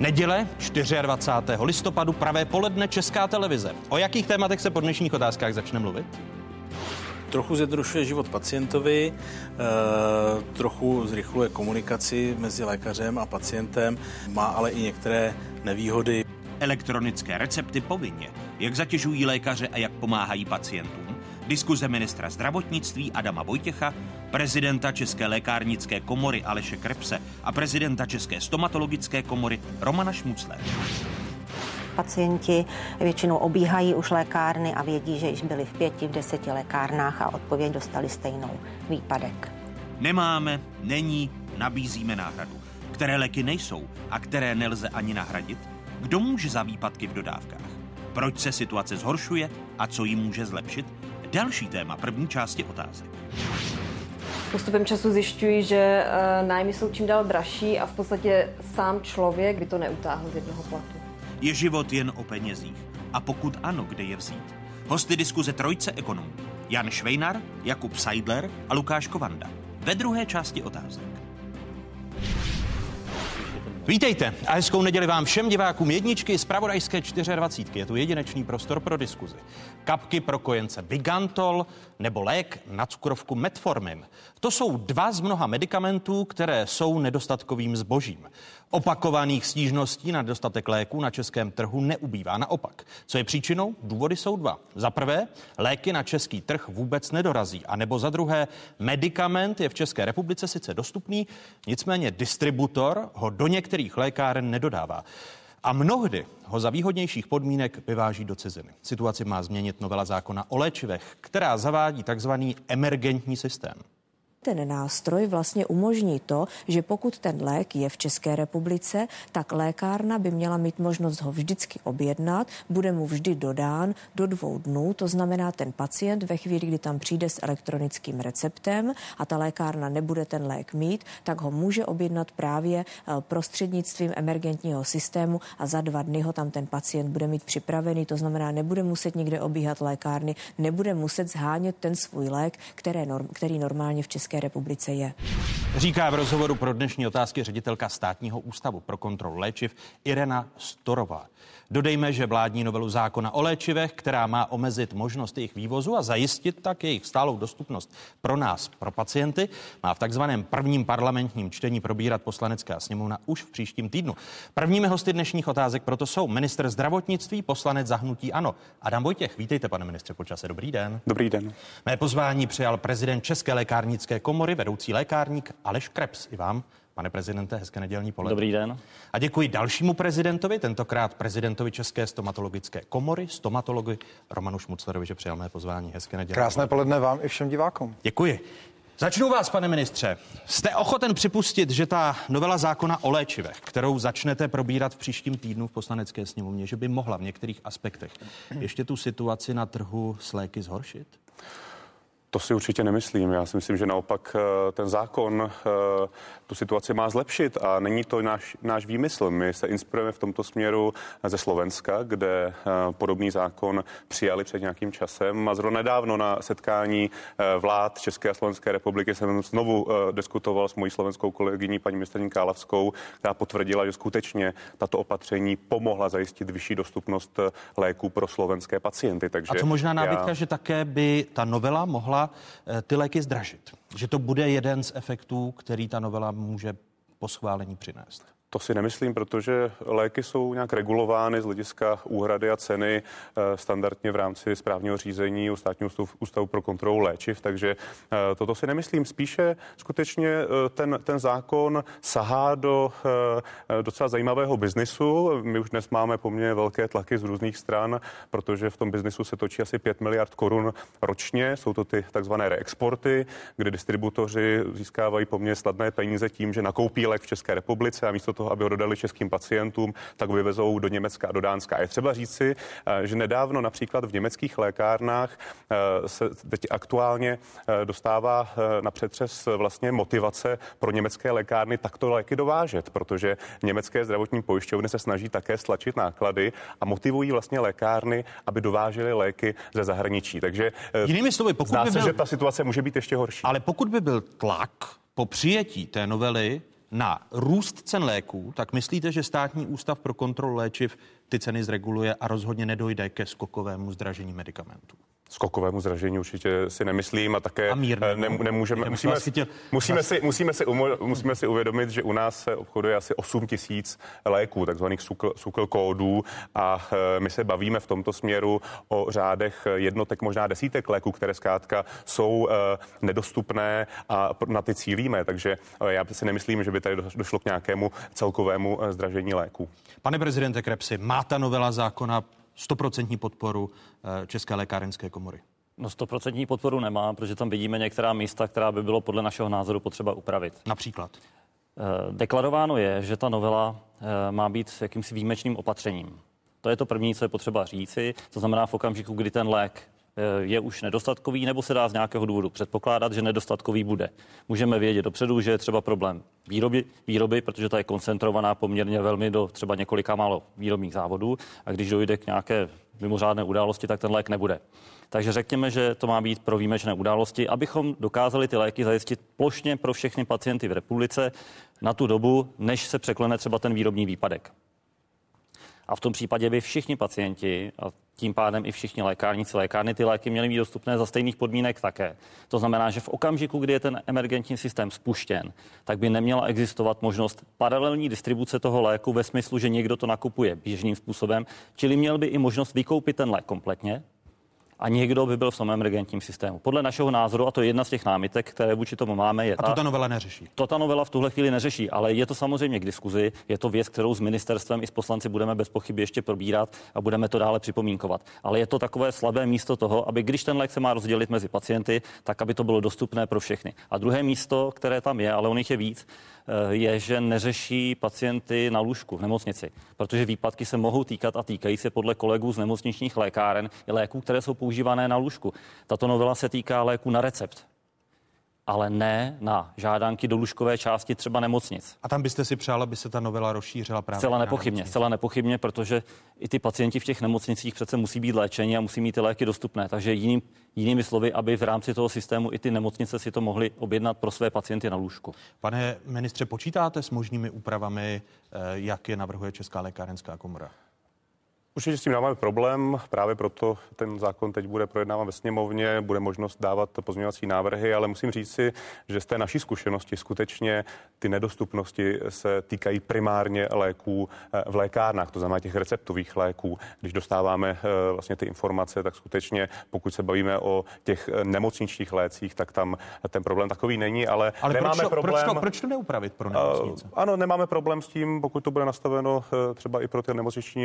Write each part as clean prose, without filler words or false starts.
Neděle 24. listopadu, pravé poledne, Česká televize. O jakých tématech se po dnešních otázkách začne mluvit? Trochu zjednodušuje život pacientovi, trochu zrychluje komunikaci mezi lékařem a pacientem, má ale i některé nevýhody. Elektronické recepty povinně. Jak zatěžují lékaře a jak pomáhají pacientům? Diskuze ministra zdravotnictví Adama Vojtěcha, prezidenta České lékárnické komory Aleše Krepse a prezidenta České stomatologické komory Romana Šmuclera. Pacienti většinou obíhají už lékárny a vědí, že již byli v 5, v 10 lékárnách a odpověď dostali stejnou: výpadek. Nemáme, není, nabízíme náhradu. Které léky nejsou a které nelze ani nahradit? Kdo může za výpadky v dodávkách? Proč se situace zhoršuje a co ji může zlepšit? Další téma první části otázek. Postupem času zjišťuji, že nájmy jsou čím dál dražší a v podstatě sám člověk by to neutáhl z jednoho platu. Je život jen o penězích? A pokud ano, kde je vzít? Hosty diskuze trojce ekonomů: Jan Švejnar, Jakub Seidler a Lukáš Kovanda. Ve druhé části otázek. Vítejte a hezkou neděli vám všem divákům jedničky z zpravodajské 24. Je tu jedinečný prostor pro diskuzi. Kapky pro kojence Vigantol nebo lék na cukrovku Metformin. To jsou dva z mnoha medikamentů, které jsou nedostatkovým zbožím. Opakovaných stížností na nedostatek léků na českém trhu neubývá. Naopak. Co je příčinou? Důvody jsou dva. Za prvé, léky na český trh vůbec nedorazí. A nebo za druhé, medikament je v České republice sice dostupný, nicméně distributor ho do některých lékáren nedodává. A mnohdy ho za výhodnějších podmínek vyváží do ciziny. Situaci má změnit novela zákona o léčivech, která zavádí takzvaný emergentní systém. Ten nástroj vlastně umožní to, že pokud ten lék je v České republice, tak lékárna by měla mít možnost ho vždycky objednat, bude mu vždy dodán do 2 dnů, to znamená ten pacient ve chvíli, kdy tam přijde s elektronickým receptem a ta lékárna nebude ten lék mít, tak ho může objednat právě prostřednictvím emergentního systému a za 2 dny ho tam ten pacient bude mít připravený, to znamená nebude muset nikde obíhat lékárny, nebude muset zhánět ten svůj lék, který normálně v České republice je. Říká v rozhovoru pro dnešní otázky ředitelka Státního ústavu pro kontrolu léčiv Irena Storová. Dodejme, že vládní novelu zákona o léčivech, která má omezit možnost jejich vývozu a zajistit tak jejich stálou dostupnost pro nás, pro pacienty, má v takzvaném prvním parlamentním čtení probírat Poslanecká sněmovna už v příštím týdnu. Prvními hosty dnešních otázek proto jsou ministr zdravotnictví, poslanec za hnutí ANO Adam Vojtěch. Vítejte, pane ministře, po čase. Dobrý den. Dobrý den. Mé pozvání přijal prezident České lékárnické komory, vedoucí lékárník Aleš Kreps. I vám, pane prezidente, hezké nedělní poledne. Dobrý den. A děkuji dalšímu prezidentovi, tentokrát prezidentovi České stomatologické komory, stomatologi Romanu Šmuclerovi, že přijal mé pozvání. Hezké nedělní Krásné poledne vám i všem divákům. Děkuji. Začnu vás, pane ministře. Jste ochoten připustit, že ta novela zákona o léčivech, kterou začnete probírat v příštím týdnu v Poslanecké sněmovně, že by mohla v některých aspektech ještě tu situaci na trhu s léky zhoršit? To si určitě nemyslím. Já si myslím, že naopak ten zákon tu situaci má zlepšit a není to náš výmysl. My se inspirujeme v tomto směru ze Slovenska, kde podobný zákon přijali před nějakým časem a zrovna nedávno na setkání vlád České a Slovenské republiky jsem znovu diskutoval s mojí slovenskou kolegyní paní ministryní Kálavskou, která potvrdila, že skutečně tato opatření pomohla zajistit vyšší dostupnost léků pro slovenské pacienty. Takže a co možná námitka, že také by ta novela mohla ty léky zdražit? Že to bude jeden z efektů, který ta novela může po schválení přinést? To si nemyslím, protože léky jsou nějak regulovány z hlediska úhrady a ceny standardně v rámci správního řízení u Státního ústavu pro kontrolu léčiv, takže toto si nemyslím. Spíše skutečně ten zákon sahá do docela zajímavého biznisu. My už dnes máme poměrně velké tlaky z různých stran, protože v tom biznisu se točí asi 5 miliard korun ročně. Jsou to ty takzvané reexporty, kde distributoři získávají poměrně snadné peníze tím, že nakoupí lék v České republice a místo toho, aby ho dodali českým pacientům, tak vyvezou do Německa a do Dánska. A je třeba říci, že nedávno například v německých lékárnách se teď aktuálně dostává na přetřes vlastně motivace pro německé lékárny takto léky dovážet, protože německé zdravotní pojišťovny se snaží také stlačit náklady a motivují vlastně lékárny, aby dovážely léky ze zahraničí. Takže jinými slovy, zdá se, že ta situace může být ještě horší. Ale pokud by byl tlak po přijetí té novely na růst cen léků, tak myslíte, že Státní ústav pro kontrolu léčiv ty ceny zreguluje a rozhodně nedojde ke skokovému zdražení medikamentů? Skokovému zdražení určitě si nemyslím a také nemůžeme. Musíme si uvědomit, že u nás se obchoduje asi 8 000 léků, takzvaných SUKL kódů, a my se bavíme v tomto směru o řádech jednotek, možná desítek léků, které zkrátka jsou nedostupné a na ty cílíme. Takže já si nemyslím, že by tady došlo k nějakému celkovému zdražení léků. Pane prezidente Krepsi, má ta novela zákona 100% podporu České lékárenské komory? No 100% podporu nemá, protože tam vidíme některá místa, která by bylo podle našeho názoru potřeba upravit. Například? Deklarováno je, že ta novela má být jakýmsi výjimečným opatřením. To je to první, co je potřeba říci. To znamená v okamžiku, kdy ten lék je už nedostatkový, nebo se dá z nějakého důvodu předpokládat, že nedostatkový bude. Můžeme vědět dopředu, že je třeba problém výroby, protože ta je koncentrovaná poměrně velmi do třeba několika málo výrobních závodů, a když dojde k nějaké mimořádné události, tak ten lék nebude. Takže řekněme, že to má být pro výjimečné události, abychom dokázali ty léky zajistit plošně pro všechny pacienty v republice na tu dobu, než se překlene třeba ten výrobní výpadek. A v tom případě by všichni pacienti a tím pádem i všichni lékárny ty léky měly být dostupné za stejných podmínek také. To znamená, že v okamžiku, kdy je ten emergentní systém spuštěn, tak by neměla existovat možnost paralelní distribuce toho léku ve smyslu, že někdo to nakupuje běžným způsobem, čili měl by i možnost vykoupit ten lék kompletně a někdo by byl v tom emergentním systému. Podle našeho názoru, a to je jedna z těch námitek, které vůči tomu máme, je to ta novela neřeší. To ta novela v tuhle chvíli neřeší, ale je to samozřejmě k diskuzi, je to věc, kterou s ministerstvem i s poslanci budeme bez pochyby ještě probírat a budeme to dále připomínkovat. Ale je to takové slabé místo toho, aby když ten lék se má rozdělit mezi pacienty, tak aby to bylo dostupné pro všechny. A druhé místo, které tam je, ale on jich je víc, je, že neřeší pacienty na lůžku v nemocnici, protože výpadky se mohou týkat a týkají se podle kolegů z nemocničních lékáren i léků, které jsou používané na lůžku. Tato novela se týká léků na recept, ale ne na žádanky do lůžkové části třeba nemocnic. A tam byste si přál, aby se ta novela rozšířila právě? Zcela nepochybně, protože i ty pacienti v těch nemocnicích přece musí být léčeni a musí mít ty léky dostupné. Takže jinými slovy, aby v rámci toho systému i ty nemocnice si to mohly objednat pro své pacienty na lůžku. Pane ministře, počítáte s možnými úpravami, jak je navrhuje Česká lékárenská komora? Určitě s tím máme problém, právě proto ten zákon teď bude projednáván ve sněmovně, bude možnost dávat pozměňovací návrhy, ale musím říct si, že z té naší zkušenosti skutečně ty nedostupnosti se týkají primárně léků v lékárnách, to znamená těch receptových léků. Když dostáváme vlastně ty informace, tak skutečně, pokud se bavíme o těch nemocničních lécích, tak tam ten problém takový není, ale nemáme problém. Proč to neupravit pro nemocnice? Ano, nemáme problém s tím, pokud to bude nastaveno třeba i pro ty nemocniční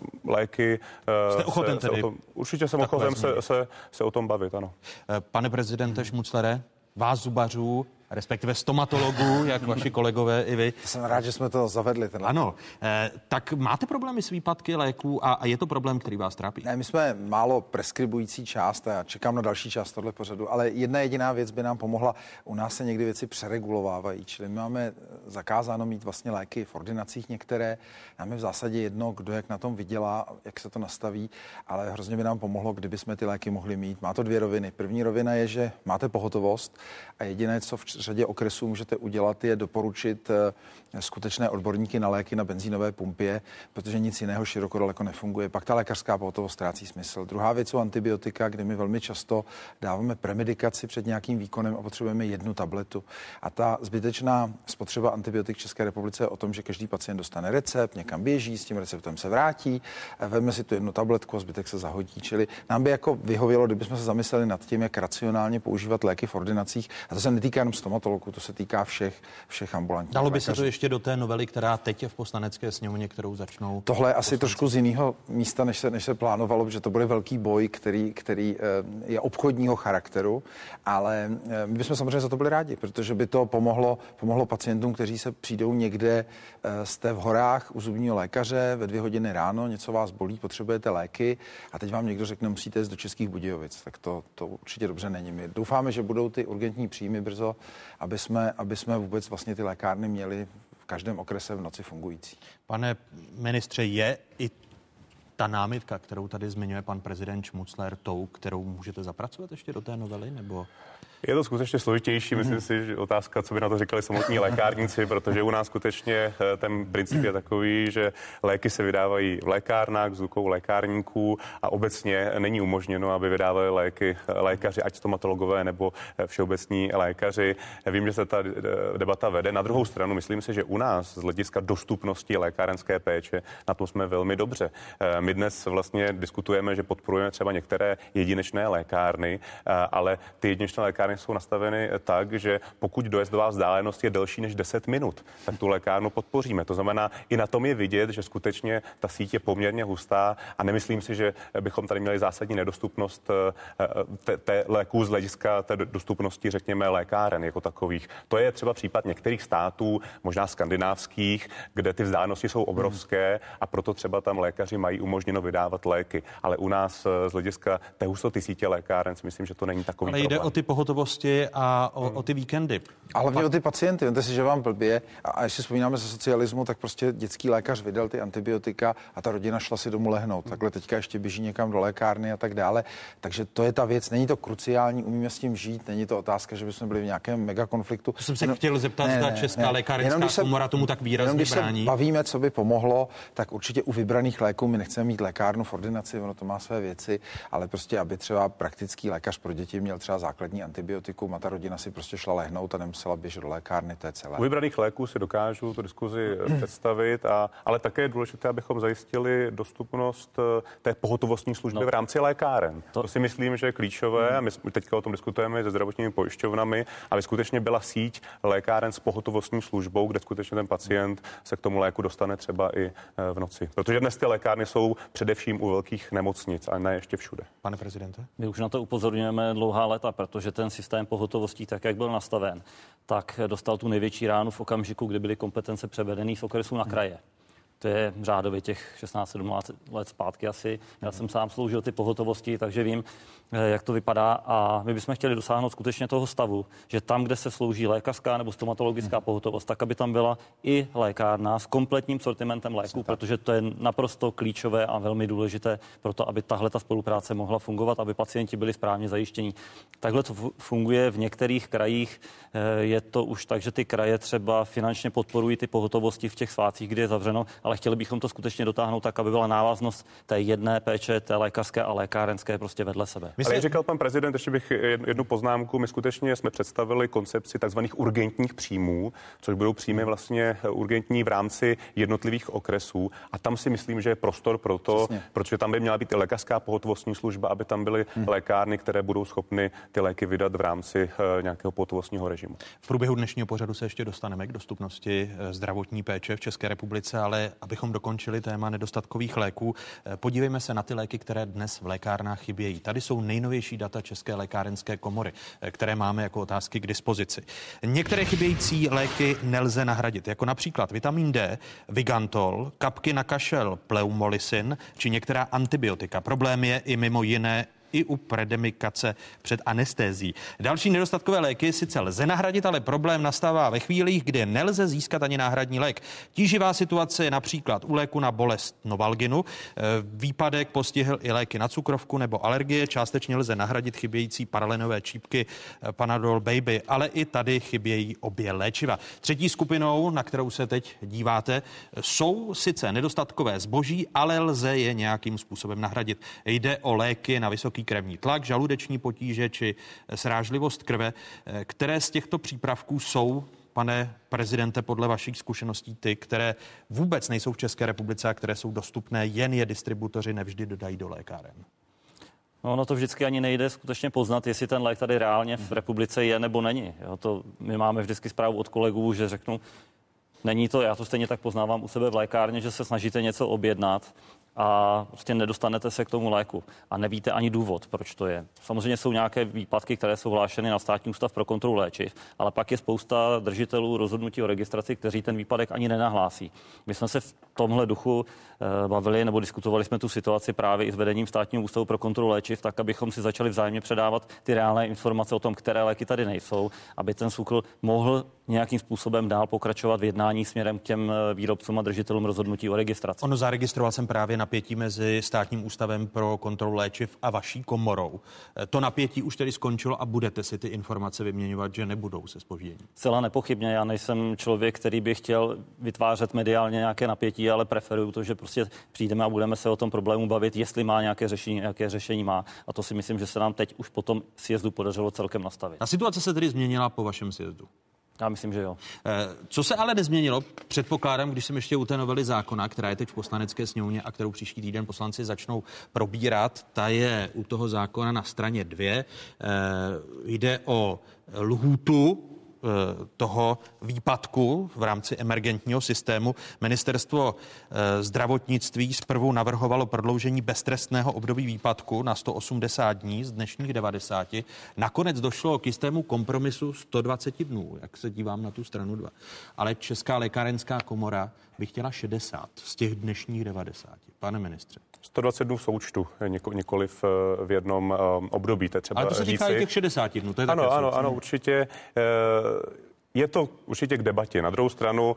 léky. Jste ochoten tedy? Určitě jsem ochoten se o tom bavit, ano. Pane prezidente Šmuclere, vás zubařů, respektive stomatologů, jak vaši kolegové i vy. Jsem rád, že jsme to zavedli. Ano, tak máte problémy s výpadky léků a je to problém, který vás trápí? Ne, my jsme málo preskribující část a já čekám na další část tohle pořadu, ale jedna jediná věc by nám pomohla. U nás se někdy věci přeregulovávají, čili my máme zakázáno mít vlastně léky v ordinacích některé. Nám je v zásadě jedno, kdo jak na tom vydělá, jak se to nastaví, ale hrozně by nám pomohlo, kdyby jsme ty léky mohli mít. Má to dvě roviny. První rovina je, že máte pohotovost a jediné, co v řadě okresů můžete udělat, je doporučit skutečné odborníky na léky na benzínové pumpě, protože nic jiného široko daleko nefunguje. Pak ta lékařská pohotovost ztrácí smysl. Druhá věc jsou antibiotika, kde my velmi často dáváme premedikaci před nějakým výkonem a potřebujeme jednu tabletu. A ta zbytečná spotřeba antibiotik v České republice je o tom, že každý pacient dostane recept, někam běží, s tím receptem se vrátí, vezme si tu jednu tabletku a zbytek se zahodí. Čili nám by jako vyhovělo, kdybychom se zamysleli nad tím, jak racionálně používat léky v ordinacích. A to se netýká jenom stomatologů, to se týká všech ambulantních. Dalo by se to ještě do té novely, která teď je v Poslanecké sněmovně, kterou začnou. Tohle je asi trošku z jiného místa, než se plánovalo, protože to bude velký boj, který je obchodního charakteru, ale my bychom samozřejmě za to byli rádi, protože by to pomohlo pacientům, kteří se přijdou někde, jste v horách u zubního lékaře ve 2 hodiny ráno, něco vás bolí, potřebujete léky a teď vám někdo řekne, musíte jít do Českých Budějovic, tak to určitě dobře není. My doufáme, že budou ty urgentní příjmy brzo, aby jsme vůbec vlastně ty lékárny měli v každém okrese v noci fungující. Pane ministře, je i ta námitka, kterou tady zmiňuje pan prezident Šmucler, tou, kterou můžete zapracovat ještě do té novely, nebo Je to skutečně složitější, myslím si, že otázka, co by na to říkali samotní lékárníci, protože u nás skutečně ten princip je takový, že léky se vydávají v lékárnách s rukou lékárníků a obecně není umožněno, aby vydávali léky lékaři, ať stomatologové nebo všeobecní lékaři. Vím, že se ta debata vede. Na druhou stranu myslím si, že u nás z hlediska dostupnosti lékárenské péče na tom jsme velmi dobře. My dnes vlastně diskutujeme, že podporujeme třeba některé jedinečné lékárny, ale ty jedinečné lékárny jsou nastaveny tak, že pokud dojezdová vzdálenost je delší než 10 minut, tak tu lékárnu podpoříme. To znamená, i na tom je vidět, že skutečně ta síť je poměrně hustá a nemyslím si, že bychom tady měli zásadní nedostupnost té léků z hlediska té dostupnosti, řekněme, lékáren jako takových. To je třeba případ některých států, možná skandinávských, kde ty vzdálenosti jsou obrovské a proto třeba tam lékaři mají umožněno vydávat léky. Ale u nás z hlediska té hustoty sítě lékáren si myslím, že to není takový problém. Ale jde o ty pohotovosti a o ty víkendy. A hlavně o ty pacienty. Vemte si, že vám blbě a když si vzpomínáme ze socialismu, tak prostě dětský lékař vydal ty antibiotika a ta rodina šla si domů lehnout. Takhle teďka ještě běží někam do lékárny a tak dále. Takže to je ta věc. Není to kruciální, umíme s tím žít, není to otázka, že bychom byli v nějakém megakonfliktu. To jsem se chtěl zeptat, zda Česká lékárenská komora tomu tak výrazně když brání. Se bavíme, co by pomohlo, tak určitě u vybraných léků my nechceme mít lékárnu v ordinaci, ono to má své věci, ale prostě aby třeba praktický lékař pro děti měl třeba základní antibiotikum a ta rodina si prostě šla lehnout a nemusela běžet do lékárny, to je celé. U vybraných léků si dokážu tu diskuzi představit, ale také je důležité, abychom zajistili dostupnost té pohotovostní služby v rámci lékáren. To si myslím, že je klíčové a my teďka o tom diskutujeme se zdravotními pojišťovnami, aby skutečně byla síť lékáren s pohotovostní službou, kde skutečně ten pacient se k tomu léku dostane třeba i v noci. Protože dnes ty lékárny jsou především u velkých nemocnic a ne ještě všude. Pane prezidente? My už na to upozorňujeme dlouhá léta, protože ten systém pohotovostí, tak jak byl nastaven, tak dostal tu největší ránu v okamžiku, kdy byly kompetence převedené z okresu na kraje. To je řádově těch 16-17 let zpátky asi. Já jsem sám sloužil ty pohotovosti, takže vím, jak to vypadá a my bychom chtěli dosáhnout skutečně toho stavu, že tam, kde se slouží lékařská nebo stomatologická pohotovost, tak aby tam byla i lékárna s kompletním sortimentem léků, protože to je naprosto klíčové a velmi důležité pro to, aby tahle ta spolupráce mohla fungovat, aby pacienti byli správně zajištění. Takhle to funguje v některých krajích. Je to už tak, že ty kraje třeba finančně podporují ty pohotovosti v těch svátcích, kdy je zavřeno, ale chtěli bychom to skutečně dotáhnout tak, aby byla návaznost té jedné péče, té lékařské a lékárenské prostě vedle sebe. Ale jak říkal pan prezident, ještě bych jednu poznámku. My skutečně jsme představili koncepci takzvaných urgentních příjmů, což budou příjmy vlastně urgentní v rámci jednotlivých okresů. A tam si myslím, že je prostor pro to, protože tam by měla být i lékařská pohotovostní služba, aby tam byly lékárny, které budou schopny ty léky vydat v rámci nějakého pohotovostního režimu. V průběhu dnešního pořadu se ještě dostaneme k dostupnosti zdravotní péče v České republice, ale abychom dokončili téma nedostatkových léků, podívejme se na ty léky, které dnes v lékárnách chybějí. Tady jsou nejnovější data České lékárenské komory, které máme jako otázky k dispozici. Některé chybějící léky nelze nahradit, jako například vitamin D, Vigantol, kapky na kašel, Pleumolisin či některá antibiotika. Problém je i mimo jiné i u predemikace před anestézí. Další nedostatkové léky sice lze nahradit, ale problém nastává ve chvílích, kdy nelze získat ani náhradní lék. Tíživá situace je například u léku na bolest Novalginu. Výpadek postihl i léky na cukrovku nebo alergie. Částečně lze nahradit chybějící paralenové čípky Panadol Baby, ale i tady chybějí obě léčiva. Třetí skupinou, na kterou se teď díváte, jsou sice nedostatkové zboží, ale lze je nějakým způsobem nahradit. Jde o léky na vysoký krevní tlak, žaludeční potíže či srážlivost krve. Které z těchto přípravků jsou, pane prezidente, podle vašich zkušeností ty, které vůbec nejsou v České republice a které jsou dostupné, jen je distributoři nevždy dodají do lékáren? No, ono to vždycky ani nejde skutečně poznat, jestli ten lék tady reálně v republice je nebo není. Jo, my máme vždycky zprávu od kolegů, že řeknu, není to, já to stejně tak poznávám u sebe v lékárně, že se snažíte něco objednat a prostě nedostanete se k tomu léku a nevíte ani důvod, proč to je. Samozřejmě jsou nějaké výpadky, které jsou hlášeny na Státní ústav pro kontrolu léčiv, ale pak je spousta držitelů rozhodnutí o registraci, kteří ten výpadek ani nenahlásí. My jsme se v tomhle duchu bavili nebo diskutovali jsme tu situaci právě i s vedením Státního ústavu pro kontrolu léčiv, tak abychom si začali vzájemně předávat ty reálné informace o tom, které léky tady nejsou, aby ten SÚKL mohl nějakým způsobem dál pokračovat v jednání směrem k těm výrobcům a držitelům rozhodnutí o registraci. Ono zaregistroval jsem právě napětí mezi Státním ústavem pro kontrolu léčiv a vaší komorou. To napětí už tedy skončilo a budete si ty informace vyměňovat, že nebudou se zpožděním. Celá nepochybně, já nejsem člověk, který by chtěl vytvářet mediálně nějaké napětí, ale preferuju to, že prostě přijdeme a budeme se o tom problému bavit, jestli má nějaké řešení, jaké řešení má. A to si myslím, že se nám teď už po tom sjezdu podařilo celkem nastavit. A situace se tedy změnila po vašem sjezdu? Já myslím, že jo. Co se ale nezměnilo, předpokládám, když jsem ještě u té novely zákona, která je teď v Poslanecké sněmovně a kterou příští týden poslanci začnou probírat, ta je u toho zákona na straně 2. Jde o lhůtu toho výpadku v rámci emergentního systému. Ministerstvo zdravotnictví zprvu navrhovalo prodloužení beztrestného období výpadku na 180 dní z dnešních 90. Nakonec došlo k jistému kompromisu 120 dnů, jak se dívám na tu stranu 2. Ale Česká lékárenská komora by chtěla 60 z těch dnešních 90. Pane ministře. 120 dnů v součtu, nikoliv v jednom období. To třeba ale to se týká i těch 60 dnů. To je ano, určitě. Je to určitě k debatě. Na druhou stranu,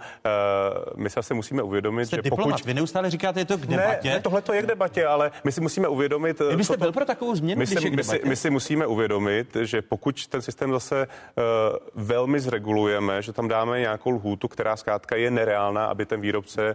my se asi musíme uvědomit, jste že diplomat, pokud... Vy neustále říkáte, je to k debatě. Ne, tohle to je k debatě, ale my si musíme uvědomit... Vy byste byl pro takovou změnu, my si musíme uvědomit, že pokud ten systém zase velmi zregulujeme, že tam dáme nějakou lhůtu, která zkrátka je nereálná, aby ten výrobce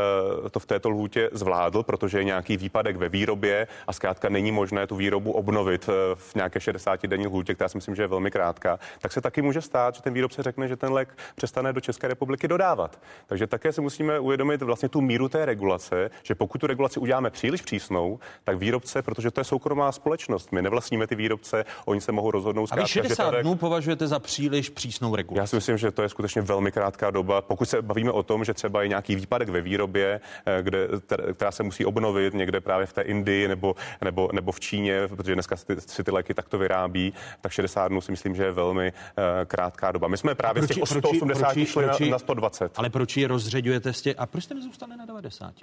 to v této lhůtě zvládl, protože je nějaký výpadek ve výrobě a zkrátka není možné tu výrobu obnovit v nějaké 60denní lhůtě, která si myslím, že je velmi krátká, tak se taky může stát, že ten výrobce řekne, že ten lék přestane do České republiky dodávat. Takže také si musíme uvědomit vlastně tu míru té regulace, že pokud tu regulaci uděláme příliš přísnou, tak výrobce, protože to je soukromá společnost, my nevlastníme ty výrobce, oni se mohou rozhodnout zkrátka. A vy 60 dnů považujete za příliš přísnou regulaci? Já si myslím, že to je skutečně velmi krátká doba. Pokud se bavíme o tom, že třeba je nějaký výpadek ve výrobě, která se musí obnovit někde právě v té Indii nebo v Číně, protože dneska si ty léky takto vyrábí, tak 60 dnů si myslím, že je velmi krátká doba. My jsme právě z těch 180 šli na 120. Ale proč je rozředujete a proč jste nezůstali na 90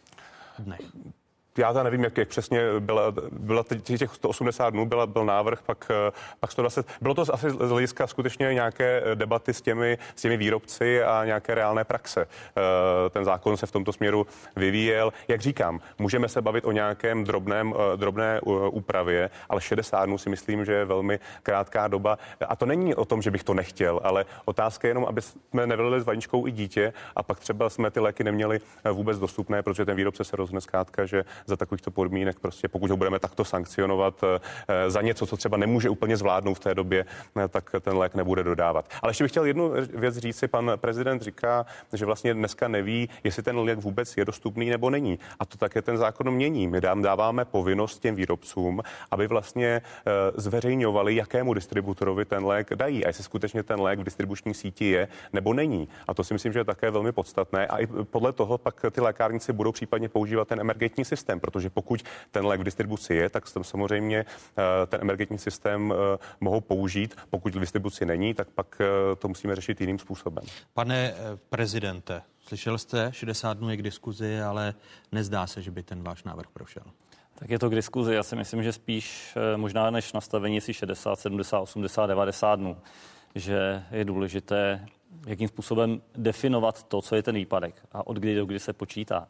dnech? Já to nevím, jak přesně byla těch 180 dnů, byl návrh, pak 120. Bylo to asi z hlediska skutečně nějaké debaty s těmi výrobci a nějaké reálné praxe. Ten zákon se v tomto směru vyvíjel. Jak říkám, můžeme se bavit o nějakém drobné úpravě, ale 60 dnů si myslím, že je velmi krátká doba. A to není o tom, že bych to nechtěl, ale otázka je jenom, aby jsme nevylili s vaničkou i dítě a pak třeba jsme ty léky neměli vůbec dostupné, protože ten výrobce se rozhodne zkrátka, že za takovýchto podmínek prostě, pokud ho budeme takto sankcionovat za něco, co třeba nemůže úplně zvládnout v té době, tak ten lék nebude dodávat. Ale ještě bych chtěl jednu věc říct si, pan prezident říká, že vlastně dneska neví, jestli ten lék vůbec je dostupný nebo není. A to také ten zákon mění. My dáváme povinnost těm výrobcům, aby vlastně zveřejňovali, jakému distributorovi ten lék dají a jestli skutečně ten lék v distribuční síti je nebo není. A to si myslím, že je také velmi podstatné. A i podle toho pak ty lékárníci budou případně používat ten emergentní systém, protože pokud ten lék v distribuci je, tak samozřejmě ten emergentní systém mohou použít. Pokud v distribuci není, tak pak to musíme řešit jiným způsobem. Pane prezidente, slyšel jste, 60 dnů je k diskuzi, ale nezdá se, že by ten váš návrh prošel. Tak je to k diskuzi. Já si myslím, že spíš možná než nastavení si 60, 70, 80, 90 dnů, že je důležité, jakým způsobem definovat to, co je ten výpadek a od kdy do kdy se počítá.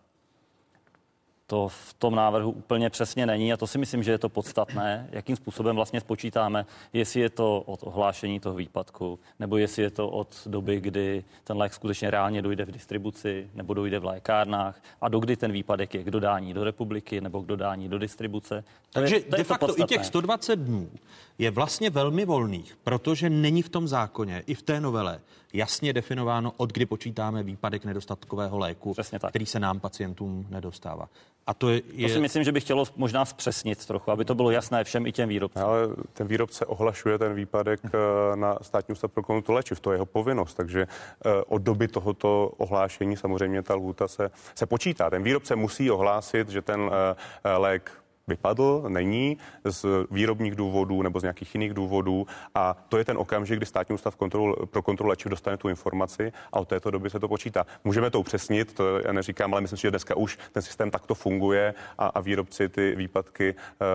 To v tom návrhu úplně přesně není a to si myslím, že je to podstatné, jakým způsobem vlastně spočítáme, jestli je to od ohlášení toho výpadku, nebo jestli je to od doby, kdy ten lék skutečně reálně dojde v distribuci, nebo dojde v lékárnách a dokdy ten výpadek je k dodání do republiky nebo k dodání do distribuce. Takže de facto i těch 120 dnů je vlastně velmi volných, protože není v tom zákoně i v té novele jasně definováno, od kdy počítáme výpadek nedostatkového léku, který se nám pacientům nedostává. A to si myslím, že by chtělo možná zpřesnit trochu, aby to bylo jasné všem i těm výrobcům. Ale ten výrobce ohlašuje ten výpadek na Státní ústav pro kontrolu léčiv, to je jeho povinnost, takže od doby tohoto ohlášení samozřejmě ta lhůta se počítá. Ten výrobce musí ohlásit, že ten lék vypadl, není z výrobních důvodů nebo z nějakých jiných důvodů a to je ten okamžik, kdy Státní ústav pro kontrolu léčiv dostane tu informaci a od této doby se to počítá. Můžeme to upřesnit, to já neříkám, ale myslím si, že dneska už ten systém takto funguje a výrobci ty výpadky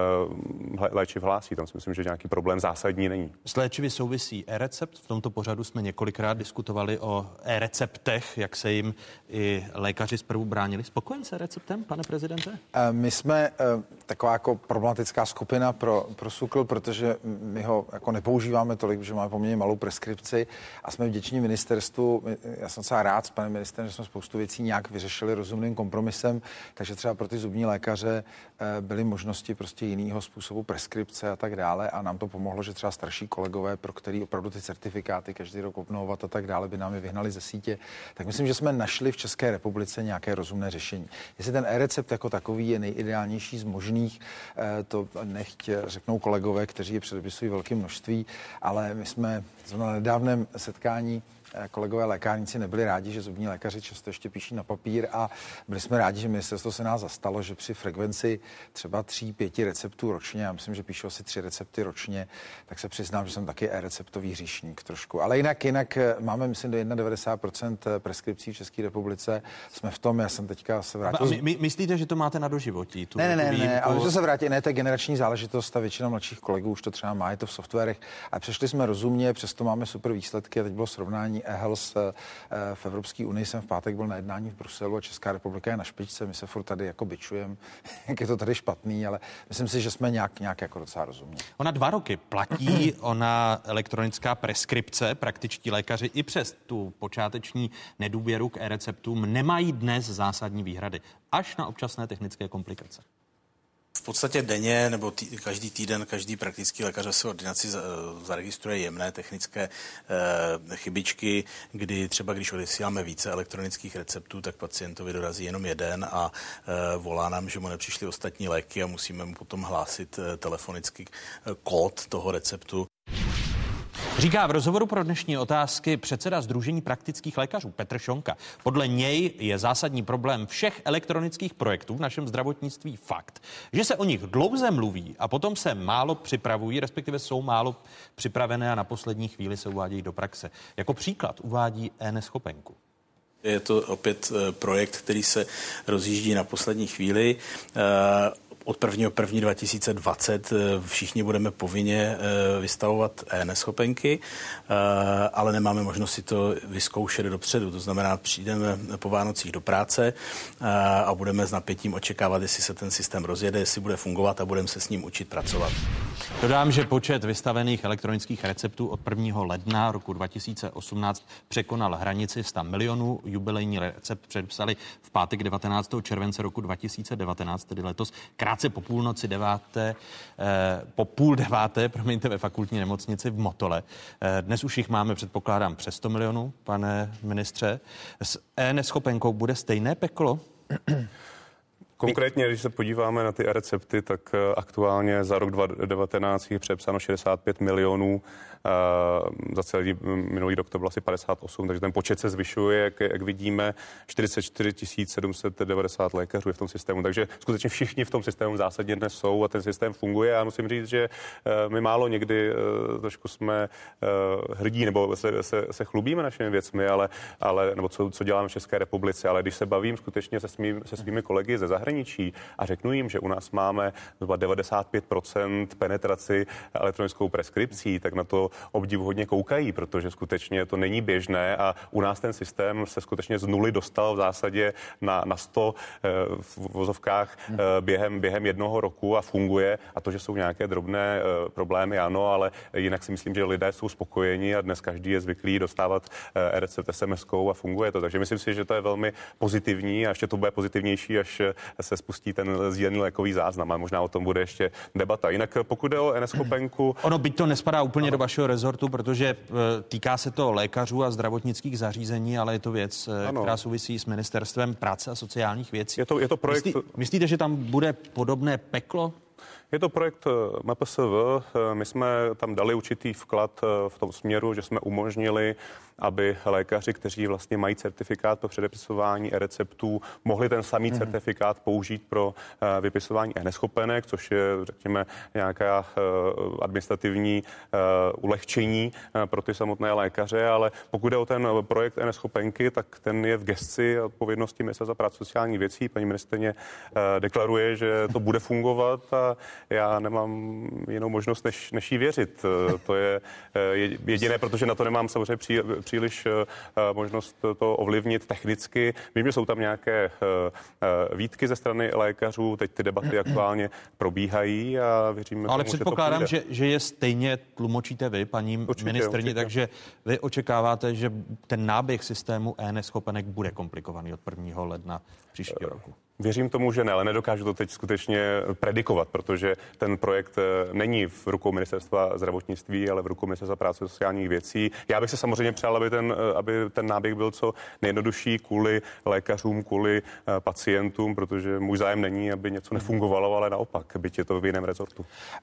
léčiv hlásí. Tam si myslím, že nějaký problém zásadní není. S léčivy souvisí e-recept. V tomto pořadu jsme několikrát diskutovali o e-receptech, jak se jim i lékaři zprvu bránili. Spokojen se receptem, pane prezidente? My jsme taková jako problematická skupina pro SÚKL, protože my ho jako nepoužíváme tolik, protože máme poměrně malou preskripci a jsme vděční ministerstvu. Já jsem docela rád s panem ministrem, že jsme spoustu věcí nějak vyřešili rozumným kompromisem, takže třeba pro ty zubní lékaře byly možnosti prostě jiného způsobu preskripce a tak dále a nám to pomohlo, že třeba starší kolegové, pro který opravdu ty certifikáty každý rok obnovovat a tak dále, by nám je vyhnali ze sítě. Tak myslím, že jsme našli v České republice nějaké rozumné řešení. Jestli ten e-recept jako takový je nejideálnější z možných, to nechť řeknou kolegové, kteří je předepisují velké množství, ale my jsme na nedávném setkání kolegové lékárníci nebyli rádi, že zubní lékaři často ještě píší na papír a byli jsme rádi, že ministerstvo se nás zastalo, že při frekvenci třeba 3-5 receptů ročně, já myslím, že píšu asi 3 recepty ročně, tak se přiznám, že jsem taky e-receptový hříšník trošku. Ale jinak máme, myslím, do 91% preskripcí v České republice. Jsme v tom, já jsem teďka se vrátil. Myslíte, že to máte na doživotí? Ne, ale to se vrátí, ne, to je generační záležitost a většina mladších kolegů už to třeba má, je to v softwarech. A přešli jsme rozumně, přesto máme super výsledky a teď bylo srovnání e-health v Evropské unii. Jsem v pátek byl na jednání v Bruselu a Česká republika je na špičce. My se furt tady jako bičujeme, jak je to tady špatný, ale myslím si, že jsme nějak jako docela rozumní. Ona 2 roky platí, ona elektronická preskripce, praktičtí lékaři i přes tu počáteční nedůvěru k e-receptům nemají dnes zásadní výhrady, až na občasné technické komplikace. V podstatě denně nebo každý týden každý praktický lékař ve své ordinaci zaregistruje jemné technické chybičky, kdy třeba když odesíláme více elektronických receptů, tak pacientovi dorazí jenom jeden a volá nám, že mu nepřišly ostatní léky a musíme mu potom hlásit telefonicky kód toho receptu. Říká v rozhovoru pro dnešní otázky předseda Sdružení praktických lékařů Petr Šonka. Podle něj je zásadní problém všech elektronických projektů v našem zdravotnictví fakt, že se o nich dlouze mluví a potom se málo připravují, respektive jsou málo připravené a na poslední chvíli se uvádějí do praxe. Jako příklad uvádí eNeschopenku. Je to opět projekt, který se rozjíždí na poslední chvíli. Od 1.1.2020 všichni budeme povinně vystavovat eNeschopenky, ale nemáme možnost si to vyzkoušet dopředu. To znamená, přijdeme po Vánocích do práce a budeme s napětím očekávat, jestli se ten systém rozjede, jestli bude fungovat a budeme se s ním učit pracovat. Dodám, že počet vystavených elektronických receptů od 1. ledna roku 2018 překonal hranici 100 milionů. Jubilejní recept předpsali v pátek 19. července roku 2019, tedy letos, krátce po půlnoci po půl deváté, ve fakultní nemocnici v Motole. Dnes už jich máme, předpokládám, přes 100 milionů, pane ministře. S eNeschopenkou bude stejné peklo? Konkrétně, když se podíváme na ty e-recepty, tak aktuálně za rok 2019 je přepsáno 65 milionů, za celý minulý rok to bylo asi 58, takže ten počet se zvyšuje, jak vidíme, 44 790 lékařů je v tom systému, takže skutečně všichni v tom systému zásadně dnes jsou a ten systém funguje a musím říct, že my málo někdy trošku jsme hrdí nebo se chlubíme našimi věcmi, ale nebo co děláme v České republice, ale když se bavím skutečně se svými kolegy ze zahraničí a řeknu jim, že u nás máme zhruba 95% penetraci elektronickou preskripcí, tak na to obdivuhodně koukají, protože skutečně to není běžné a u nás ten systém se skutečně z nuly dostal v zásadě na 100 v vozovkách během jednoho roku a funguje a to, že jsou nějaké drobné problémy, ano, ale jinak si myslím, že lidé jsou spokojeni a dnes každý je zvyklý dostávat e-recept SMS-kou a funguje to, takže myslím si, že to je velmi pozitivní a ještě to bude pozitivnější, až se spustí ten sdílený lékový záznam a možná o tom bude ještě debata. Jinak pokud jde o eNeschopenku... Ono byť to nespadá úplně do vašeho rezortu, protože týká se to lékařů a zdravotnických zařízení, ale je to věc, která souvisí s Ministerstvem práce a sociálních věcí. Je to projekt... Myslíte, že tam bude podobné peklo? Je to projekt MPSV. My jsme tam dali určitý vklad v tom směru, že jsme umožnili, aby lékaři, kteří vlastně mají certifikát pro předepisování e-receptů, mohli ten samý certifikát použít pro vypisování e-neschopenek, což je, řekněme, nějaká administrativní ulehčení pro ty samotné lékaře, ale pokud jde o ten projekt e-neschopenky, tak ten je v gesci odpovědnosti Ministerstva práce a sociálních věcí. Paní ministryně deklaruje, že to bude fungovat a já nemám jinou možnost, než jí věřit. To je jediné, protože na to nemám samozřejmě příliš možnost to ovlivnit technicky. Vím, že jsou tam nějaké výtky ze strany lékařů, teď ty debaty aktuálně probíhají a věříme ale tomu, předpokládám, že je stejně tlumočíte vy, paní ministryni, takže vy očekáváte, že ten náběh systému e-neschopenek bude komplikovaný od 1. ledna příštího roku. Věřím tomu, že ne, ale nedokážu to teď skutečně predikovat, protože ten projekt není v rukou Ministerstva zdravotnictví, ale v rukou Ministerstva práce a sociálních věcí. Já bych se samozřejmě přál, aby ten náběh byl co nejjednodušší kvůli lékařům, kvůli pacientům, protože můj zájem není, aby něco nefungovalo, ale naopak, byť je to v jiném rezortu.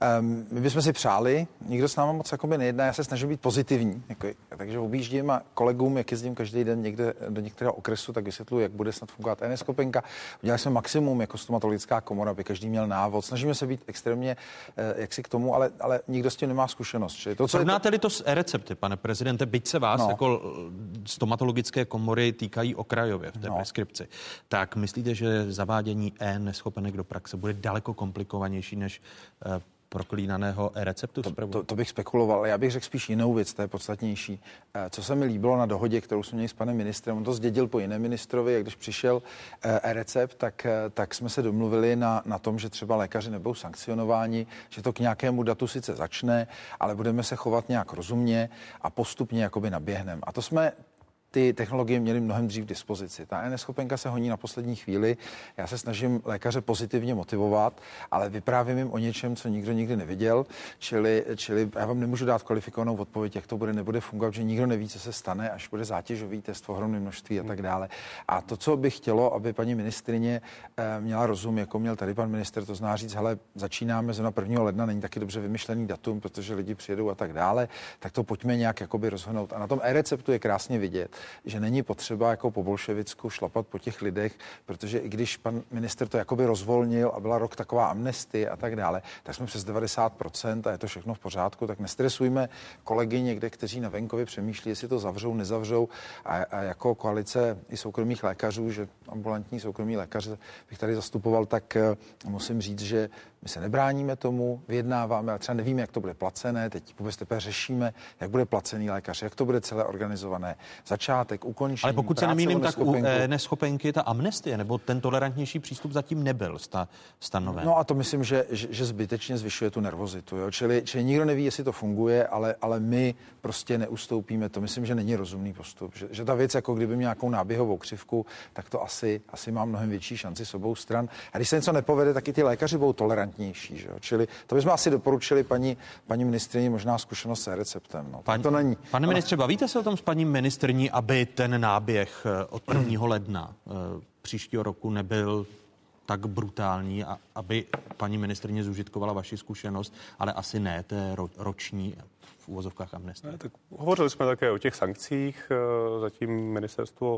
My bychom si přáli, nikdo s náma moc jakoby nejedná, já se snažím být pozitivní, takže objíždím a kolegům, jak jezdím každý den někde do některého okresu, tak vysvětluji, jak bude snad fungovat e-neschopenka. Udělali jsme maximum jako stomatologická komora, aby každý měl návod. Snažíme se být extrémně jaksi k tomu, ale nikdo s tím nemá zkušenost. Srovnáte-li to s e-recepty, pane prezidente, byť se vás jako stomatologické komory týkají okrajově v té preskripci, tak myslíte, že zavádění e-neschopenek do praxe bude daleko komplikovanější než proklínaného e-receptu? To bych spekuloval. Já bych řekl spíš jinou věc, to je podstatnější. Co se mi líbilo na dohodě, kterou jsme měli s panem ministrem, on to zdědil po jiném ministrovi, a když přišel e-recept, tak jsme se domluvili na tom, že třeba lékaři nebudou sankcionováni, že to k nějakému datu sice začne, ale budeme se chovat nějak rozumně a postupně jakoby naběhnem. A to jsme ty technologie měly mnohem dřív k dispozici. Ta e-neschopenka se honí na poslední chvíli. Já se snažím lékaře pozitivně motivovat, ale vyprávím jim o něčem, co nikdo nikdy neviděl, čili já vám nemůžu dát kvalifikovanou odpověď, jak to bude, nebude fungovat, že nikdo neví, co se stane, až bude zátěžový test v ohromném množství a tak dále. A to, co bych chtělo, aby paní ministryně měla rozum, jako měl tady pan minister, to zná říct, hele, začínáme zrovna 1. ledna, není taky dobře vymyšlený datum, protože lidi přijedou a tak dále, tak to pojďme nějak jakoby rozhodnout. A na tom e-receptu je krásně vidět, že není potřeba jako po bolševicku šlapat po těch lidech, protože i když pan minister to jakoby rozvolnil a byla rok taková amnestie a tak dále, tak jsme přes 90% a je to všechno v pořádku, tak nestresujme kolegy někde, kteří na venkově přemýšlí, jestli to zavřou, nezavřou a jako koalice i soukromých lékařů, že ambulantní soukromí lékaře bych tady zastupoval, tak musím říct, že my se nebráníme tomu, vyjednáváme, ale třeba nevíme, jak to bude placené. Teď vůbec teprve řešíme, jak bude placený lékař, jak to bude celé organizované. Začátek, ukončení. Ale pokud se nemýlím, tak u neschopenky ta amnestie nebo ten tolerantnější přístup zatím nebyl stanoven. No a to myslím, že zbytečně zvyšuje tu nervozitu. Jo? Čili nikdo neví, jestli to funguje, ale my prostě neustoupíme. To myslím, že není rozumný postup. Že ta věc, jako kdyby měla nějakou náběhovou křivku, tak to asi má mnohem větší šanci s obou stran. A když se něco nepovede, tak i ty lékaři budou tolerantní. Že jo? Čili to bychom asi doporučili paní ministryni možná zkušenost s receptem. No. To není. Pane ministře, bavíte se o tom s paní ministryní, aby ten náběh od 1. ledna příštího roku nebyl tak brutální, a aby paní ministryně zužitkovala vaši zkušenost, ale asi ne té roční v úvozovkách amnestie. Tak hovořili jsme také o těch sankcích. Zatím ministerstvo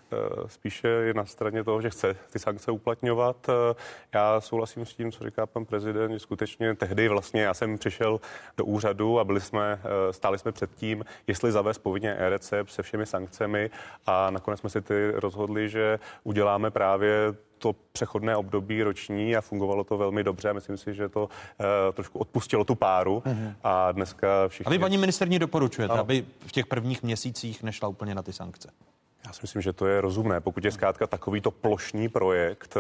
spíše je na straně toho, že chce ty sankce uplatňovat. Já souhlasím s tím, co říká pan prezident, že skutečně tehdy vlastně já jsem přišel do úřadu a stáli jsme před tím, jestli zavést povinně e-recept se všemi sankcemi a nakonec jsme si rozhodli, že uděláme právě to přechodné období roční a fungovalo to velmi dobře a myslím si, že to trošku odpustilo tu páru a dneska všichni... A vy, paní ministryni, doporučujete, aby v těch prvních měsících nešla úplně na ty sankce? Já si myslím, že to je rozumné. Pokud je zkrátka takovýto plošný projekt,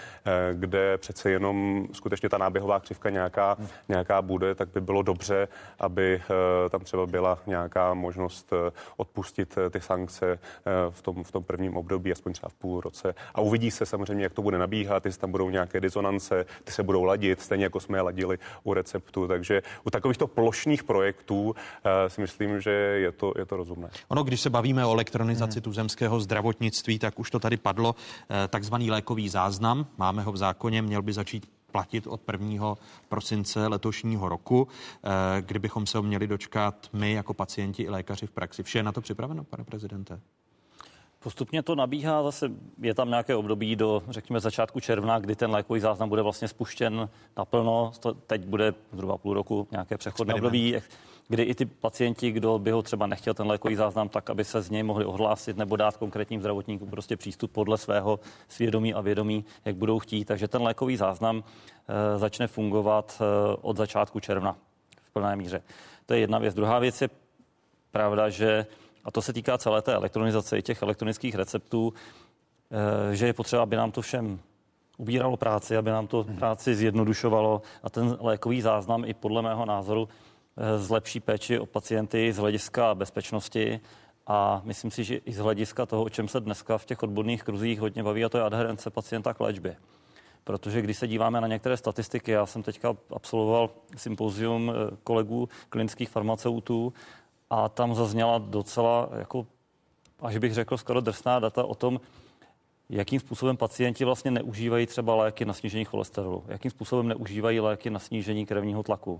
kde přece jenom skutečně ta náběhová křivka nějaká bude, tak by bylo dobře, aby tam třeba byla nějaká možnost odpustit ty sankce v tom prvním období, aspoň třeba v půl roce. A uvidí se samozřejmě, jak to bude nabíhat, jestli tam budou nějaké disonance, ty se budou ladit, stejně jako jsme je ladili u receptu. Takže u takovýchto plošných projektů si myslím, že je to rozumné. Ono, když se bavíme o elektronizaci tuzemského zdravotnictví, tak už to tady padlo, takzvaný lékový záznam. Máme ho v zákoně, měl by začít platit od 1. prosince letošního roku. Kdybychom se ho měli dočkat my jako pacienti i lékaři v praxi. Vše je na to připraveno, pane prezidente? Postupně to nabíhá, zase je tam nějaké období do, řekněme, začátku června, kdy ten lékový záznam bude vlastně spuštěn naplno. Teď bude zhruba půl roku nějaké přechodné období, kdy i ty pacienti, kdo by ho třeba nechtěl ten lékový záznam, tak aby se z něj mohli odhlásit nebo dát konkrétním zdravotníkům prostě přístup podle svého svědomí a vědomí, jak budou chtít. Takže ten lékový záznam začne fungovat od začátku června v plné míře. To je jedna věc. Druhá věc je pravda, že a to se týká celé té elektronizace i těch elektronických receptů, že je potřeba, aby nám to všem ubíralo práci, aby nám to práci zjednodušovalo a ten lékový záznam i podle mého názoru zlepší péči o pacienty z hlediska bezpečnosti a myslím si, že i z hlediska toho, o čem se dneska v těch odborných kruzích hodně baví, a to je adherence pacienta k léčbě. Protože když se díváme na některé statistiky, já jsem teďka absolvoval sympozium kolegů klinických farmaceutů, a tam zazněla docela, jako, až bych řekl, skoro drsná data o tom, jakým způsobem pacienti vlastně neužívají třeba léky na snížení cholesterolu, jakým způsobem neužívají léky na snížení krevního tlaku.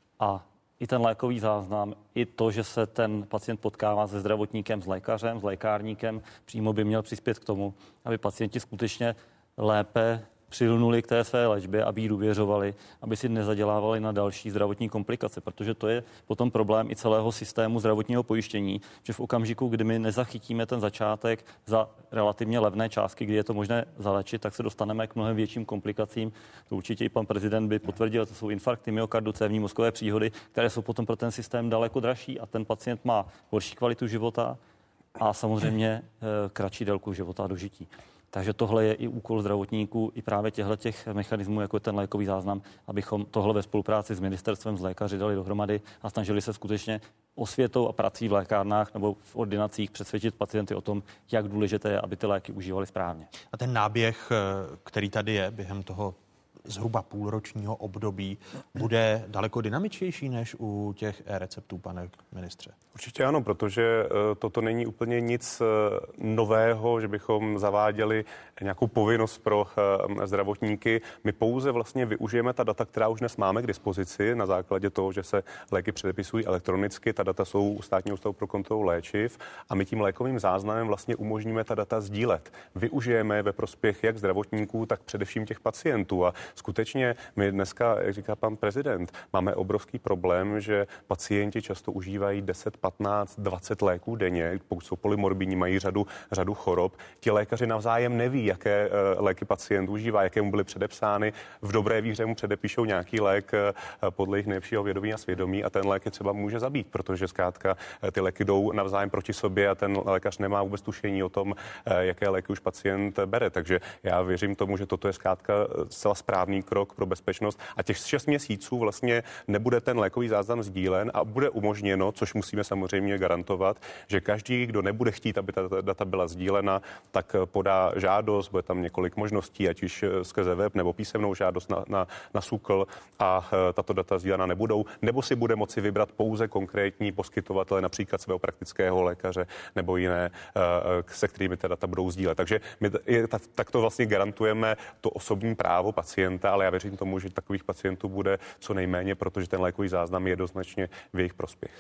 A i ten lékový záznam, i to, že se ten pacient potkává se zdravotníkem, s lékařem, s lékárníkem, přímo by měl přispět k tomu, aby pacienti skutečně lépe přilnuli k té své léčbě, aby ji důvěřovali, aby si nezadělávali na další zdravotní komplikace, protože to je potom problém i celého systému zdravotního pojištění, že v okamžiku, kdy my nezachytíme ten začátek za relativně levné částky, kdy je to možné zalečit, tak se dostaneme k mnohem větším komplikacím. To určitě i pan prezident by potvrdil, to jsou infarkty myokardu, cévní mozkové příhody, které jsou potom pro ten systém daleko dražší a ten pacient má horší kvalitu života a samozřejmě kratší délku života a dožití. Takže tohle je i úkol zdravotníků, i právě těch mechanismů, jako je ten lékový záznam, abychom tohle ve spolupráci s ministerstvem, s lékaři dali dohromady a snažili se skutečně osvětou a prací v lékárnách nebo v ordinacích přesvědčit pacienty o tom, jak důležité je, aby ty léky užívali správně. A ten náběh, který tady je během toho zhruba půlročního období, bude daleko dynamičtější než u těch e-receptů, pane ministře? Určitě ano, protože toto není úplně nic nového, že bychom zaváděli nějakou povinnost pro zdravotníky. My pouze vlastně využijeme ta data, která už dnes máme k dispozici na základě toho, že se léky předepisují elektronicky. Ta data jsou u Státního ústavu pro kontrolu léčiv a my tím lékovým záznamem vlastně umožníme ta data sdílet. Využijeme ve prospěch jak zdravotníků, tak především těch pacientů. A skutečně my dneska, jak říká pan prezident, máme obrovský problém, že pacienti často užívají 10, 15, 20 léků denně, pokud jsou polymorbidní, mají řadu chorob. Ti lékaři navzájem neví, jaké léky pacient užívá, jaké mu byly předepsány. V dobré víře mu předepíšou nějaký lék podle jejich nejlepšího vědomí a svědomí a ten lék je třeba může zabít, protože zkrátka ty léky jdou navzájem proti sobě a ten lékař nemá vůbec tušení o tom, jaké léky už pacient bere. Takže já věřím tomu, že toto je zkrátka zcela správný krok pro bezpečnost a těch 6 měsíců vlastně nebude ten lékový záznam sdílen a bude umožněno, což musíme samozřejmě garantovat, že každý, kdo nebude chtít, aby ta data byla sdílena, tak podá žádost, bude tam několik možností, ať už skrze web nebo písemnou žádost na SÚKL a tato data sdílena nebudou, nebo si bude moci vybrat pouze konkrétní poskytovatele, například svého praktického lékaře nebo jiné, se kterými ta data budou sdílet. Takže my takto vlastně garantujeme to osobní právo pacienta, ale já věřím tomu, že takových pacientů bude co nejméně, protože ten lékový záznam je jednoznačně v jejich prospěch.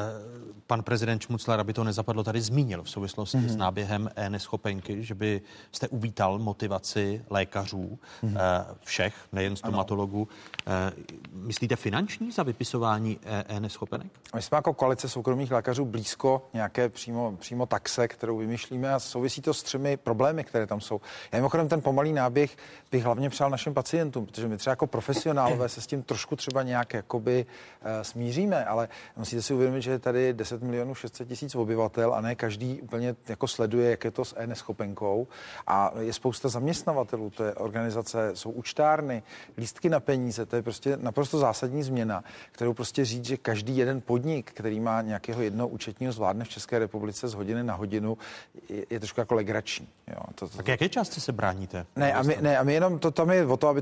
Pan prezident Šmucler, aby to nezapadlo, tady zmínil v souvislosti s náběhem eNeschopenky, že by jste uvítal motivaci lékařů všech, nejen stomatologů. Myslíte finanční za vypisování eNeschopenek? My jsme jako koalice soukromých lékařů blízko nějaké přímo taxe, kterou vymýšlíme a souvisí to s 3 problémy, které tam jsou. Já mimochodem ten pomalý náběh bych hlavně přál našim pacientům, protože my třeba jako profesionálové se s tím trošku třeba nějak jakoby smíříme, ale musíte si uvědomit, že je tady 10 600 000 obyvatel a ne každý úplně jako sleduje, jak je to s eNeschopenkou a je spousta zaměstnavatelů, to je organizace, jsou účtárny, lístky na peníze, to je prostě naprosto zásadní změna, kterou prostě říct, že každý jeden podnik, který má nějakého jednoho účetního zvládne v České republice z hodiny na hodinu, je trošku jako legrační. Jo, tak jaké části se bráníte? A my jenom to tam je o to, aby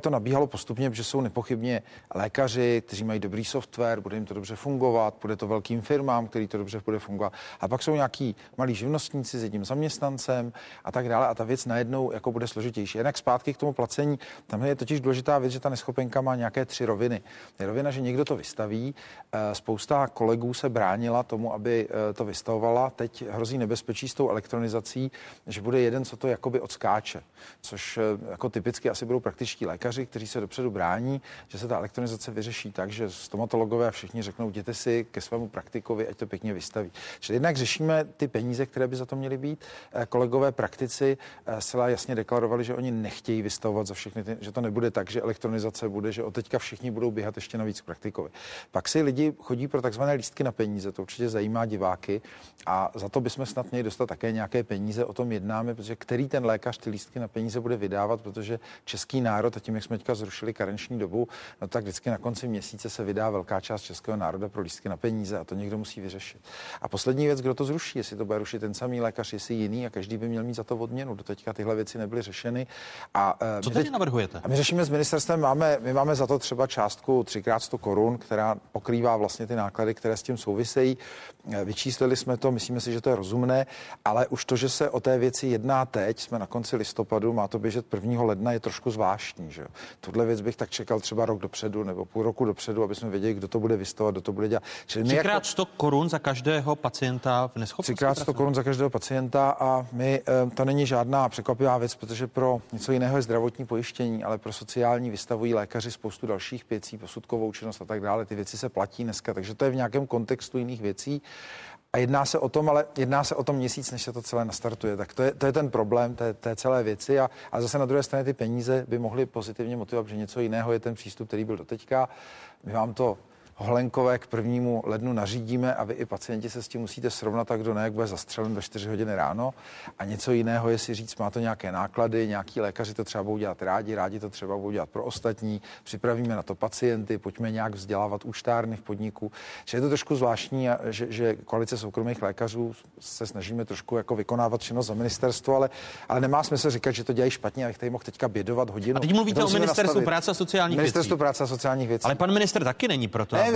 to nabíhalo postupně, protože jsou nepochybně lékaři, kteří mají dobrý software, bude jim to dobře fungovat, bude to velkým firmám, který to dobře bude fungovat. A pak jsou nějaký malí živnostníci s jedním zaměstnancem a tak dále. A ta věc najednou jako bude složitější. Jinak zpátky k tomu placení, tam je totiž důležitá věc, že ta neschopenka má nějaké 3 roviny. Je rovina, že někdo to vystaví, spousta kolegů se bránila tomu, aby to vystavovala. Teď hrozí nebezpečí s tou elektronizací, že bude jeden, co to jakoby odskáče, což jako typicky asi budou praktičtí lékaři, kteří se dopředu brání, že se ta elektronizace vyřeší tak, že stomatologové a všichni řeknou, jděte si ke svému praktikovi, ať to pěkně vystaví. Čili jednak řešíme ty peníze, které by za to měly být. Kolegové praktici zcela jasně deklarovali, že oni nechtějí vystavovat za všechny, že to nebude tak, že elektronizace bude, že od teďka všichni budou běhat ještě navíc k praktikovi. Pak si lidi chodí pro takzvané lístky na peníze, to určitě zajímá diváky a za to bychom snad měli dostat také nějaké peníze, o tom jednáme, protože který ten lékař ty lístky na peníze bude vydávat, protože český národ, a tím, jak jsme teďka zrušili karenční dobu, no tak vždycky na konci měsíce se vydá velká část českého národa pro lístky na peníze a to někdo musí vyřešit. A poslední věc, kdo to zruší, jestli to bude rušit ten samý lékař, jestli jiný a každý by měl mít za to odměnu. Do teďka tyhle věci nebyly řešeny. A co teď navrhujete? A my řešíme s ministerstvem, my máme za to třeba částku 3x100 korun, která pokrývá vlastně ty náklady, které s tím souvisejí. Vyčíslili jsme to, myslíme si, že to je rozumné, ale už to, že se o té věci jedná teď, jsme na konci listopadu, má to běžet 1. ledna, je trošku zvláštní, že jo. Tuhle věc bych tak čekal třeba rok dopředu nebo půl roku dopředu, aby jsme věděli, kdo to bude vystavovat, kdo to bude dělat. Čili 3x100 korun za každého pacienta v neschopnosti. 3x100 korun za každého pacienta a my, to není žádná překvapivá věc, protože pro něco jiného je zdravotní pojištění, ale pro sociální vystavují lékaři spoustu dalších věcí, posudkovou činnost a tak dále. Ty věci se platí dneska, takže to je v nějakém kontextu jiných věcí. A jedná se o tom, ale jedná se o tom měsíc, než se to celé nastartuje. Tak to je ten problém té celé věci. A zase na druhé straně ty peníze by mohly pozitivně motivovat, že něco jiného je ten přístup, který byl doteďka. My vám to Holenkové k 1. lednu nařídíme a vy i pacienti se s tím musíte srovnat, a kdo ne, jak bude zastřelen ve 4 hodiny ráno. A něco jiného je si říct, má to nějaké náklady, nějaký lékaři to třeba budou dělat rádi to třeba budou dělat pro ostatní, připravíme na to pacienty, pojďme nějak vzdělávat účtárny v podniku. Že je to trošku zvláštní, že koalice soukromých lékařů se snažíme trošku jako vykonávat činnost za ministerstvo, ale nemá smysl říkat, že to dělají špatně, abych tady mohl teďka bědovat hodinu. A teď mluvíte o ministerstvu práce a sociálních věcí. Ministerstvo práce a sociálních věcí. Ale pan ministr taky není proto.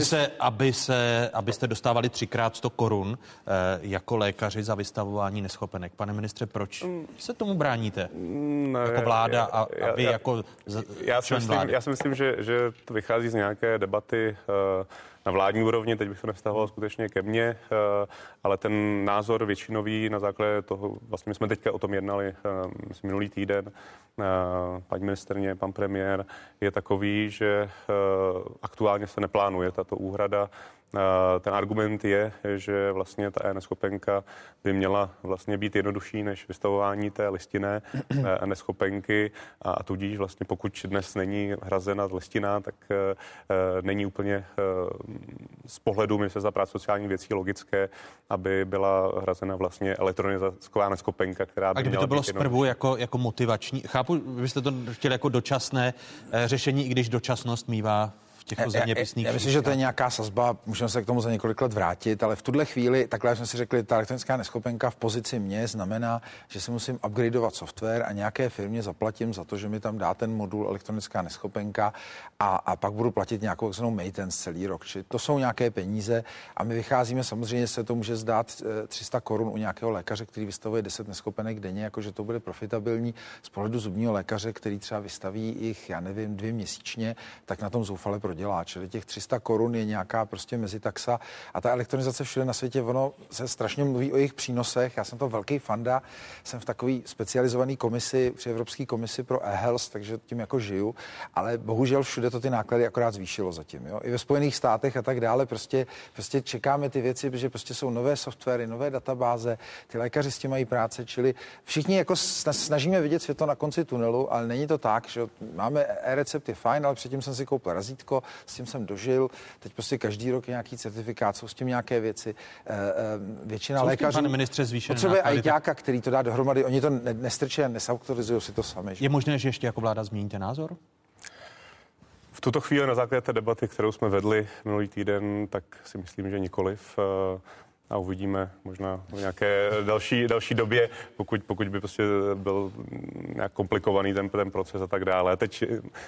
Abyste dostávali 3x100 korun jako lékaři za vystavování neschopenek. Pane ministře, proč se tomu bráníte? Jako vláda a vy jako člen vlády. Já si myslím, že to vychází z nějaké debaty na vládní úrovni, teď bych to nevztahoval skutečně ke mně, ale ten názor většinový na základě toho, vlastně my jsme teďka o tom jednali minulý týden, paní ministryně, pan premiér, je takový, že aktuálně se neplánuje tato úhrada. Ten argument je, že vlastně ta neschopenka by měla vlastně být jednodušší než vystavování té listinné neschopenky a tudíž vlastně pokud dnes není hrazena listina, tak není úplně z pohledu Ministerstva práce sociálních věcí logické, aby byla hrazena vlastně elektronická neschopenka, která by měla být. A kdyby to bylo zprvu jako motivační, chápu, vy jste to chtěli jako dočasné řešení, i když dočasnost mívá Já myslím, že to je nějaká sazba, můžeme se k tomu za několik let vrátit, ale v tuhle chvíli, takhle jsme si řekli, ta elektronická neschopenka v pozici mě znamená, že si musím upgradeovat software a nějaké firmě zaplatím za to, že mi tam dá ten modul elektronická neschopenka a pak budu platit nějakou takzvanou maintenance celý rok. Čili to jsou nějaké peníze a my vycházíme, samozřejmě se to může zdát 300 korun u nějakého lékaře, který vystavuje 10 neschopenek denně, jakože to bude profitabilní z pohledu zubního lékaře, který třeba vystaví jich, 2 měsíčně, tak na tom zoufale dělá, čili těch 300 korun je nějaká prostě mezitaxa a ta elektronizace všude na světě, ono se strašně mluví o jejich přínosech. Já jsem to velký fanda, jsem v takový specializovaný komisi, při Evropské komisi pro e-health, takže tím jako žiju, ale bohužel všude to ty náklady akorát zvýšilo zatím, jo. I ve Spojených státech a tak dále prostě čekáme ty věci, protože prostě jsou nové softwary, nové databáze, ty lékaři s tím mají práce, čili všichni jako snažíme vidět světlo na konci tunelu, ale není to tak, že máme e-recept je fajn, ale předtím jsem si koupil razítko, s tím jsem dožil. Teď prostě každý rok je nějaký certifikát, jsou s tím nějaké věci. Většina lékařů, pane ministře, potřebuje ajťáka, který to dá dohromady. Oni to nestrčí a nesautorizují si to sami. Je možné, že ještě jako vláda změníte názor? V tuto chvíli na základě té debaty, kterou jsme vedli minulý týden, tak si myslím, že nikoliv. A uvidíme možná v nějaké další době, pokud by prostě byl nějak komplikovaný ten proces a tak dále. Teď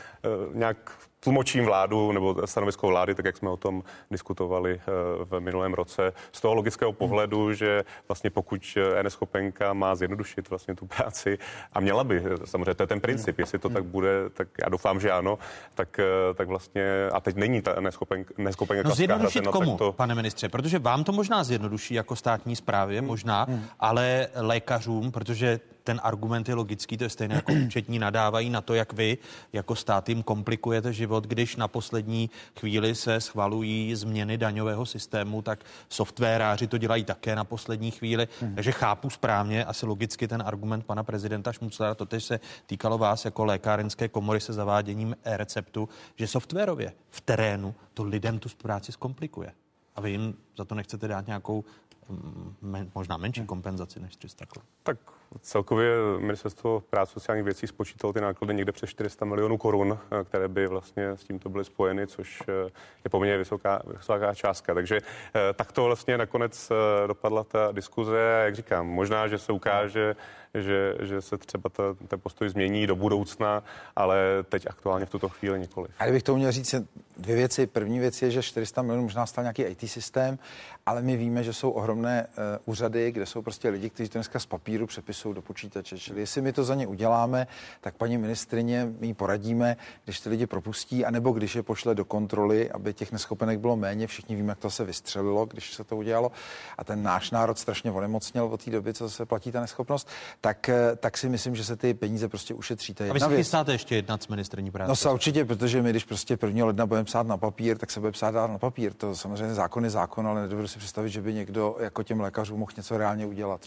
nějak tlumočím vládu nebo stanovisko vlády, tak jak jsme o tom diskutovali v minulém roce. Z toho logického pohledu, že vlastně pokud eNeschopenka má zjednodušit vlastně tu práci a měla by, samozřejmě to je ten princip, jestli to tak bude, tak já doufám, že ano, tak vlastně, a teď není ta eNeschopenka. No zjednodušit komu, pane ministře, protože vám to možná zjednoduší jako státní správě, možná, ale lékařům, protože ten argument je logický, to je stejné jako účetní nadávají na to, jak vy jako stát jim komplikujete život, když na poslední chvíli se schvalují změny daňového systému, tak softwaráři to dělají také na poslední chvíli. Takže chápu správně, asi logicky ten argument pana prezidenta Šmuclera, to tež se týkalo vás jako lékárenské komory se zaváděním e-receptu, že softwarově v terénu to lidem tu práci zkomplikuje. A vy jim za to nechcete dát nějakou možná menší kompenzaci než 300 korun. Tak celkově Ministerstvo práce a sociálních věcí spočítalo ty náklady někde přes 400 milionů korun, které by vlastně s tímto byly spojeny, což je poměrně vysoká částka. Takže takto vlastně nakonec dopadla ta diskuze. Jak říkám, možná, že se ukáže, že se třeba ten postoj změní do budoucna, ale teď aktuálně v tuto chvíli nikoliv. A kdybych to měl říct dvě věci. První věc je, že 400 milionů možná stál nějaký IT systém, ale my víme, že jsou ohromné úřady, kde jsou prostě lidi, kteří to dneska z papíru přepisují do počítače. Čili jestli my to za ně uděláme, tak paní ministryně my jí poradíme, když ty lidi propustí, anebo když je pošle do kontroly, aby těch neschopenek bylo méně. Všichni víme, jak to se vystřelilo, když se to udělalo. A ten náš národ strašně onemocněl od té doby, co se platí ta neschopnost. Tak si myslím, že se ty peníze prostě ušetří. A vy si chystáte ještě jednat s ministryní práce? No se určitě, protože my, když prostě 1. ledna budeme psát na papír, tak se bude psát dál na papír. To samozřejmě zákon je zákon, ale nedovedu si představit, že by někdo jako těm lékařům mohl něco reálně udělat.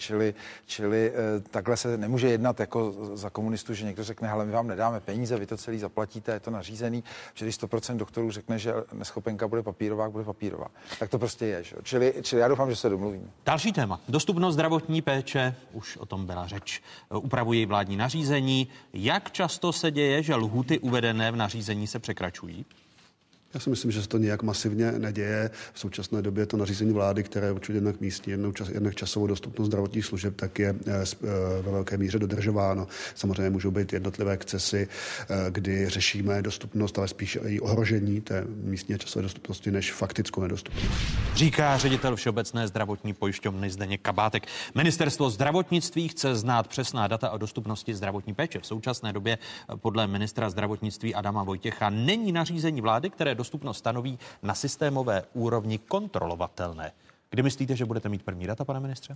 Čili takhle se nemůže jednat jako za komunistů, že někdo řekne, hele, my vám nedáme peníze, vy to celý zaplatíte, je to nařízený. Čili 100% doktorů řekne, že neschopenka bude papírová. Tak to prostě je. Že? Čili já doufám, že se domluvíme. Další téma. Dostupnost zdravotní péče, už o tom byla řeč. Upravují vládní nařízení. Jak často se děje, že lhůty uvedené v nařízení se překračují? Já si myslím, že se to nějak masivně neděje. V současné době to nařízení vlády, které určitě jednak místní, jednak časovou dostupnost zdravotních služeb, tak je ve velké míře dodržováno. Samozřejmě můžou být jednotlivé excesy, kdy řešíme dostupnost, ale spíš i ohrožení té místní časové dostupnosti než faktickou nedostupnost. Říká ředitel Všeobecné zdravotní pojišťovny Zdeněk Kabátek. Ministerstvo zdravotnictví chce znát přesná data o dostupnosti zdravotní péče. V současné době podle ministra zdravotnictví Adama Vojtěcha není nařízení vlády, které dostupnost stanoví, na systémové úrovni kontrolovatelné. Kdy myslíte, že budete mít první data, pane ministře?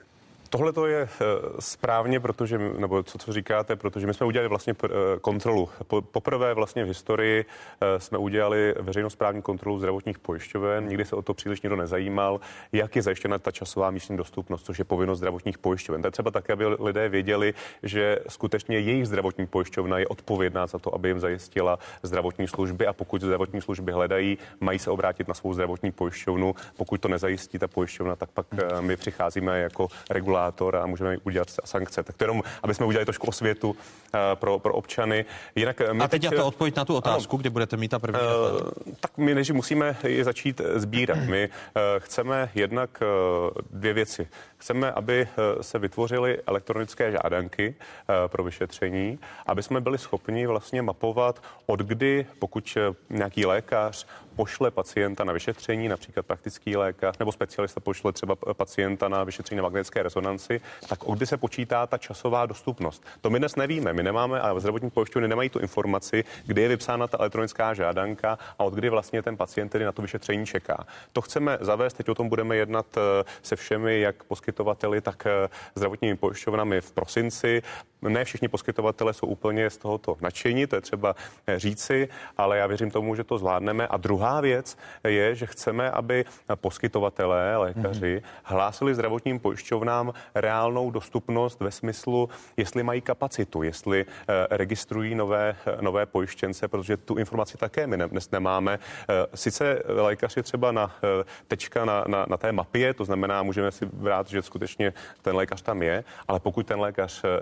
Tohle to je správně, protože, nebo co říkáte, protože my jsme udělali vlastně kontrolu. Poprvé vlastně v historii jsme udělali veřejnosprávní kontrolu zdravotních pojišťoven. Nikdy se o to příliš nikdo nezajímal, jak je zajištěna ta časová místní dostupnost, což je povinnost zdravotních pojišťoven. To je třeba také, aby lidé věděli, že skutečně jejich zdravotní pojišťovna je odpovědná za to, aby jim zajistila zdravotní služby, a pokud zdravotní služby hledají, mají se obrátit na svou zdravotní pojišťovnu. Pokud to nezajistí ta pojišťovna, tak pak my přicházíme jako regulátor a můžeme udělat sankce. Tak to jenom, aby jsme udělali trošku osvětu pro občany. Jinak a teď to odpověď na tu otázku, kdy budete mít ta první data? Tak my než musíme je začít sbírat. My chceme jednak dvě věci. Chceme, aby se vytvořily elektronické žádanky pro vyšetření, aby jsme byli schopni vlastně mapovat, od kdy, pokud nějaký lékař pošle pacienta na vyšetření, například praktický lékař nebo specialista pošle třeba pacienta na vyšetření na magnetické rezonanci, tak od kdy se počítá ta časová dostupnost. To my dnes nevíme. My nemáme, a zdravotní pojišťovny nemají tu informaci, kdy je vypsána ta elektronická žádanka a od kdy vlastně ten pacient tedy na to vyšetření čeká. To chceme zavést, teď o tom budeme jednat se všemi, jak poskytovateli, tak zdravotními pojišťovnami v prosinci. Ne všichni poskytovatelé jsou úplně z tohoto nadšení, to je třeba říci, ale já věřím tomu, že to zvládneme. A druhá věc je, že chceme, aby poskytovatelé, lékaři, hlásili zdravotním pojišťovnám reálnou dostupnost ve smyslu, jestli mají kapacitu, jestli registrují nové pojištěnce, protože tu informaci také my dnes nemáme. Sice lékař je třeba tečka na té mapě, to znamená, můžeme si brát, že skutečně ten lékař tam je, ale pokud ten lékař nebere pacienta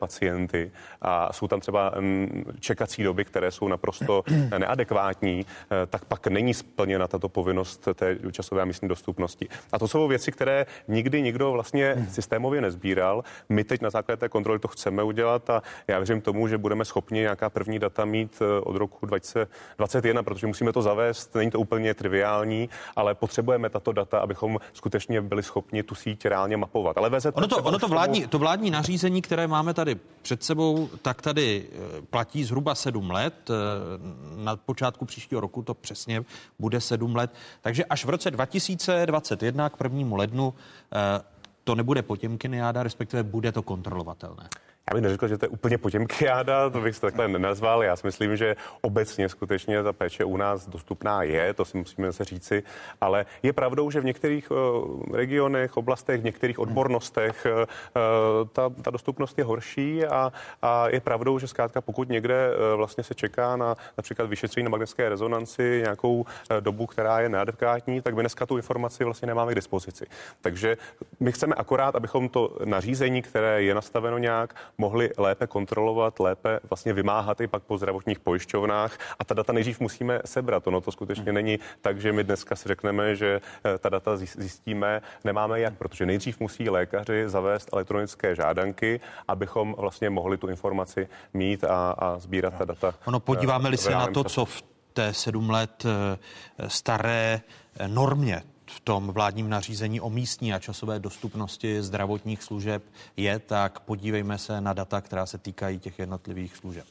pacienty a jsou tam třeba čekací doby, které jsou naprosto neadekvátní, tak pak není splněna tato povinnost té časové a místní dostupnosti. A to jsou věci, které nikdy nikdo vlastně systémově nezbíral. My teď na základě té kontroly to chceme udělat a já věřím tomu, že budeme schopni nějaká první data mít od roku 2021, protože musíme to zavést. Není to úplně triviální, ale potřebujeme tato data, abychom skutečně byli schopni tu síť reálně mapovat. Ale to vládní nařízení, které máme tady před sebou, tak tady platí zhruba 7 let. Na počátku příštího roku to přesně bude 7 let. Takže až v roce 2021 k 1. lednu to nebude potěmkiniáda, respektive bude to kontrolovatelné. Já bych neřekl, že to je úplně potěmkiáda, to bych se takhle nenazval. Já si myslím, že obecně skutečně ta péče u nás dostupná je, to si musíme zase říci, ale je pravdou, že v některých regionech, oblastech, v některých odbornostech ta dostupnost je horší a je pravdou, že zkrátka pokud někde vlastně se čeká na například vyšetření na magnetické rezonanci nějakou dobu, která je neadekvátní, tak my dneska tu informaci vlastně nemáme k dispozici. Takže my chceme akorát, abychom to nařízení, které je nastaveno nějak, mohli lépe kontrolovat, lépe vlastně vymáhat i pak po zdravotních pojišťovnách a ta data nejdřív musíme sebrat. Ono to skutečně není tak, že my dneska si řekneme, že ta data zjistíme, nemáme jak, protože nejdřív musí lékaři zavést elektronické žádanky, abychom vlastně mohli tu informaci mít a sbírat ta data. Podíváme-li se na to, co v té 7 let staré normě v tom vládním nařízení o místní a časové dostupnosti zdravotních služeb je, tak podívejme se na data, která se týkají těch jednotlivých služeb.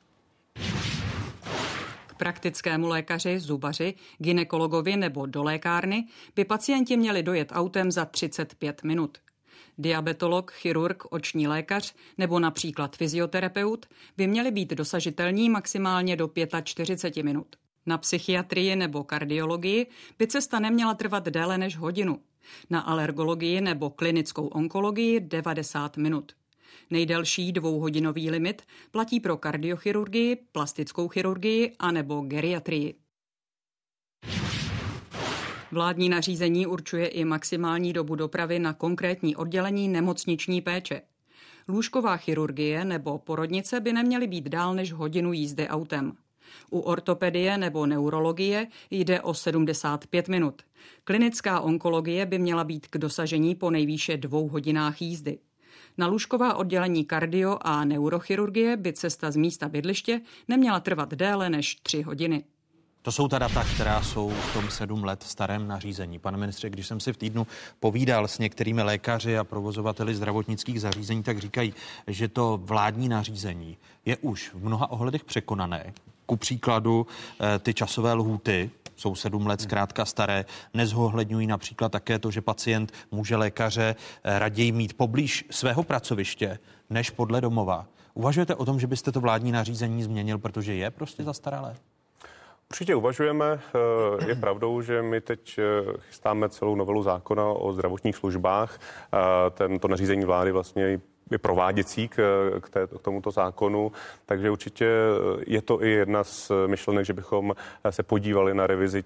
K praktickému lékaři, zubaři, gynekologovi nebo do lékárny by pacienti měli dojet autem za 35 minut. Diabetolog, chirurg, oční lékař nebo například fyzioterapeut by měli být dosažitelní maximálně do 45 minut. Na psychiatrii nebo kardiologii by cesta neměla trvat déle než hodinu. Na alergologii nebo klinickou onkologii 90 minut. Nejdelší 2hodinový limit platí pro kardiochirurgii, plastickou chirurgii a nebo geriatrii. Vládní nařízení určuje i maximální dobu dopravy na konkrétní oddělení nemocniční péče. Lůžková chirurgie nebo porodnice by neměly být dál než hodinu jízdy autem. U ortopedie nebo neurologie jde o 75 minut. Klinická onkologie by měla být k dosažení po nejvýše 2 hodinách jízdy. Na lůžková oddělení kardio a neurochirurgie by cesta z místa bydliště neměla trvat déle než 3 hodiny. To jsou ta data, která jsou v tom 7 let starém nařízení. Pane ministře, když jsem si v týdnu povídal s některými lékaři a provozovateli zdravotnických zařízení, tak říkají, že to vládní nařízení je už v mnoha ohledech překonané. Ku příkladu ty časové lhůty jsou 7 let zkrátka staré, nezohledňují například také to, že pacient může lékaře raději mít poblíž svého pracoviště než podle domova. Uvažujete o tom, že byste to vládní nařízení změnil, protože je prostě zastaralé? Určitě uvažujeme. Je pravdou, že my teď chystáme celou novelu zákona o zdravotních službách. Tento nařízení vlády vlastně je prováděcí k tomuto zákonu, takže určitě je to i jedna z myšlenek, že bychom se podívali na revizi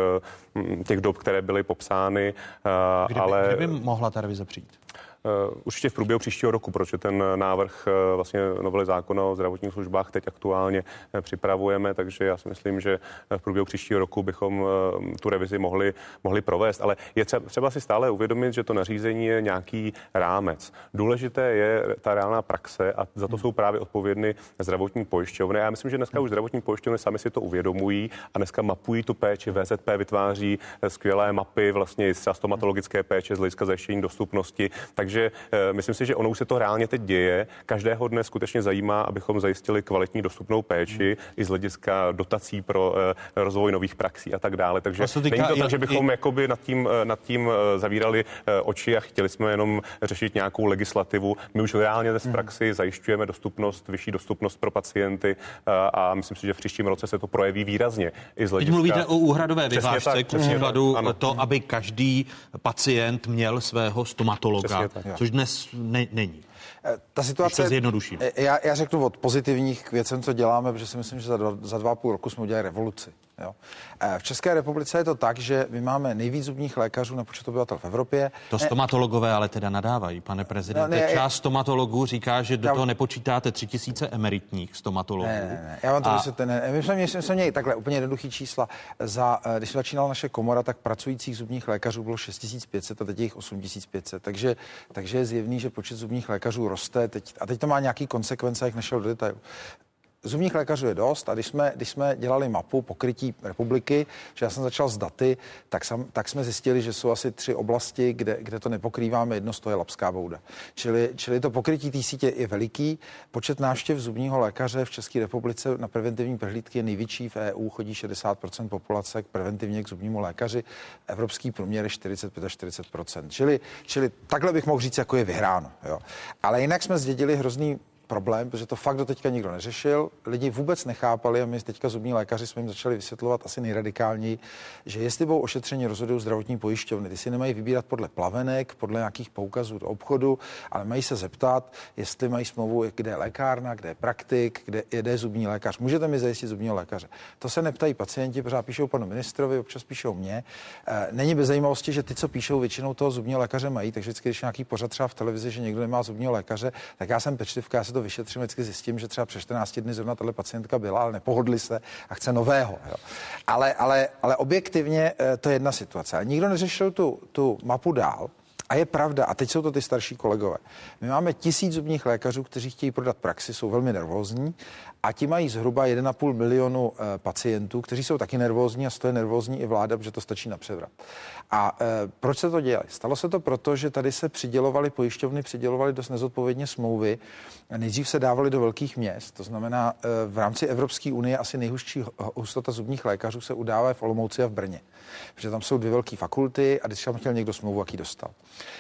těch dob, které byly popsány. Kde by mohla ta revize přijít? Určitě v průběhu příštího roku, protože ten návrh vlastně novely zákona o zdravotních službách teď aktuálně připravujeme, takže já si myslím, že v průběhu příštího roku bychom tu revizi mohli provést, ale je třeba si stále uvědomit, že to nařízení je nějaký rámec. Důležité je ta reálná praxe a za to jsou právě odpovědny zdravotní pojišťovny. Já myslím, že dneska už zdravotní pojišťovny sami si to uvědomují a dneska mapují tu péči. VZP vytváří skvělé mapy vlastně z stomatologické péče z hlediska zajištění dostupnosti. Takže myslím si, že ono už se to reálně teď děje. Každého dne skutečně zajímá, abychom zajistili kvalitní dostupnou péči i z hlediska dotací pro rozvoj nových praxí a tak dále. Takže není to tak, že bychom jakoby nad tím zavírali oči a chtěli jsme jenom řešit nějakou legislativu. My už reálně z praxi zajišťujeme dostupnost, vyšší dostupnost pro pacienty a myslím si, že v příštím roce se to projeví výrazně. I z hlediska... Teď mluvíte o úhradové vyhlášce, k příkladu to, aby každý pacient měl svého stomatologa, což dnes není. Ta situace, zjednoduším. Já řeknu od pozitivních k věcem, co děláme, protože si myslím, že za 2,5 roku jsme udělali revoluci. Jo. V České republice je to tak, že my máme nejvíc zubních lékařů na počet obyvatel v Evropě. To stomatologové ale teda nadávají, pane prezidente. Část stomatologů říká, že do toho nepočítáte 3000 emeritních stomatologů. Ne. Já vám to vysvětlím. My jsme měli takhle úplně jednoduchý čísla. Když začínala naše komora, tak pracujících zubních lékařů bylo 6500 a teď je jich 8500. Takže je zjevný, že počet zubních lékařů roste. Teď to má nějaký konsekvence, jak nešel do detailu. Zubních lékařů je dost a když jsme dělali mapu pokrytí republiky, že já jsem začal s daty, tak jsme zjistili, že jsou asi 3 oblasti, kde to nepokrýváme, jedno z toho je Labská Bouda. Čili to pokrytí té sítě je veliký. Počet návštěv zubního lékaře v České republice na preventivní prohlídky je největší v EU, chodí 60% populace preventivně k zubnímu lékaři. Evropský průměr je 45 až 40%. Čili takhle bych mohl říct, jako je vyhráno. Jo. Ale jinak jsme zdědili hrozný problém, protože to fakt do teďka nikdo neřešil. Lidi vůbec nechápali a my teďka zubní lékaři jsme jim začali vysvětlovat asi nejradikálněji, že jestli budou ošetření, rozhodují zdravotní pojišťovny. Ty si nemají vybírat podle plavenek, podle nějakých poukazů do obchodu, ale mají se zeptat, jestli mají smlouvu, kde je lékárna, kde je praktik, kde je zubní lékař. Můžete mi zajistit zubního lékaře? To se neptají pacienti, pořád píšou panu ministrovi, občas píšou mě. Není bez zajímavosti, že ty, co píšou, většinou toho zubního lékaře mají, takže vždycky, když nějaký pořad třeba v televizi, že někdo nemá zubního lékaře, tak já jsem pečlivka, já se to vyšetřím, vždycky zjistím, že třeba před 14 dny zrovna tahle pacientka byla, ale nepohodli se a chce nového. Jo. Ale objektivně to je jedna situace. A nikdo neřešil tu mapu dál. A je pravda, a teď jsou to ty starší kolegové. My máme 1000 zubních lékařů, kteří chtějí prodat praxi, jsou velmi nervózní a ti mají zhruba 1,5 milionu pacientů, kteří jsou taky nervózní a z toho je nervózní i vláda, protože to stačí na převrat. A proč se to dělá? Stalo se to proto, že tady se pojišťovny přidělovaly dost nezodpovědně smlouvy. Nejdřív se dávaly do velkých měst, to znamená v rámci Evropské unie asi nejhustší hustota zubních lékařů se udává v Olomouci a v Brně. Protože tam jsou 2 velké fakulty a když tam chtěl někdo smlouvu, jaký dostal.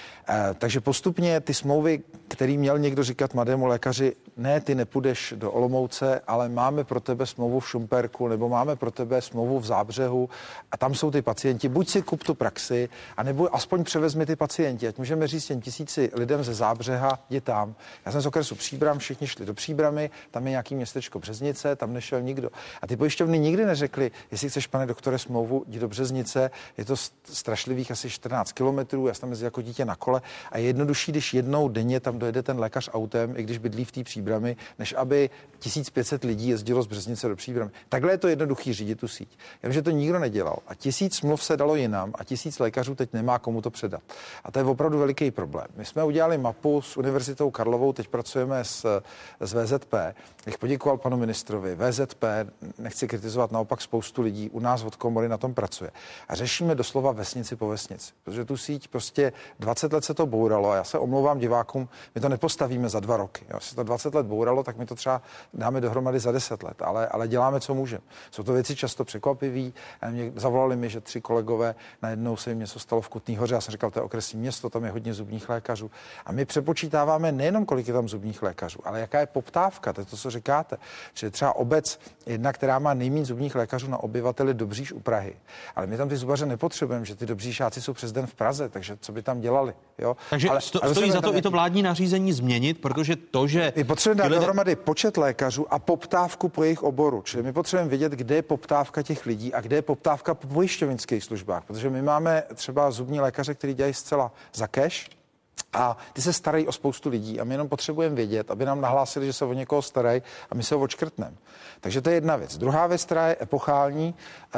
Takže postupně ty smlouvy, který měl někdo říkat mladému lékaři, ne, ty nepůjdeš do Olomouce, ale máme pro tebe smlouvu v Šumperku nebo máme pro tebe smlouvu v Zábřehu a tam jsou ty pacienti, buď si kup tu praxi, anebo aspoň převezmi ty pacienti, ať můžeme říct těm 1000 lidem ze Zábřeha, jdi tam. Já jsem z okresu Příbram, všichni šli do Příbramy, tam je nějaký městečko Březnice, tam nešel nikdo. A ty pojišťovny nikdy neřekli, jestli chceš, pane doktore, smlouvu, jdi do Březnice, je to strašlivých asi 14 kilometrů, já jsem tam jezdil jako dítě na kole a je jednodušší, když jednou denně tam dojede ten lékař autem, i když bydlí v té Příbrami, než aby 1500 lidí jezdilo z Březnice do Příbramy. Takhle je to jednoduchý řídit tu síť. Já vím, že to nikdo nedělal a 1000 smluv se dalo jinam a 1000 lékařů teď nemá komu to předat. A to je opravdu veliký problém. My jsme udělali mapu s Univerzitou Karlovou, teď pracujeme s VZP. Bych poděkoval panu ministrovi. VZP, nechci kritizovat, naopak spoustu lidí u nás od komory na tom pracuje. A řešíme doslova vesnici po vesnici, protože tu síť prostě 20 let se to bouralo a já se omlouvám divákům, my to nepostavíme za 2 roky. Jo. Se to 20 let bouralo, tak my to třeba dáme dohromady za 10 let, ale děláme, co můžeme. Jsou to věci často překvapivý. Zavolali mi, že 3 kolegové, najednou se jim něco stalo v Kutný Hoře, já jsem říkal, to je okresní město, tam je hodně zubních lékařů. A my přepočítáváme nejenom, kolik je tam zubních lékařů, ale jaká je poptávka, to je to, co říkáte. Že třeba obec, jedna, která má nejméně zubních lékařů na obyvateli, Dobříš u Prahy. Ale my tam ty zubaře nepotřebujeme, že ty Dobříšáci jsou přes den v Praze, takže co by tam dělali, jo? Takže stojí za to i to vládní nařízení změnit, protože to, že my potřebujeme dát dohromady počet lékařů a poptávku po jejich oboru. Čili my potřebujeme vědět, kde je poptávka těch lidí a kde je poptávka po pojišťovnických službách, protože my máme třeba zubní lékaře, kteří dělají zcela za cash. A ty se starají o spoustu lidí a my jenom potřebujeme vědět, aby nám nahlásili, že se o někoho starají a my se ho odškrtneme. Takže to je jedna věc. Druhá věc, která je epochální,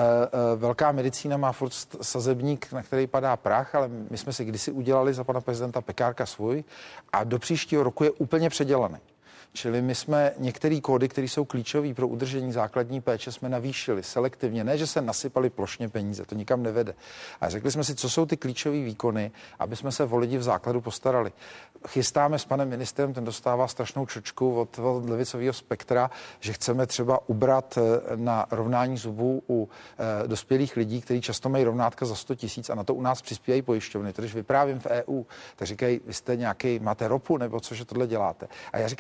velká medicína má furt sazebník, na který padá prach, ale my jsme si kdysi udělali za pana prezidenta Pekárka svůj a do příštího roku je úplně předělaný. Čili my jsme některé kódy, které jsou klíčové pro udržení základní péče, jsme navýšili selektivně. Ne, že se nasypali plošně peníze, to nikam nevede. A řekli jsme si, co jsou ty klíčové výkony, aby jsme se o lidi v základu postarali. Chystáme s panem ministrem, ten dostává strašnou čočku od levicového spektra, že chceme třeba ubrat na rovnání zubů u dospělých lidí, kteří často mají rovnátka za 100 000 a na to u nás přispívají pojišťovny. Když vyprávím v EU, tak říkají, vy jste nějaký, máte ropu nebo co, že tohle děláte. A já říkám, no jo,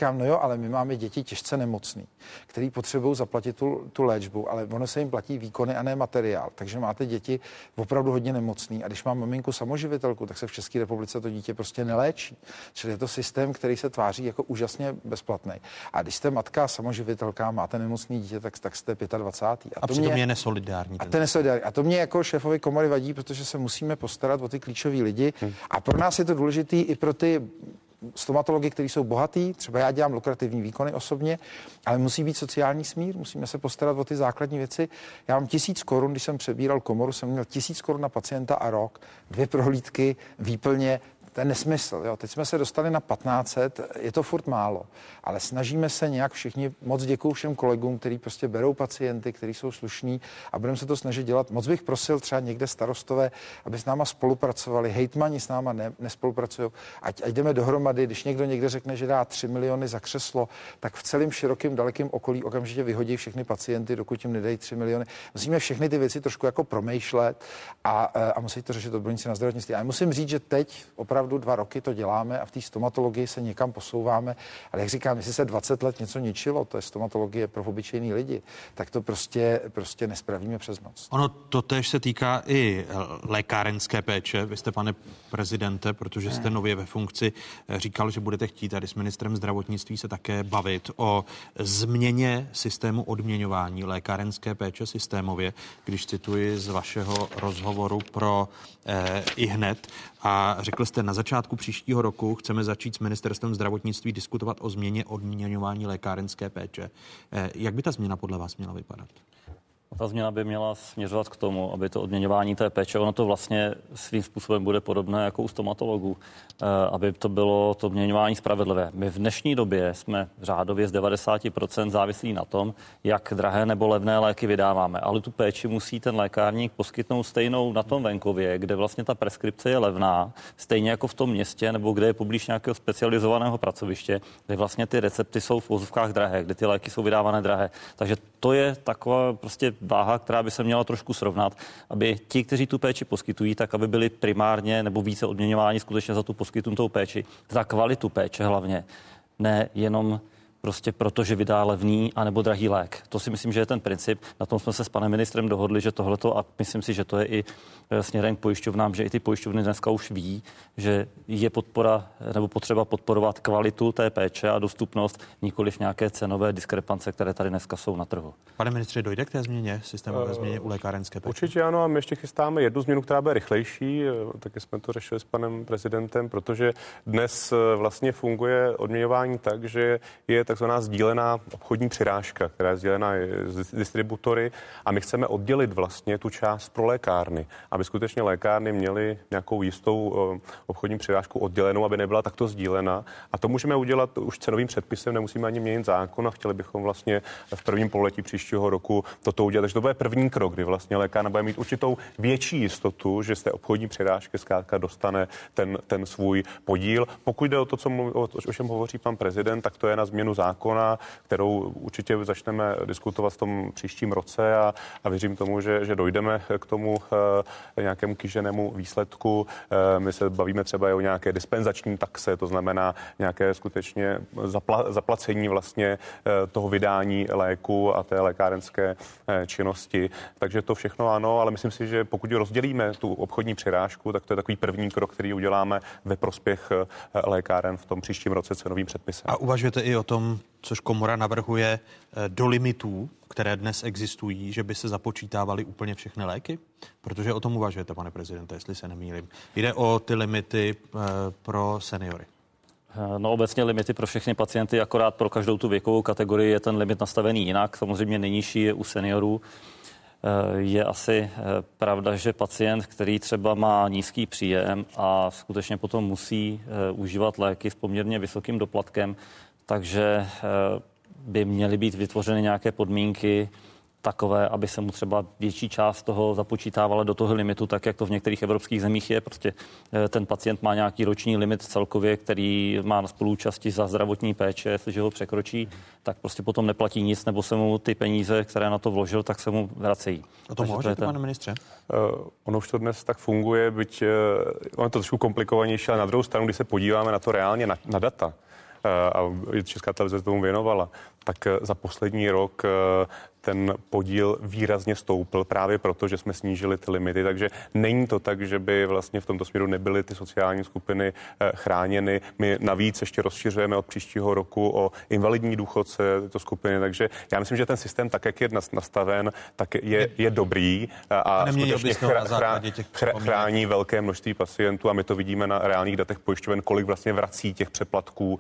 ano, ale my máme děti těžce nemocný, který potřebují zaplatit tu léčbu, ale ono se jim platí výkony a ne materiál. Takže máte děti opravdu hodně nemocný a když má maminku samoživitelku, tak se v České republice to dítě prostě neléčí. Čili je to systém, který se tváří jako úžasně bezplatný. A když jste matka samoživitelka, máte nemocný dítě, tak jste 25. A přitom je nesolidární. A to mě jako šéfovi komory vadí, protože se musíme postarat o ty klíčoví lidi. A pro nás je to důležitý i pro ty stomatology, kteří jsou bohatý, třeba já dělám lukrativní výkony osobně, ale musí být sociální smír, musíme se postarat o ty základní věci. Já mám 1000 korun, když jsem přebíral komoru, jsem měl 1000 korun na pacienta a rok, 2 prohlídky, výplně. To je nesmysl. Jo. Teď jsme se dostali na 1500, je to furt málo, ale snažíme se nějak všichni, moc děkuju všem kolegům, kteří prostě berou pacienty, kteří jsou slušní a budeme se to snažit dělat. Moc bych prosil třeba někde starostové, aby s náma spolupracovali, hejtmani s náma nespolupracují, ať jdeme dohromady, když někdo někde řekne, že dá 3 miliony za křeslo, tak v celém širokém, dalekém okolí okamžitě vyhodí všechny pacienty, dokud jim nedají 3 miliony. Musíme všechny ty věci trošku jako promýšlet a musí to řešit odborníci na zdravotnictví. A musím říct, že teď opravdu 2 roky to děláme a v té stomatologii se někam posouváme. Ale jak říkám, jestli se 20 let něco ničilo, to je stomatologie pro obyčejný lidi, tak to prostě nespravíme přes noc. Ono to též se týká i lékárenské péče. Vy jste, pane prezidente, protože jste nově ve funkci, říkal, že budete chtít tady s ministrem zdravotnictví se také bavit o změně systému odměňování lékárenské péče systémově, když cituji z vašeho rozhovoru pro iHNED. A řekl jste, na začátku příštího roku chceme začít s ministerstvem zdravotnictví diskutovat o změně odměňování lékárenské péče. Jak by ta změna podle vás měla vypadat? Ta změna by měla směřovat k tomu, aby to odměňování té péče, ono to vlastně svým způsobem bude podobné jako u stomatologů, aby to bylo to odměňování spravedlivé. My v dnešní době jsme řádově z 90% závislí na tom, jak drahé nebo levné léky vydáváme, ale tu péči musí ten lékárník poskytnout stejnou na tom venkově, kde vlastně ta preskripce je levná, stejně jako v tom městě nebo kde je poblíž nějakého specializovaného pracoviště, kde vlastně ty recepty jsou v vozovkách drahé, kde ty léky jsou vydávané drahé. Takže to je taková prostě váha, která by se měla trošku srovnat, aby ti, kteří tu péči poskytují, tak aby byli primárně nebo více odměňováni skutečně za tu poskytnutou péči, za kvalitu péče hlavně, ne jenom prostě proto, že vydá levný anebo drahý lék. To si myslím, že je ten princip. Na tom jsme se s panem ministrem dohodli, že tohleto, a myslím si, že to je i směrem k pojišťovnám, že i ty pojišťovny dneska už ví, že je podpora nebo potřeba podporovat kvalitu té péče a dostupnost, nikoliv nějaké cenové diskrepance, které tady dneska jsou na trhu. Pane ministře, dojde k té změně, systémové změně u lékárenské péče? Určitě ano, a my ještě chystáme jednu změnu, která bude rychlejší, taky jsme to řešili s panem prezidentem, protože dnes vlastně funguje odměňování tak, že je takzvaná sdílená obchodní přirážka, která je sdílená s distributory, a my chceme oddělit vlastně tu část pro lékárny, aby skutečně lékárny měly nějakou jistou obchodní přirážku oddělenou, aby nebyla takto sdílena. A to můžeme udělat už cenovým předpisem, nemusíme ani měnit zákon a chtěli bychom vlastně v prvním pololetí příštího roku toto udělat. Takže to bude první krok, kdy vlastně lékárna bude mít určitou větší jistotu, že z té obchodní přirážky zkrátka dostane ten svůj podíl. Pokud jde o to, o čem hovoří pan prezident, tak to je na změnu zákona, kterou určitě začneme diskutovat v tom příštím roce a věřím tomu, že dojdeme k tomu nějakému kýženému výsledku. My se bavíme třeba i o nějaké dispenzační taxe, to znamená nějaké skutečně zaplacení vlastně toho vydání léku a té lékárenské činnosti. Takže to všechno ano, ale myslím si, že pokud rozdělíme tu obchodní přirážku, tak to je takový první krok, který uděláme ve prospěch lékáren v tom příštím roce cenovým předpisem. A uvažujete i o tom, což komora navrhuje, do limitů, které dnes existují, že by se započítávaly úplně všechny léky? Protože o tom uvažujete, pane prezidente, jestli se nemýlím. Jde o ty limity pro seniory. No, obecně limity pro všechny pacienty, akorát pro každou tu věkovou kategorii je ten limit nastavený jinak. Samozřejmě nejnižší je u seniorů. Je asi pravda, že pacient, který třeba má nízký příjem a skutečně potom musí užívat léky s poměrně vysokým doplatkem, takže by měly být vytvořeny nějaké podmínky takové, aby se mu třeba větší část toho započítávala do toho limitu, tak jak to v některých evropských zemích je. Prostě ten pacient má nějaký roční limit celkově, který má na spoluúčasti za zdravotní péče, jestliže ho překročí, tak prostě potom neplatí nic, nebo se mu ty peníze, které na to vložil, tak se mu vracejí. O tom hovoříte, pane ministře? Ono už to dnes tak funguje, byť ono je to trošku komplikovanější, ale na druhou stranu, když se podíváme na to reálně na data, a Česká televize se tomu věnovala, tak za poslední rok ten podíl výrazně stoupl právě proto, že jsme snížili ty limity. Takže není to tak, že by vlastně v tomto směru nebyly ty sociální skupiny chráněny. My navíc ještě rozšiřujeme od příštího roku o invalidní důchodce tyto skupiny. Takže já myslím, že ten systém, tak jak je nastaven, tak je dobrý a skutečně chrání velké množství pacientů a my to vidíme na reálných datech pojišťoven, kolik vlastně vrací těch přeplatků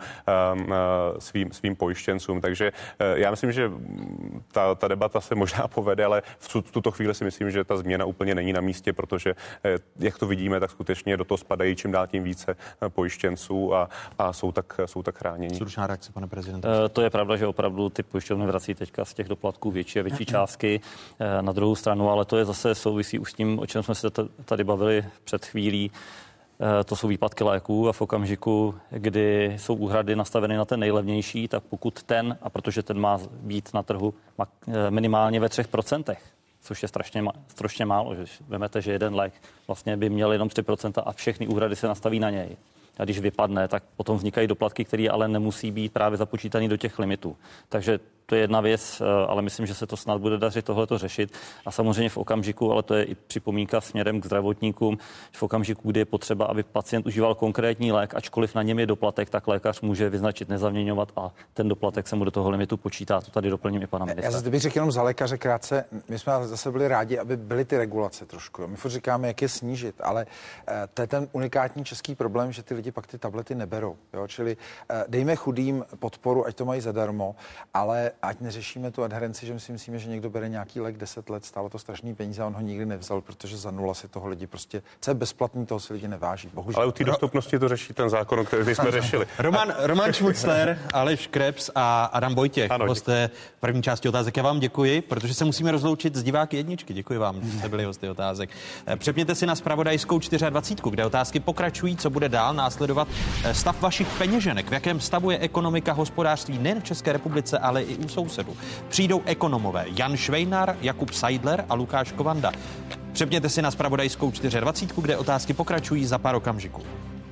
svým pojištěncům. Takže já myslím, že ta debata se možná povede, ale v tuto chvíli si myslím, že ta změna úplně není na místě, protože jak to vidíme, tak skutečně do toho spadají čím dál tím více pojištěnců a jsou tak chráněni. Stručná reakce, pane prezidente. To je pravda, že opravdu ty pojišťovny vrací teďka z těch doplatků větší a větší částky. Na druhou stranu, ale to je zase souvisí už s tím, o čem jsme se tady bavili před chvílí. To jsou výpadky léků a v okamžiku, kdy jsou úhrady nastaveny na ten nejlevnější, tak pokud a protože ten má být na trhu minimálně ve 3%, což je strašně málo, že vemete, že jeden lék vlastně by měl jenom 3% a všechny úhrady se nastaví na něj. A když vypadne, tak potom vznikají doplatky, které ale nemusí být právě započítaný do těch limitů. Takže to je jedna věc, ale myslím, že se to snad bude dařit tohleto řešit. A samozřejmě v okamžiku, ale to je i připomínka směrem k zdravotníkům, v okamžiku, kdy je potřeba, aby pacient užíval konkrétní lék, ačkoliv na něm je doplatek, tak lékař může vyznačit nezaměňovat a ten doplatek se mu do toho limitu počítá. To tady doplním i pana ministra. Já zde bych řekl jenom za lékaře krátce. My jsme zase byli rádi, aby byly ty regulace trošku. My furt říkáme, jak je snížit, ale to je ten unikátní český problém, že ty lidi pak ty tablety neberou. Jo? Čili dejme chudým podporu, ať to mají zadarmo, ale ať neřešíme tu adherenci, že my si myslíme, že někdo bere nějaký lék 10 let, stálo to strašný peníze a on ho nikdy nevzal, protože za nula si toho lidi prostě, co je bezplatný, toho si lidi neváží. Bohužel. Ale u té dostupnosti to řeší ten zákon, který jsme řešili. Roman Šmucler, Aleš Krebs a Adam Vojtěch, hosté první části otázek. Já vám děkuji, protože se musíme rozloučit s diváky jedničky. Děkuji vám, že jste byli hosty otázek. Přepněte si na zpravodajskou 24, kde otázky pokračují, co bude dál následovat. Stav vašich peněženek, v jakém stavu je ekonomika, hospodářství nejen v České republice, ale i u sousedů. Přijdou ekonomové Jan Švejnar, Jakub Seidler a Lukáš Kovanda. Přepněte si na zpravodajskou 24, kde otázky pokračují za pár okamžiků.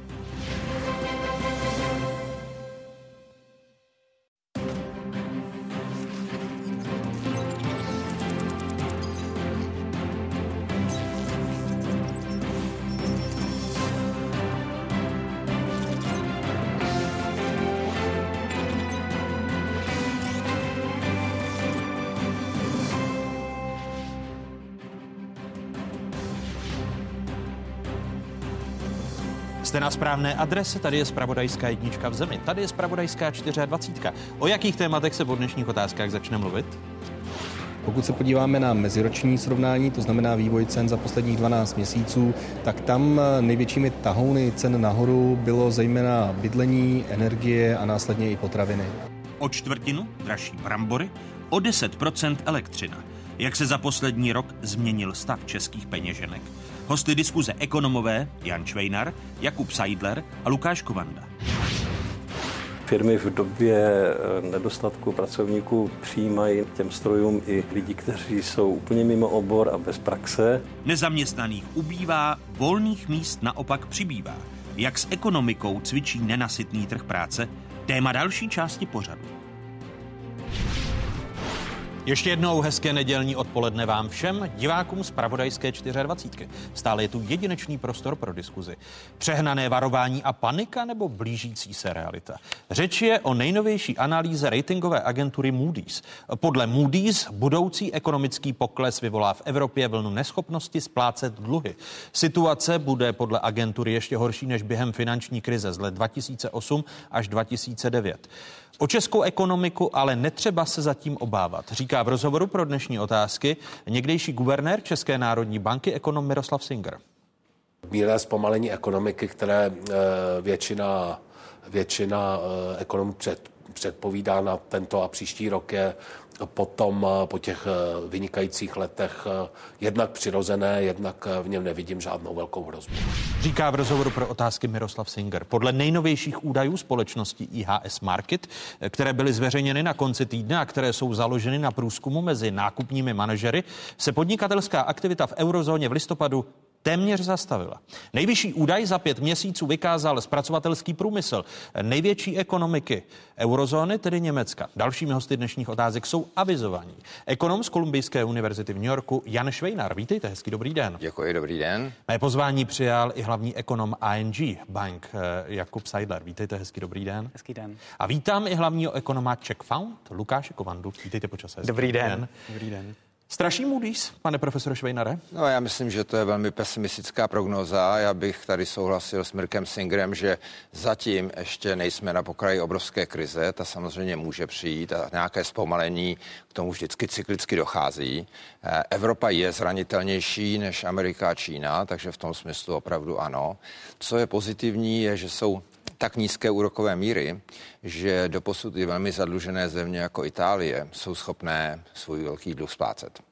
Jste na správné adrese, tady je zpravodajská jednička v zemi, tady je zpravodajská 24. O jakých tématech se v dnešních otázkách začne mluvit? Pokud se podíváme na meziroční srovnání, to znamená vývoj cen za posledních 12 měsíců, tak tam největšími tahouny cen nahoru bylo zejména bydlení, energie a následně i potraviny. O čtvrtinu dražší brambory, o 10% elektřina. Jak se za poslední rok změnil stav českých peněženek? Hosty diskuze ekonomové Jan Švejnar, Jakub Seidler a Lukáš Kovanda. Firmy v době nedostatku pracovníků přijímají těm strojům i lidi, kteří jsou úplně mimo obor a bez praxe. Nezaměstnaných ubývá, volných míst naopak přibývá. Jak s ekonomikou cvičí nenasytný trh práce? Téma další části pořadu. Ještě jednou hezké nedělní odpoledne vám všem, divákům zpravodajské 24. Stále je tu jedinečný prostor pro diskuzi. Přehnané varování a panika nebo blížící se realita? Řeč je o nejnovější analýze ratingové agentury Moody's. Podle Moody's budoucí ekonomický pokles vyvolá v Evropě vlnu neschopnosti splácet dluhy. Situace bude podle agentury ještě horší než během finanční krize z let 2008 až 2009. O českou ekonomiku ale netřeba se zatím obávat, říká v rozhovoru pro dnešní otázky někdejší guvernér České národní banky ekonom Miroslav Singer. Mírné zpomalení ekonomiky, které většina ekonomů předpovídá na tento a příští rok, je potom po těch vynikajících letech jednak přirozené, jednak v něm nevidím žádnou velkou hrozbu. Říká v rozhovoru pro otázky Miroslav Singer. Podle nejnovějších údajů společnosti IHS Markit, které byly zveřejněny na konci týdne a které jsou založeny na průzkumu mezi nákupními manažery, se podnikatelská aktivita v eurozóně v listopadu téměř zastavila. Nejvyšší údaj za 5 měsíců vykázal zpracovatelský průmysl největší ekonomiky eurozóny, tedy Německa. Dalšími hosty dnešních otázek jsou avizovaní. Ekonom z Kolumbijské univerzity v New Yorku Jan Švejnar. Vítejte, hezký dobrý den. Děkuji, dobrý den. Mé pozvání přijal i hlavní ekonom ING Bank Jakub Seidler. Vítejte, hezký dobrý den. Hezký den. A vítám i hlavního ekonoma Czech Fund Lukáše Kovandu. Vítejte po čase. Dobrý den. Dobrý den. Straší Moody's, pane profesore Švejnare? No, já myslím, že to je velmi pesimistická prognóza. Já bych tady souhlasil s Mirkem Singerem, že zatím ještě nejsme na pokraji obrovské krize. Ta samozřejmě může přijít a nějaké zpomalení k tomu vždycky cyklicky dochází. Evropa je zranitelnější než Amerika a Čína, takže v tom smyslu opravdu ano. Co je pozitivní, je, že jsou tak nízké úrokové míry, že doposud i velmi zadlužené země jako Itálie jsou schopné svůj velký dluh splácet.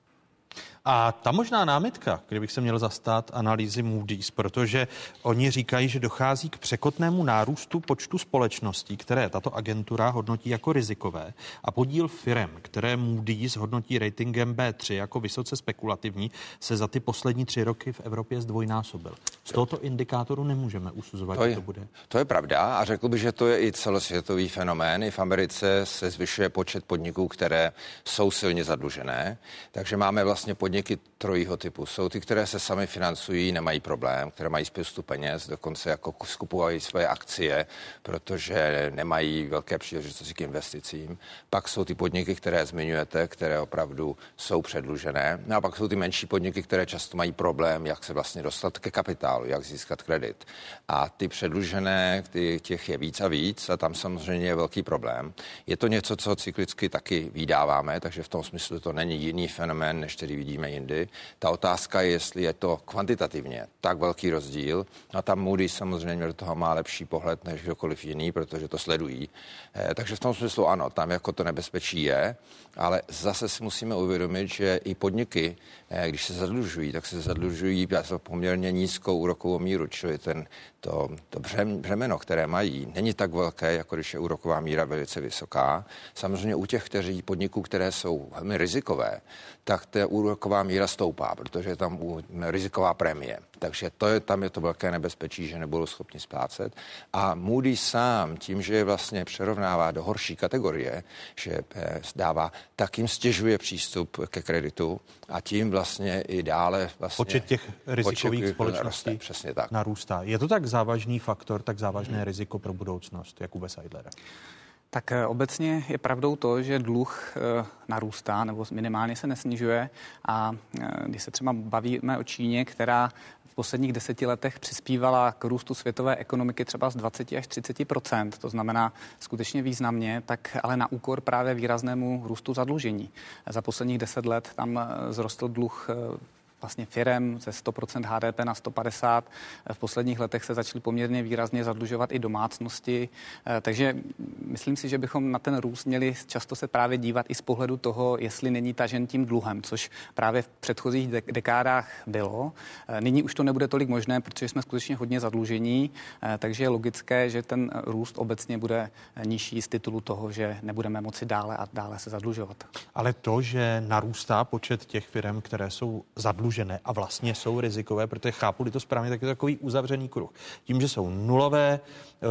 A ta možná námitka, kdybych se měl zastat analýzy Moody's, protože oni říkají, že dochází k překotnému nárůstu počtu společností, které tato agentura hodnotí jako rizikové, a podíl firem, které Moody's hodnotí ratingem B3 jako vysoce spekulativní, se za ty poslední 3 roky v Evropě zdvojnásobil. Z tohoto indikátoru nemůžeme usuzovat, že to bude. To je pravda a řekl bych, že to je i celosvětový fenomén. I v Americe se zvyšuje počet podniků, které jsou silně zadlužené, takže máme vlastně podniky trojího typu. Jsou ty, které se sami financují, nemají problém, které mají spoustu peněz, dokonce jako skupují své akcie, protože nemají velké příležitosti k investicím. Pak jsou ty podniky, které zmiňujete, které opravdu jsou předlužené. No a pak jsou ty menší podniky, které často mají problém, jak se vlastně dostat ke kapitálu, jak získat kredit. A ty předlužené, těch je víc a víc a tam samozřejmě je velký problém. Je to něco, co cyklicky taky vídáváme, takže v tom smyslu to není jiný fenomén, než který vidíme jindy. Ta otázka je, jestli je to kvantitativně tak velký rozdíl. A tam Moody's samozřejmě do toho má lepší pohled než kdokoliv jiný, protože to sledují. Takže v tom smyslu ano, tam jako to nebezpečí je, ale zase si musíme uvědomit, že i podniky, když se zadlužují, tak se zadlužují za poměrně nízkou úrokovou míru, čili to břemeno, které mají, není tak velké, jako když je úroková míra velice vysoká. Samozřejmě u těch podniků, které jsou velmi rizikové, tak ta úroková míra stoupá, protože je tam riziková prémie. Takže tam je to velké nebezpečí, že nebudou schopni splácet. A Moody's sám tím, že je vlastně přerovnává do horší kategorie, že dává, tak jim stěžuje přístup ke kreditu a tím vlastně i dále vlastně počet těch rizikových společností přesně tak. Narůstá. Je to tak závažný faktor, tak závažné riziko pro budoucnost, Jakube Seidlere? Tak obecně je pravdou to, že dluh narůstá nebo minimálně se nesnižuje a když se třeba bavíme o Číně, která v posledních 10 letech přispívala k růstu světové ekonomiky třeba z 20 až 30%, to znamená skutečně významně, tak ale na úkor právě výraznému růstu zadlužení. Za posledních 10 let tam vzrostl dluh vlastně firem ze 100% HDP na 150. V posledních letech se začaly poměrně výrazně zadlužovat i domácnosti. Takže myslím si, že bychom na ten růst měli často se právě dívat i z pohledu toho, jestli není tažen tím dluhem, což právě v předchozích dekádách bylo. Nyní už to nebude tolik možné, protože jsme skutečně hodně zadlužení, takže je logické, že ten růst obecně bude nižší z titulu toho, že nebudeme moci dále a dále se zadlužovat. Ale to, že narůstá počet těch firm, které jsou zadlužené a vlastně jsou rizikové, protože chápu-li to správně, tak je to takový uzavřený kruh. Tím, že jsou nulové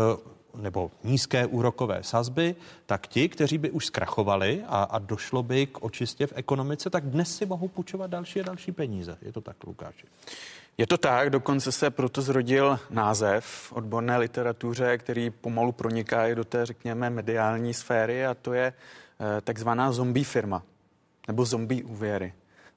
nebo nízké úrokové sazby, tak ti, kteří by už zkrachovali a došlo by k očistě v ekonomice, tak dnes si mohou půjčovat další a další peníze. Je to tak, Lukáši? Je to tak, dokonce se proto zrodil název v odborné literatuře, který pomalu proniká i do té, řekněme, mediální sféry, a to je takzvaná zombie firma nebo zombie úvěry.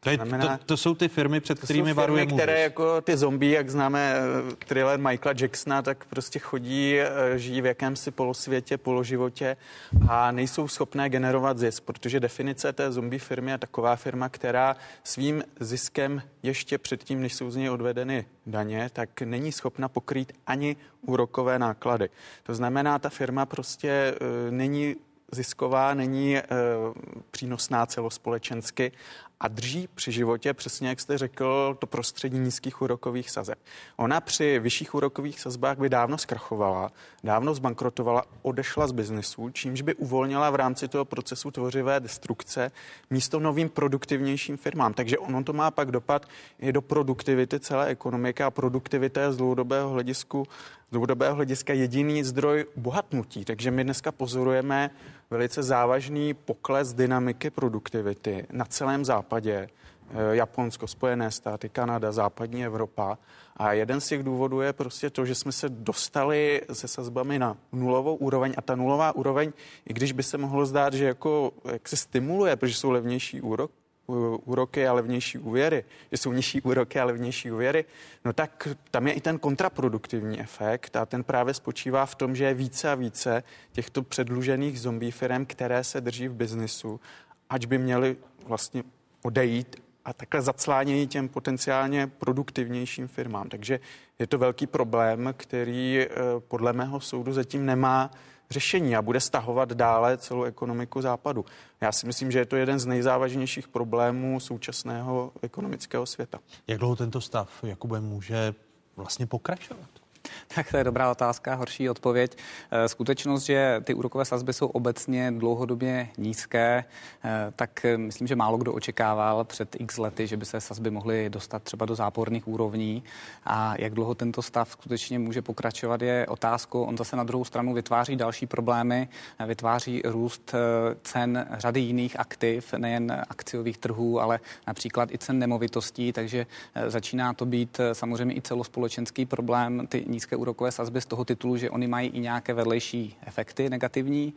To jsou ty firmy, před kterými varuje Moody's. Které jako ty zombie, jak známe thriller Michaela Jacksona, tak prostě chodí, žijí v jakémsi polosvětě, položivotě a nejsou schopné generovat zisk, protože definice té zombie firmy je taková firma, která svým ziskem ještě předtím, než jsou z něj odvedeny daně, tak není schopna pokrýt ani úrokové náklady. To znamená, ta firma prostě není zisková, není přínosná celospolečensky a drží při životě, přesně jak jste řekl, to prostředí nízkých úrokových sazeb. Ona při vyšších úrokových sazbách by dávno zkrachovala, dávno zbankrotovala, odešla z biznesu, čímž by uvolnila v rámci toho procesu tvořivé destrukce místo novým produktivnějším firmám. Takže ono to má pak dopad i do produktivity celé ekonomiky a produktivita je z dlouhodobého hlediska jediný zdroj bohatnutí. Takže my dneska pozorujeme velice závažný pokles dynamiky produktivity na celém západě. Japonsko, Spojené státy, Kanada, západní Evropa. A jeden z těch důvodů je prostě to, že jsme se dostali se sazbami na nulovou úroveň a ta nulová úroveň, i když by se mohlo zdát, že jak se stimuluje, protože jsou levnější úroky a levnější úvěry, že jsou nižší úroky a levnější úvěry, no tak tam je i ten kontraproduktivní efekt a ten právě spočívá v tom, že je více a více těchto předlužených zombie firem, které se drží v biznisu, ač by měly vlastně odejít a takhle zaclánějí těm potenciálně produktivnějším firmám. Takže je to velký problém, který podle mého soudu zatím nemá řešení a bude stahovat dále celou ekonomiku západu. Já si myslím, že je to jeden z nejzávažnějších problémů současného ekonomického světa. Jak dlouho tento stav, Jakube, může vlastně pokračovat? Tak to je dobrá otázka, horší odpověď. Skutečnost, že ty úrokové sazby jsou obecně dlouhodobě nízké, tak myslím, že málo kdo očekával před x lety, že by se sazby mohly dostat třeba do záporných úrovní. A jak dlouho tento stav skutečně může pokračovat, je otázkou. On zase na druhou stranu vytváří další problémy, vytváří růst cen řady jiných aktiv, nejen akciových trhů, ale například i cen nemovitostí, takže začíná to být samozřejmě i celospolečenský problém. Ty nízké úrokové sazby z toho titulu, že oni mají i nějaké vedlejší efekty negativní.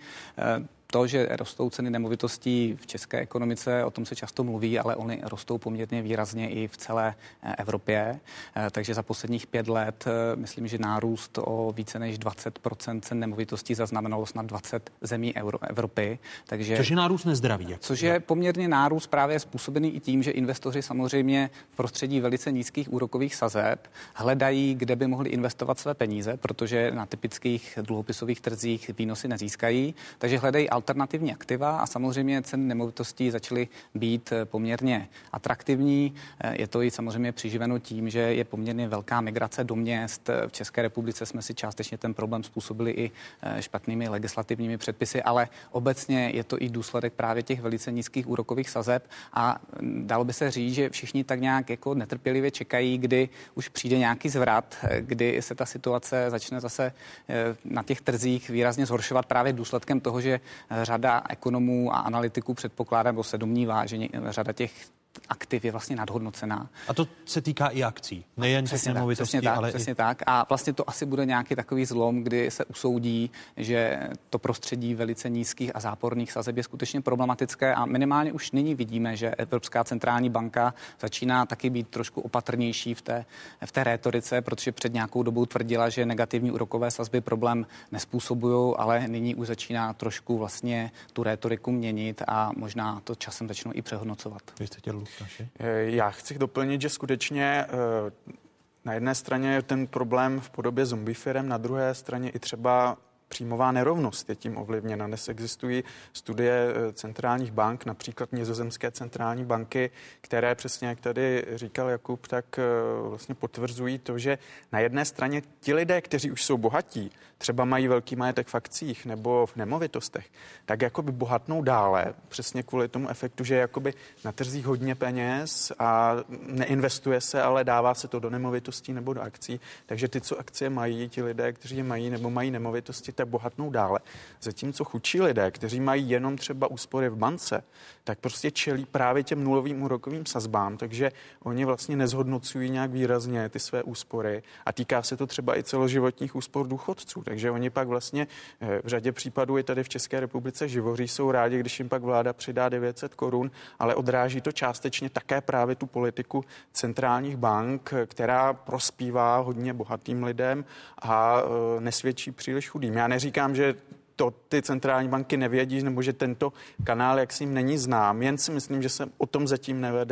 To, že rostou ceny nemovitostí v české ekonomice, o tom se často mluví, ale oni rostou poměrně výrazně i v celé Evropě. Takže za posledních 5 let myslím, že nárůst o více než 20% cen nemovitostí zaznamenalo snad 20 zemí Evropy. Takže, což je nárůst nezdravý. Což je poměrně nárůst právě způsobený i tím, že investoři samozřejmě v prostředí velice nízkých úrokových sazeb hledají, kde by mohli investovat své peníze, protože na typických dluhopisových trzích výnosy nezískají, takže hledají alternativní aktiva a samozřejmě ceny nemovitostí začaly být poměrně atraktivní. Je to i samozřejmě přiživeno tím, že je poměrně velká migrace do měst. V České republice jsme si částečně ten problém způsobili i špatnými legislativními předpisy, ale obecně je to i důsledek právě těch velice nízkých úrokových sazeb a dalo by se říct, že všichni tak nějak jako netrpělivě čekají, kdy už přijde nějaký zvrat, kdy se ta situace začne zase na těch trzích výrazně zhoršovat právě důsledkem toho, že řada ekonomů a analytiků předpokládá, nebo se domnívá, že řada těch aktiv je vlastně nadhodnocená. A to se týká i akcí, nejen těch nemovitostí, ale přesně tak. A vlastně to asi bude nějaký takový zlom, kdy se usoudí, že to prostředí velice nízkých a záporných sazeb je skutečně problematické a minimálně už nyní vidíme, že Evropská centrální banka začíná taky být trošku opatrnější v té rétorice, protože před nějakou dobou tvrdila, že negativní úrokové sazby problém nespůsobují, ale nyní už začíná trošku vlastně tu rétoriku měnit a možná to časem začnou i přehodnocovat. Já chci doplnit, že skutečně na jedné straně je ten problém v podobě zombie firem, na druhé straně i třeba příjmová nerovnost je tím ovlivněna. Dnes existují studie centrálních bank, například nizozemské centrální banky, které přesně, jak tady říkal Jakub, tak vlastně potvrzují to, že na jedné straně ti lidé, kteří už jsou bohatí, třeba mají velký majetek v akcích nebo v nemovitostech, tak jakoby bohatnou dále, přesně kvůli tomu efektu, že jakoby na trzích hodně peněz a neinvestuje se, ale dává se to do nemovitostí nebo do akcí. Takže ty, co akcie mají, ti lidé, kteří je mají nebo mají nemovitosti, tak bohatnou dále. Zatímco chudší lidé, kteří mají jenom třeba úspory v bance, tak prostě čelí právě těm nulovým úrokovým sazbám, takže oni vlastně nezhodnocují nějak výrazně ty své úspory a týká se to třeba i celoživotních úspor důchodců. Takže oni pak vlastně v řadě případů i tady v České republice živoří, jsou rádi, když jim pak vláda přidá 900 korun, ale odráží to částečně také právě tu politiku centrálních bank, která prospívá hodně bohatým lidem a nesvědčí příliš chudým. Já neříkám, že to ty centrální banky nevědí, nebo že tento kanál jaksi jim není znám. Jen si myslím, že se o tom zatím nevede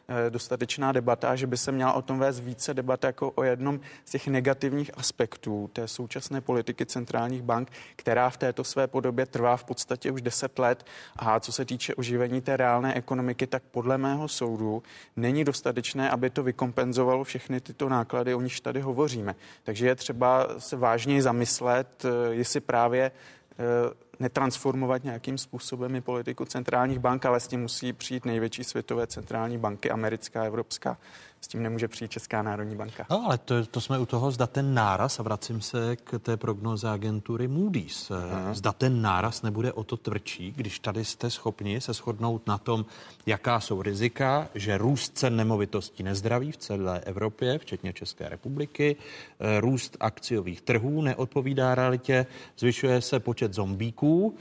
dostatečná debata, že by se měla o tom vést více debata jako o jednom z těch negativních aspektů té současné politiky centrálních bank, která v této své podobě trvá v podstatě už 10 let. A co se týče oživení té reálné ekonomiky, tak podle mého soudu není dostatečné, aby to vykompenzovalo všechny tyto náklady, o nichž tady hovoříme. Takže je třeba se vážněji zamyslet, jestli právě netransformovat nějakým způsobem i politiku centrálních bank, ale s tím musí přijít největší světové centrální banky, americká, evropská. S tím nemůže přijít Česká národní banka. No, ale to jsme u toho, zda ten náraz, a vracím se k té prognoze agentury Moody's, zda ten náraz nebude o to tvrdší, když tady jste schopni se shodnout na tom, jaká jsou rizika, že růst cen nemovitostí nezdraví v celé Evropě, včetně České republiky, růst akciových trhů neodpovídá realitě, zvyšuje se počet zombíků,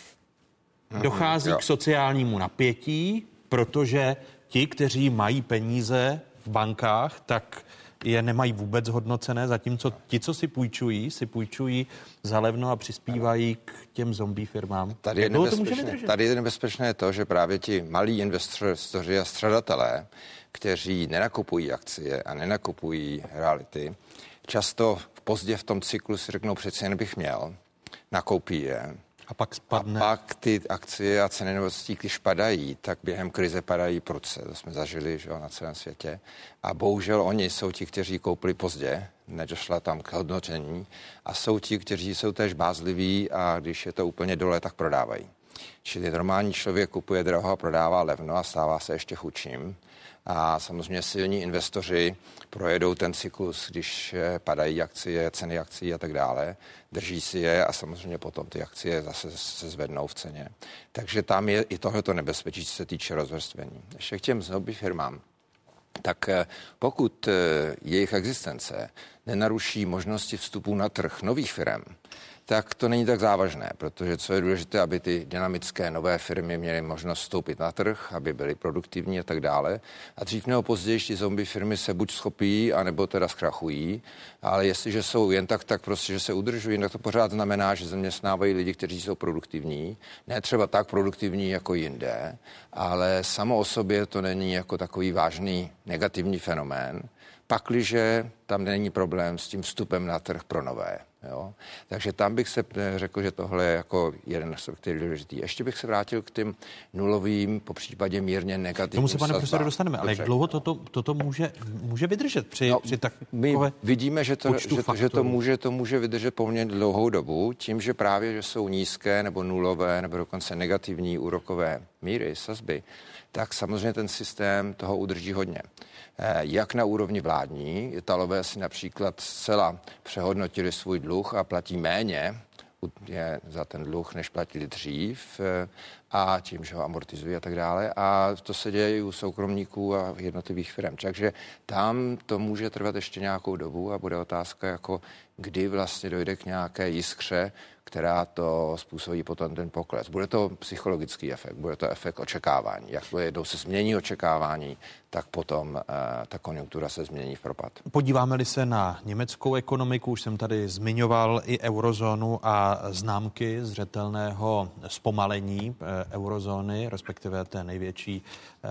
dochází k sociálnímu napětí, protože ti, kteří mají peníze v bankách, tak je nemají vůbec hodnocené, zatímco ti, co si půjčují za levno a přispívají k těm zombie firmám. Tady je nebezpečné to, že právě ti malí investoři a střadatelé, kteří nenakupují akcie a nenakupují reality, často pozdě v tom cyklu si řeknou, přeci jen bych měl, nakoupí je. A pak spadne. A pak ty akcie a ceny nemovitostí, když padají, tak během krize padají prudce. To jsme zažili, že jo, na celém světě. A bohužel oni jsou ti, kteří koupili pozdě, nedošla tam k hodnocení, a jsou ti, kteří jsou též bázliví a když je to úplně dole, tak prodávají. Čili normální člověk kupuje draho a prodává levno a stává se ještě chudším. A samozřejmě silní investoři projedou ten cyklus, když padají akcie, ceny akcií a tak dále, drží si je a samozřejmě potom ty akcie zase se zvednou v ceně. Takže tam je i tohleto nebezpečí, co se týče rozvrstvení. Ještě k těm zombie firmám. Tak pokud jejich existence nenaruší možnosti vstupu na trh nových firm, tak to není tak závažné, protože co je důležité, aby ty dynamické nové firmy měly možnost vstoupit na trh, aby byly produktivní a tak dále. A dřív nebo později ty zombie firmy se buď schopí, anebo teda zkrachují, ale jestliže jsou jen tak prostě, že se udržují, tak to pořád znamená, že zaměstnávají lidi, kteří jsou produktivní, ne třeba tak produktivní jako jinde, ale samo o sobě to není jako takový vážný negativní fenomén, pakliže tam není problém s tím vstupem na trh pro nové. Jo? Takže tam bych se řekl, že tohle je jako jeden z těch důležitý. Ještě bych se vrátil k těm nulovým, po případě mírně negativním. Tomu se, pane profesore, dostaneme, ale jak dlouho toto může vydržet při my vidíme, že to může vydržet poměrně dlouhou dobu, tím, že právě, že jsou nízké nebo nulové nebo dokonce negativní úrokové míry, sazby, tak samozřejmě ten systém toho udrží hodně. Jak na úrovni vládní, Italové si například zcela přehodnotili svůj dluh a platí méně za ten dluh, než platili dřív, a tím, že ho amortizují a tak dále. A to se děje i u soukromníků a jednotlivých firm. Takže tam to může trvat ještě nějakou dobu a bude otázka, jako kdy vlastně dojde k nějaké jiskře, která to způsobí potom ten pokles. Bude to psychologický efekt, bude to efekt očekávání. Jak jednou se změní očekávání, tak potom ta konjunktura se změní v propad. Podíváme-li se na německou ekonomiku, už jsem tady zmiňoval i eurozónu a známky zřetelného zpomalení eurozóny, respektive té největší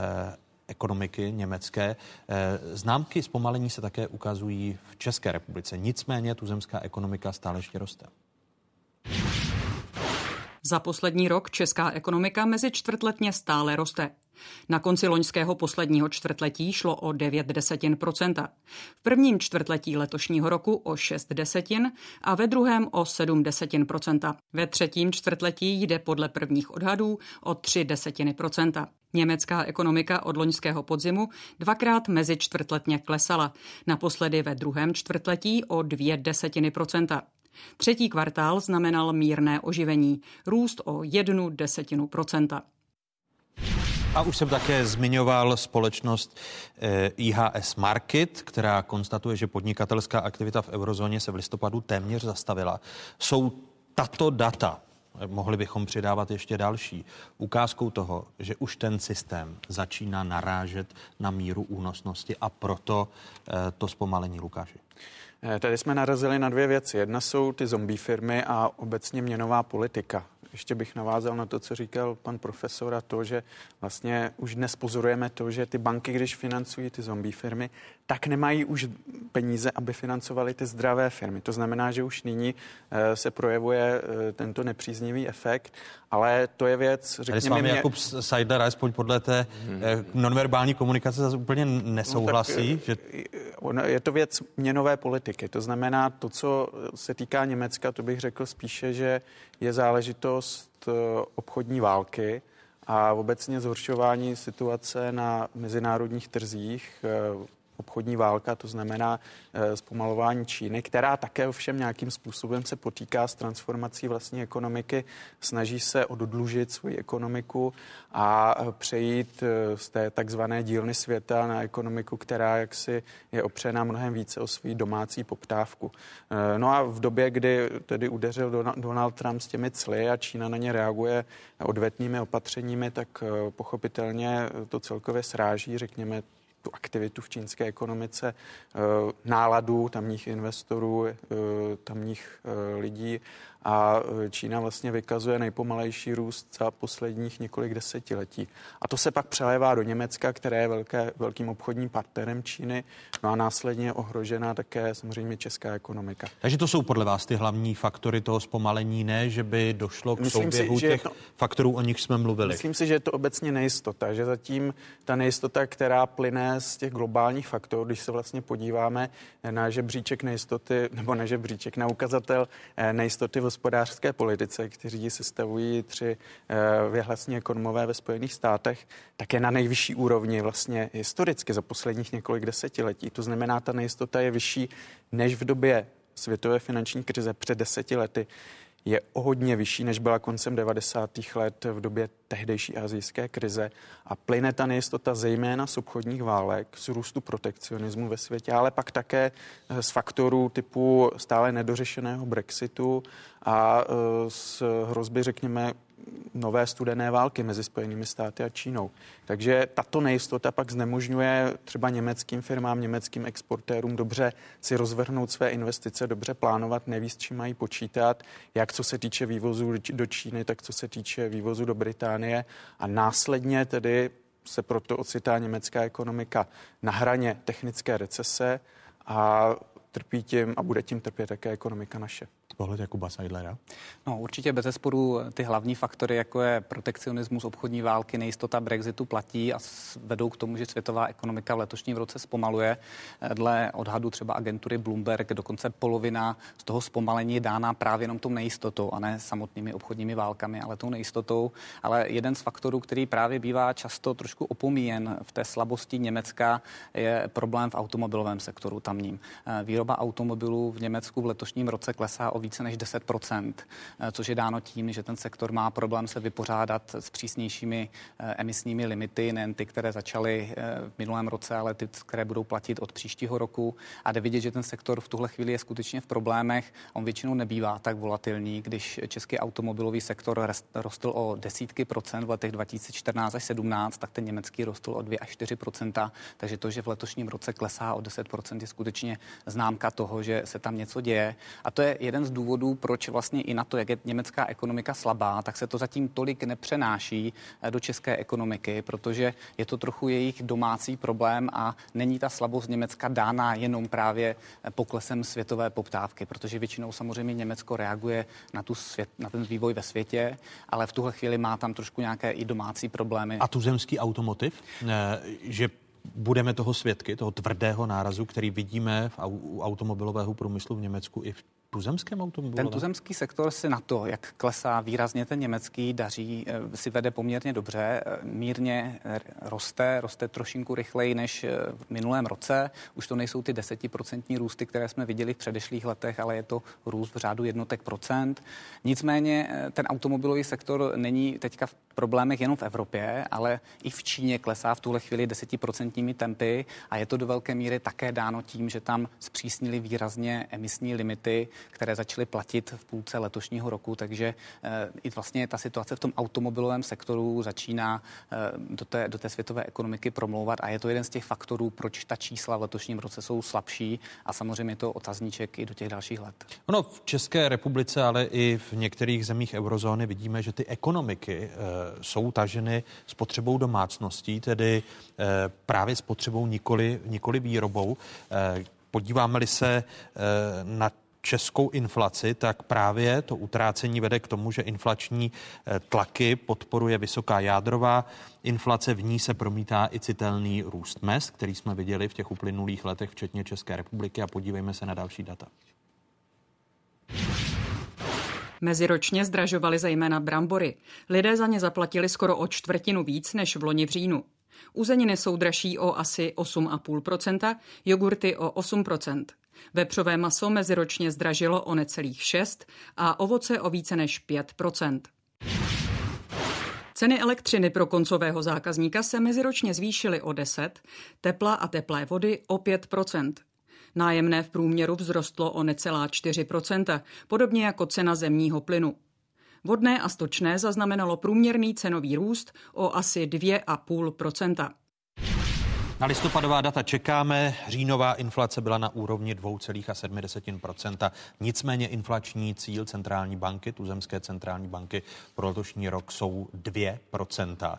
ekonomiky německé. Známky zpomalení se také ukazují v České republice. Nicméně tuzemská ekonomika stále ještě roste. Za poslední rok česká ekonomika mezičtvrtletně stále roste. Na konci loňského posledního čtvrtletí šlo o 0,9%. V prvním čtvrtletí letošního roku o 0,6% a ve druhém o 0,7%. Ve třetím čtvrtletí jde podle prvních odhadů o 0,3%. Německá ekonomika od loňského podzimu dvakrát mezičtvrtletně klesala. Naposledy ve druhém čtvrtletí o 0,2%. Třetí kvartál znamenal mírné oživení, růst o 0,1%. A už jsem také zmiňoval společnost IHS Markit, která konstatuje, že podnikatelská aktivita v eurozóně se v listopadu téměř zastavila. Jsou tato data, mohli bychom přidávat ještě další, ukázkou toho, že už ten systém začíná narážet na míru únosnosti a proto to zpomalení, Lukáši? Tady jsme narazili na dvě věci. Jedna jsou ty zombie firmy a obecně měnová politika. ještě bych navázal na to, co říkal pan profesor, a to, že vlastně už dnes pozorujeme to, že ty banky, když financují ty zombie firmy, tak nemají už peníze, aby financovaly ty zdravé firmy. To znamená, že už nyní se projevuje tento nepříznivý efekt, ale to je věc, řekněme... Tady s vámi Jakub Seidler, alespoň podle té nonverbální komunikace zase úplně nesouhlasí. No, je to věc měnové politiky. To znamená, to, co se týká Německa, to bych řekl spíše, že je záležitost obchodní války a obecně zhoršování situace na mezinárodních trzích, obchodní válka, to znamená zpomalování Číny, která také ovšem nějakým způsobem se potýká s transformací vlastní ekonomiky, snaží se oddlužit svoji ekonomiku a přejít z té takzvané dílny světa na ekonomiku, která jaksi je opřená mnohem více o svou domácí poptávku. No a v době, kdy tedy udeřil Donald Trump s těmi cly a Čína na ně reaguje odvetnými opatřeními, tak pochopitelně to celkově sráží, řekněme, tu aktivitu v čínské ekonomice, náladu tamních investorů, tamních lidí a Čína vlastně vykazuje nejpomalejší růst za posledních několik desetiletí. A to se pak přelévá do Německa, které je velkým obchodním partnerem Číny, no a následně je ohrožena také samozřejmě česká ekonomika. Takže to jsou podle vás ty hlavní faktory toho zpomalení, ne, že by došlo k souběhu těch faktorů, o nich jsme mluvili? Myslím si, že je to obecně nejistota, že zatím ta nejistota, která plyne z těch globálních faktorů, když se vlastně podíváme na žebříček nejistoty, nebo na žebříček, na ukazatel nejistoty v hospodářské politice, kteří sestavují 3 věhlasní ekonomové ve Spojených státech, tak je na nejvyšší úrovni vlastně historicky za posledních několik desetiletí. To znamená, ta nejistota je vyšší než v době světové finanční krize před 10 lety. Je o hodně vyšší, než byla koncem 90. let v době tehdejší asijské krize a plyne ta nejistota zejména z obchodních válek, z růstu protekcionismu ve světě, ale pak také z faktorů typu stále nedořešeného Brexitu a z hrozby, řekněme, nové studené války mezi Spojenými státy a Čínou. Takže tato nejistota pak znemožňuje třeba německým firmám, německým exportérům dobře si rozvrhnout své investice, dobře plánovat, neví, s čím mají počítat, jak co se týče vývozu do Číny, tak co se týče vývozu do Británie a následně tedy se proto ocitá německá ekonomika na hraně technické recese a trpí tím a bude tím trpět také ekonomika naše. Pohled Jakuba Seidlera? No, určitě bezesporu ty hlavní faktory, jako je protekcionismus, obchodní války, nejistota Brexitu platí a vedou k tomu, že světová ekonomika v letošním roce zpomaluje. Dle odhadu třeba agentury Bloomberg dokonce polovina z toho zpomalení je dána právě jenom tou nejistotou a ne samotnými obchodními válkami, ale tou nejistotou. Ale jeden z faktorů, který právě bývá často trošku opomíjen v té slabosti Německa, je problém v automobilovém sektoru tamním. Výroba automobilů v Německu v letošním roce klesá o více než 10%, což je dáno tím, že ten sektor má problém se vypořádat s přísnějšími emisními limity, nejen ty, které začaly v minulém roce, ale ty, které budou platit od příštího roku. A jde vidět, že ten sektor v tuhle chvíli je skutečně v problémech. On většinou nebývá tak volatilní. Když český automobilový sektor rostl o desítky procent v letech 2014 až 2017, tak ten německý rostl o 2 až 4%. Takže to, že v letošním roce klesá o 10%, je skutečně známka toho, že se tam něco děje. A to je jeden z důvodů, proč vlastně i na to, jak je německá ekonomika slabá, tak se to zatím tolik nepřenáší do české ekonomiky, protože je to trochu jejich domácí problém a není ta slabost Německa dána jenom právě poklesem světové poptávky, protože většinou samozřejmě Německo reaguje na ten vývoj ve světě, ale v tuhle chvíli má tam trošku nějaké i domácí problémy. A tuzemský automotiv, že budeme toho svědky, toho tvrdého nárazu, který vidíme u automobilového průmyslu v Německu i v tuzemském automobilu? Ten tuzemský sektor si na to, jak klesá výrazně ten německý, daří, si vede poměrně dobře, mírně roste trošinku rychleji než v minulém roce. Už to nejsou ty 10% růsty, které jsme viděli v předešlých letech, ale je to růst v řádu jednotek procent. Nicméně ten automobilový sektor není teďka v problémech jenom v Evropě, ale i v Číně klesá v tuhle chvíli 10% tempy a je to do velké míry také dáno tím, že tam zpřísnili výrazně emisní limity které začaly platit v půlce letošního roku, takže i vlastně ta situace v tom automobilovém sektoru začíná do té světové ekonomiky promlouvat a je to jeden z těch faktorů, proč ta čísla v letošním roce jsou slabší a samozřejmě je to otazníček i do těch dalších let. Ono v České republice, ale i v některých zemích eurozóny vidíme, že ty ekonomiky jsou taženy spotřebou domácností, tedy právě spotřebou nikoli výrobou. Podíváme-li se na českou inflaci, tak právě to utrácení vede k tomu, že inflační tlaky podporuje vysoká jádrová inflace, v ní se promítá i citelný růst mezd, který jsme viděli v těch uplynulých letech, včetně České republiky, a podívejme se na další data. Meziročně zdražovaly zejména brambory. Lidé za ně zaplatili skoro o čtvrtinu víc než v loni v říjnu. Uzeniny jsou dražší o asi 8,5%, jogurty o 8%. Vepřové maso meziročně zdražilo o necelých 6% a ovoce o více než 5%. Ceny elektřiny pro koncového zákazníka se meziročně zvýšily o 10%, tepla a teplé vody o 5%. Nájemné v průměru vzrostlo o necelá 4%, podobně jako cena zemního plynu. Vodné a stočné zaznamenalo průměrný cenový růst o asi 2,5%. Na listopadová data čekáme. Říjnová inflace byla na úrovni 2,7%. Nicméně inflační cíl centrální banky, tuzemské centrální banky, pro letošní rok jsou 2%.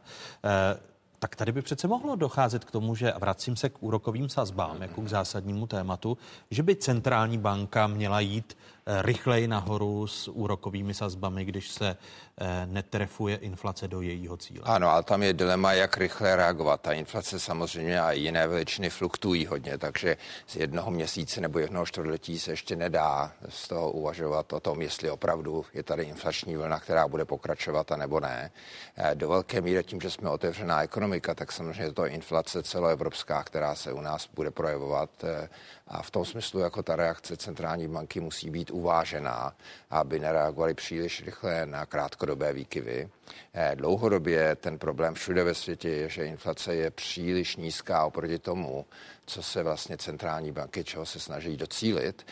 Tak tady by přece mohlo docházet k tomu, že, a vracím se k úrokovým sazbám jako k zásadnímu tématu, že by centrální banka měla jít rychleji nahoru s úrokovými sazbami, když se netrefuje inflace do jejího cíle. Ano, ale tam je dilema, jak rychle reagovat. Ta inflace samozřejmě a jiné veličiny fluktují hodně, takže z jednoho měsíce nebo jednoho čtvrtletí se ještě nedá z toho uvažovat o tom, jestli opravdu je tady inflační vlna, která bude pokračovat a nebo ne. Do velké míry tím, že jsme otevřená ekonomika, tak samozřejmě je to inflace celoevropská, která se u nás bude projevovat. A v tom smyslu, jako ta reakce centrální banky musí být uvážená, aby nereagovali příliš rychle na krátkodobé výkyvy. Dlouhodobě ten problém všude ve světě je, že inflace je příliš nízká oproti tomu, co se vlastně centrální banky, čeho se snaží docílit.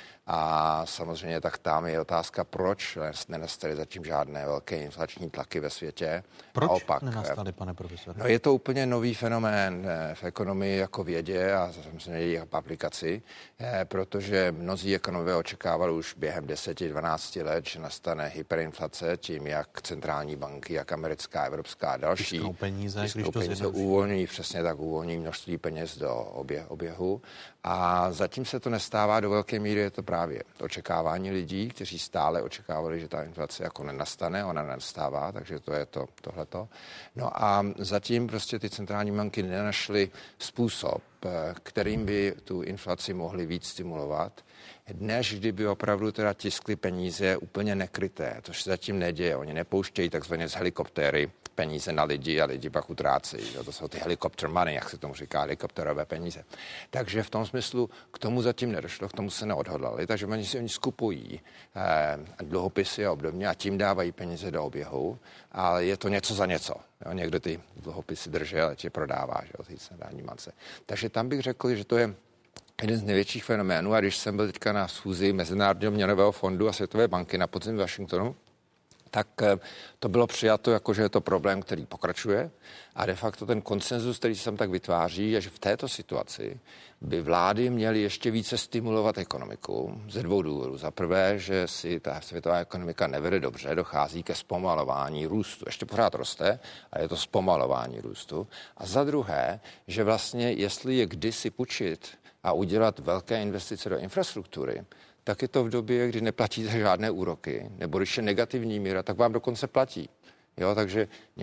A samozřejmě tak tam je otázka, proč nenastaly zatím žádné velké inflační tlaky ve světě. Proč opak, nenastaly, pane profesore? No je to úplně nový fenomén v ekonomii jako vědě a samozřejmě její aplikaci, protože mnozí ekonomové očekávali už během 10-12 let, že nastane hyperinflace tím, jak centrální banky, jak americká, evropská a další tisknou peníze, uvolňují, přesně tak uvolňují množství peněz do oběhu. A zatím se to nestává, do velké míry je to právě očekávání lidí, kteří stále očekávali, že ta inflace jako nenastane, ona nenastává, takže to je tohleto. No a zatím prostě ty centrální banky nenašly způsob, kterým by tu inflaci mohli víc stimulovat, než kdyby opravdu teda tiskli peníze úplně nekryté, což se zatím neděje. Oni nepouštějí takzvaně z helikoptéry peníze na lidi a lidi pak utrácejí. To jsou ty helicopter money, jak se tomu říká, helikopterové peníze. Takže v tom smyslu k tomu zatím nedošlo, k tomu se neodhodlali, takže oni skupují dluhopisy a obdobně a tím dávají peníze do oběhu, ale je to něco za něco. Jo, někdo ty dluhopisy drží, ale tě prodává, že jo, ty centrální bance. Takže tam bych řekl, že to je jeden z největších fenoménů a když jsem byl teďka na schůzi Mezinárodního měnového fondu a Světové banky na podzim v Washingtonu, tak to bylo přijato jako, že je to problém, který pokračuje a de facto ten konsenzus, který se tam tak vytváří, je, že v této situaci by vlády měly ještě více stimulovat ekonomiku ze dvou důvodů. Za prvé, že si ta světová ekonomika nevede dobře, dochází ke zpomalování růstu. Ještě pořád roste, ale je to zpomalování růstu. A za druhé, že vlastně jestli je kdysi půjčit a udělat velké investice do infrastruktury, tak je to v době, kdy neplatíte žádné úroky, nebo když je negativní míra, tak vám dokonce platí. Jo, takže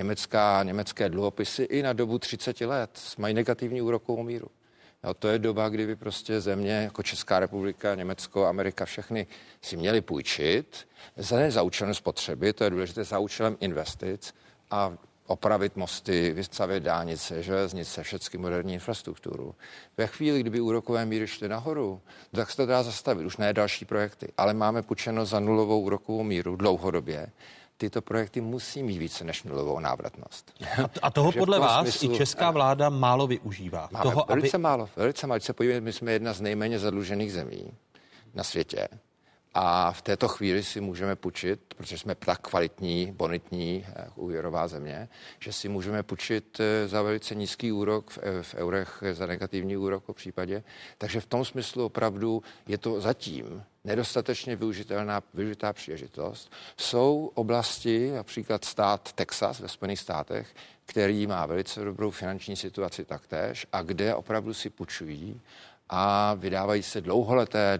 německé dluhopisy i na dobu 30 let mají negativní úrokovou míru. Jo, to je doba, kdy by prostě země jako Česká republika, Německo, Amerika, všechny si měly půjčit za účelem spotřeby, to je důležité, za účelem investic a opravit mosty, vystavět dálnice, železnice, všechny moderní infrastrukturu. Ve chvíli, kdyby úrokové míry šly nahoru, tak se to dá zastavit, už ne další projekty, ale máme půjčeno za nulovou úrokovou míru dlouhodobě. Tyto projekty musí mít více než nulovou návratnost. A toho podle vás smyslu, i česká vláda málo využívá. Máme toho, velice málo. Když se podívejme, my jsme jedna z nejméně zadlužených zemí na světě. A v této chvíli si můžeme půjčit, protože jsme tak kvalitní, bonitní úvěrová země, že si můžeme půjčit za velice nízký úrok v eurech, za negativní úrok v případě. Takže v tom smyslu opravdu je to zatím nedostatečně využitá příležitost. Jsou oblasti, například stát Texas ve Spojených státech, který má velice dobrou finanční situaci taktéž a kde opravdu si půjčují a vydávají se dlouholeté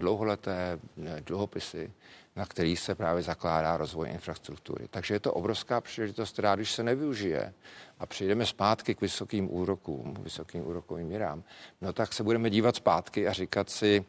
dluhopisy, na kterých se právě zakládá rozvoj infrastruktury. Takže je to obrovská příležitost, která když se nevyužije a přijdeme zpátky k vysokým úrokovým mírám, no tak se budeme dívat zpátky a říkat si,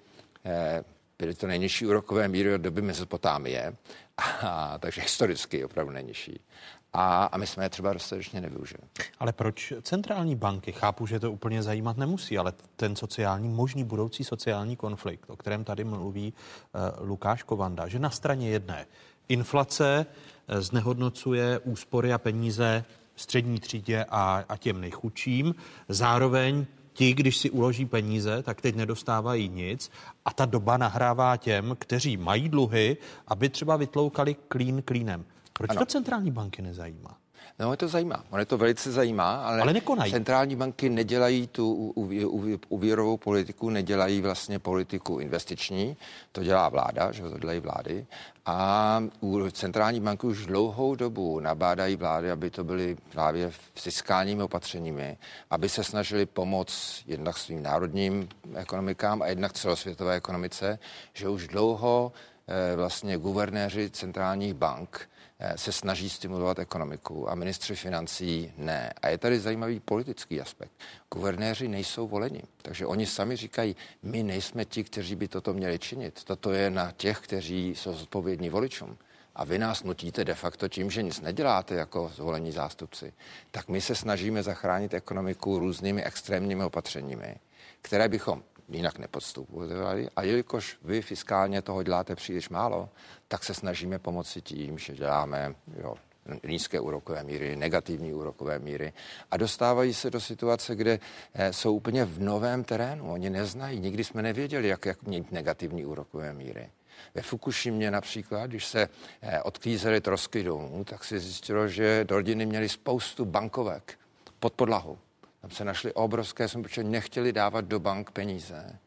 byly to nejnižší úrokové míry od doby Mezopotámie, takže historicky opravdu nejnižší. A my jsme je třeba dostatečně nevyužili. Ale proč centrální banky? Chápu, že to úplně zajímat nemusí, ale ten možný budoucí sociální konflikt, o kterém tady mluví Lukáš Kovanda, že na straně jedné inflace znehodnocuje úspory a peníze střední třídě a těm nejchudším, zároveň ti, když si uloží peníze, tak teď nedostávají nic a ta doba nahrává těm, kteří mají dluhy, aby třeba vytloukali klín klínem. Proč to centrální banky nezajímá? No, je to zajímá. Ono je to velice zajímá, ale nekonají. Centrální banky nedělají tu úvěrovou politiku, nedělají vlastně politiku investiční. To dělá vláda, že to dělají vlády. A centrální banky už dlouhou dobu nabádají vlády, aby to byly právě fiskálními opatřeními, aby se snažili pomoct jednak svým národním ekonomikám a jednak celosvětové ekonomice, že už dlouho vlastně guvernéři centrálních bank se snaží stimulovat ekonomiku a ministři financí ne. A je tady zajímavý politický aspekt. Guvernéři nejsou voleni, takže oni sami říkají, my nejsme ti, kteří by toto měli činit. Toto je na těch, kteří jsou zodpovědní voličům. A vy nás nutíte de facto tím, že nic neděláte jako zvolení zástupci. Tak my se snažíme zachránit ekonomiku různými extrémními opatřeními, které bychom jinak nepodstupovali. A jelikož vy fiskálně toho děláte příliš málo, tak se snažíme pomoci tím, že děláme nízké úrokové míry, negativní úrokové míry a dostávají se do situace, kde jsou úplně v novém terénu. Oni neznají, nikdy jsme nevěděli, jak mít negativní úrokové míry. Ve Fukušimě například, když se odklízely trosky domů, tak se zjistilo, že rodiny měly spoustu bankovek pod podlahou. Tam se našly obrovské sumy, protože nechtěli dávat do bank peníze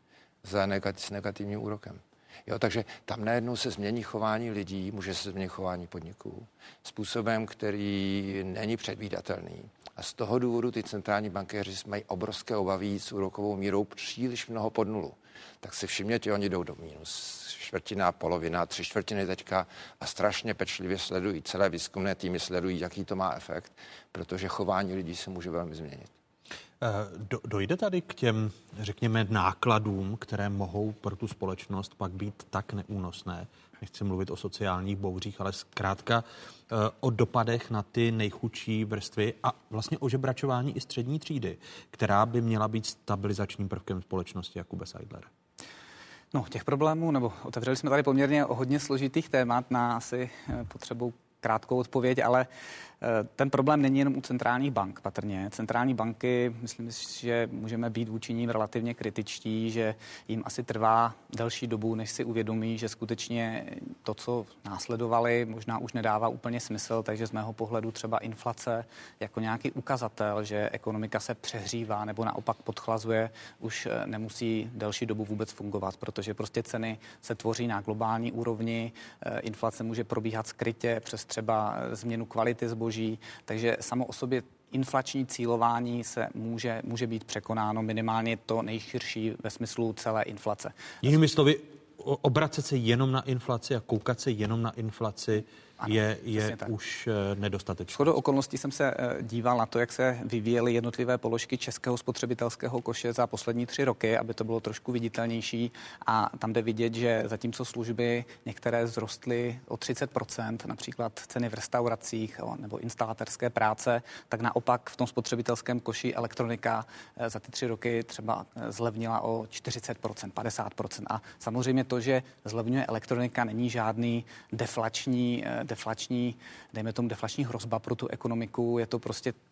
s negativním úrokem. Jo, takže tam najednou se změní chování lidí, může se změnit chování podniků způsobem, který není předvídatelný. A z toho důvodu ty centrální bankéři mají obrovské obavy s úrokovou mírou příliš mnoho pod nulu. Tak si všimněte, oni jdou do mínus. Čtvrtina, polovina, 3/4 teďka a strašně pečlivě sledují. Celé výzkumné týmy sledují, jaký to má efekt, protože chování lidí se může velmi změnit. Dojde tady k těm, řekněme, nákladům, které mohou pro tu společnost pak být tak neúnosné. Nechci mluvit o sociálních bouřích, ale zkrátka o dopadech na ty nejchudší vrstvy a vlastně o žebračování i střední třídy, která by měla být stabilizačním prvkem společnosti, Jakube Seidlere. No, těch problémů, nebo otevřeli jsme tady poměrně o hodně složitých témat na asi potřebu krátkou odpověď, ale ten problém není jenom u centrálních bank patrně. Centrální banky, myslím si, že můžeme být vůči ním relativně kritičtí, že jim asi trvá delší dobu, než si uvědomí, že skutečně to, co následovali, možná už nedává úplně smysl, takže z mého pohledu třeba inflace jako nějaký ukazatel, že ekonomika se přehřívá nebo naopak podchlazuje, už nemusí delší dobu vůbec fungovat, protože prostě ceny se tvoří na globální úrovni, inflace může probíhat skrytě přes třeba změnu kvality zboží, takže samo o sobě inflační cílování se může být překonáno minimálně to nejširší ve smyslu celé inflace. Jinými slovy, obracet se jenom na inflaci a koukat se jenom na inflaci je už nedostatečné. Shodou okolností jsem se díval na to, jak se vyvíjely jednotlivé položky českého spotřebitelského koše za poslední 3 roky, aby to bylo trošku viditelnější. A tam jde vidět, že zatímco služby některé vzrostly o 30%, například ceny v restauracích nebo instalatérské práce, tak naopak v tom spotřebitelském koši elektronika za ty 3 roky třeba zlevnila o 40%, 50%. A samozřejmě to, že zlevňuje elektronika, není žádný deflační, dejme tomu deflační hrozba pro tu ekonomiku, je to prostě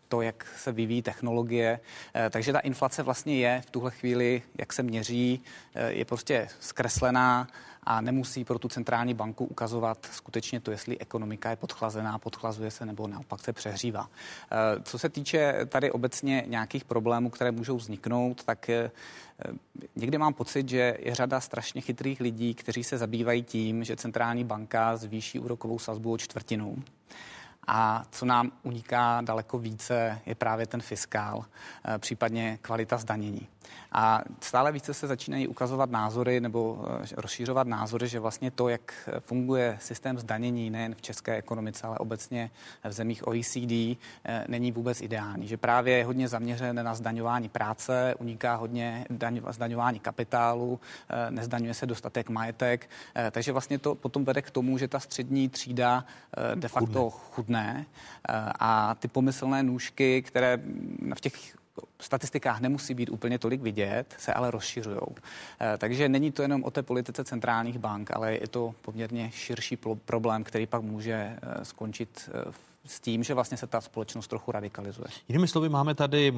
to, jak se vyvíjí technologie. Takže ta inflace vlastně je v tuhle chvíli, jak se měří, je prostě zkreslená a nemusí pro tu centrální banku ukazovat skutečně to, jestli ekonomika je podchlazená, podchlazuje se nebo naopak se přehřívá. Co se týče tady obecně nějakých problémů, které můžou vzniknout, tak někdy mám pocit, že je řada strašně chytrých lidí, kteří se zabývají tím, že centrální banka zvýší úrokovou sazbu o 1/4. A co nám uniká daleko více, je právě ten fiskál, případně kvalita zdanění. A stále více se začínají ukazovat názory nebo rozšířovat názory, že vlastně to, jak funguje systém zdanění nejen v české ekonomice, ale obecně v zemích OECD, není vůbec ideální. Že právě je hodně zaměřené na zdaňování práce, uniká hodně zdaňování kapitálu, nezdaňuje se dostatek majetek, takže vlastně to potom vede k tomu, že ta střední třída de facto chudne a ty pomyslné nůžky, které v těch statistikách nemusí být úplně tolik vidět, se ale rozšiřujou. Takže není to jenom o té politice centrálních bank, ale je to poměrně širší problém, který pak může skončit s tím, že vlastně se ta společnost trochu radikalizuje. Jinými slovy, máme tady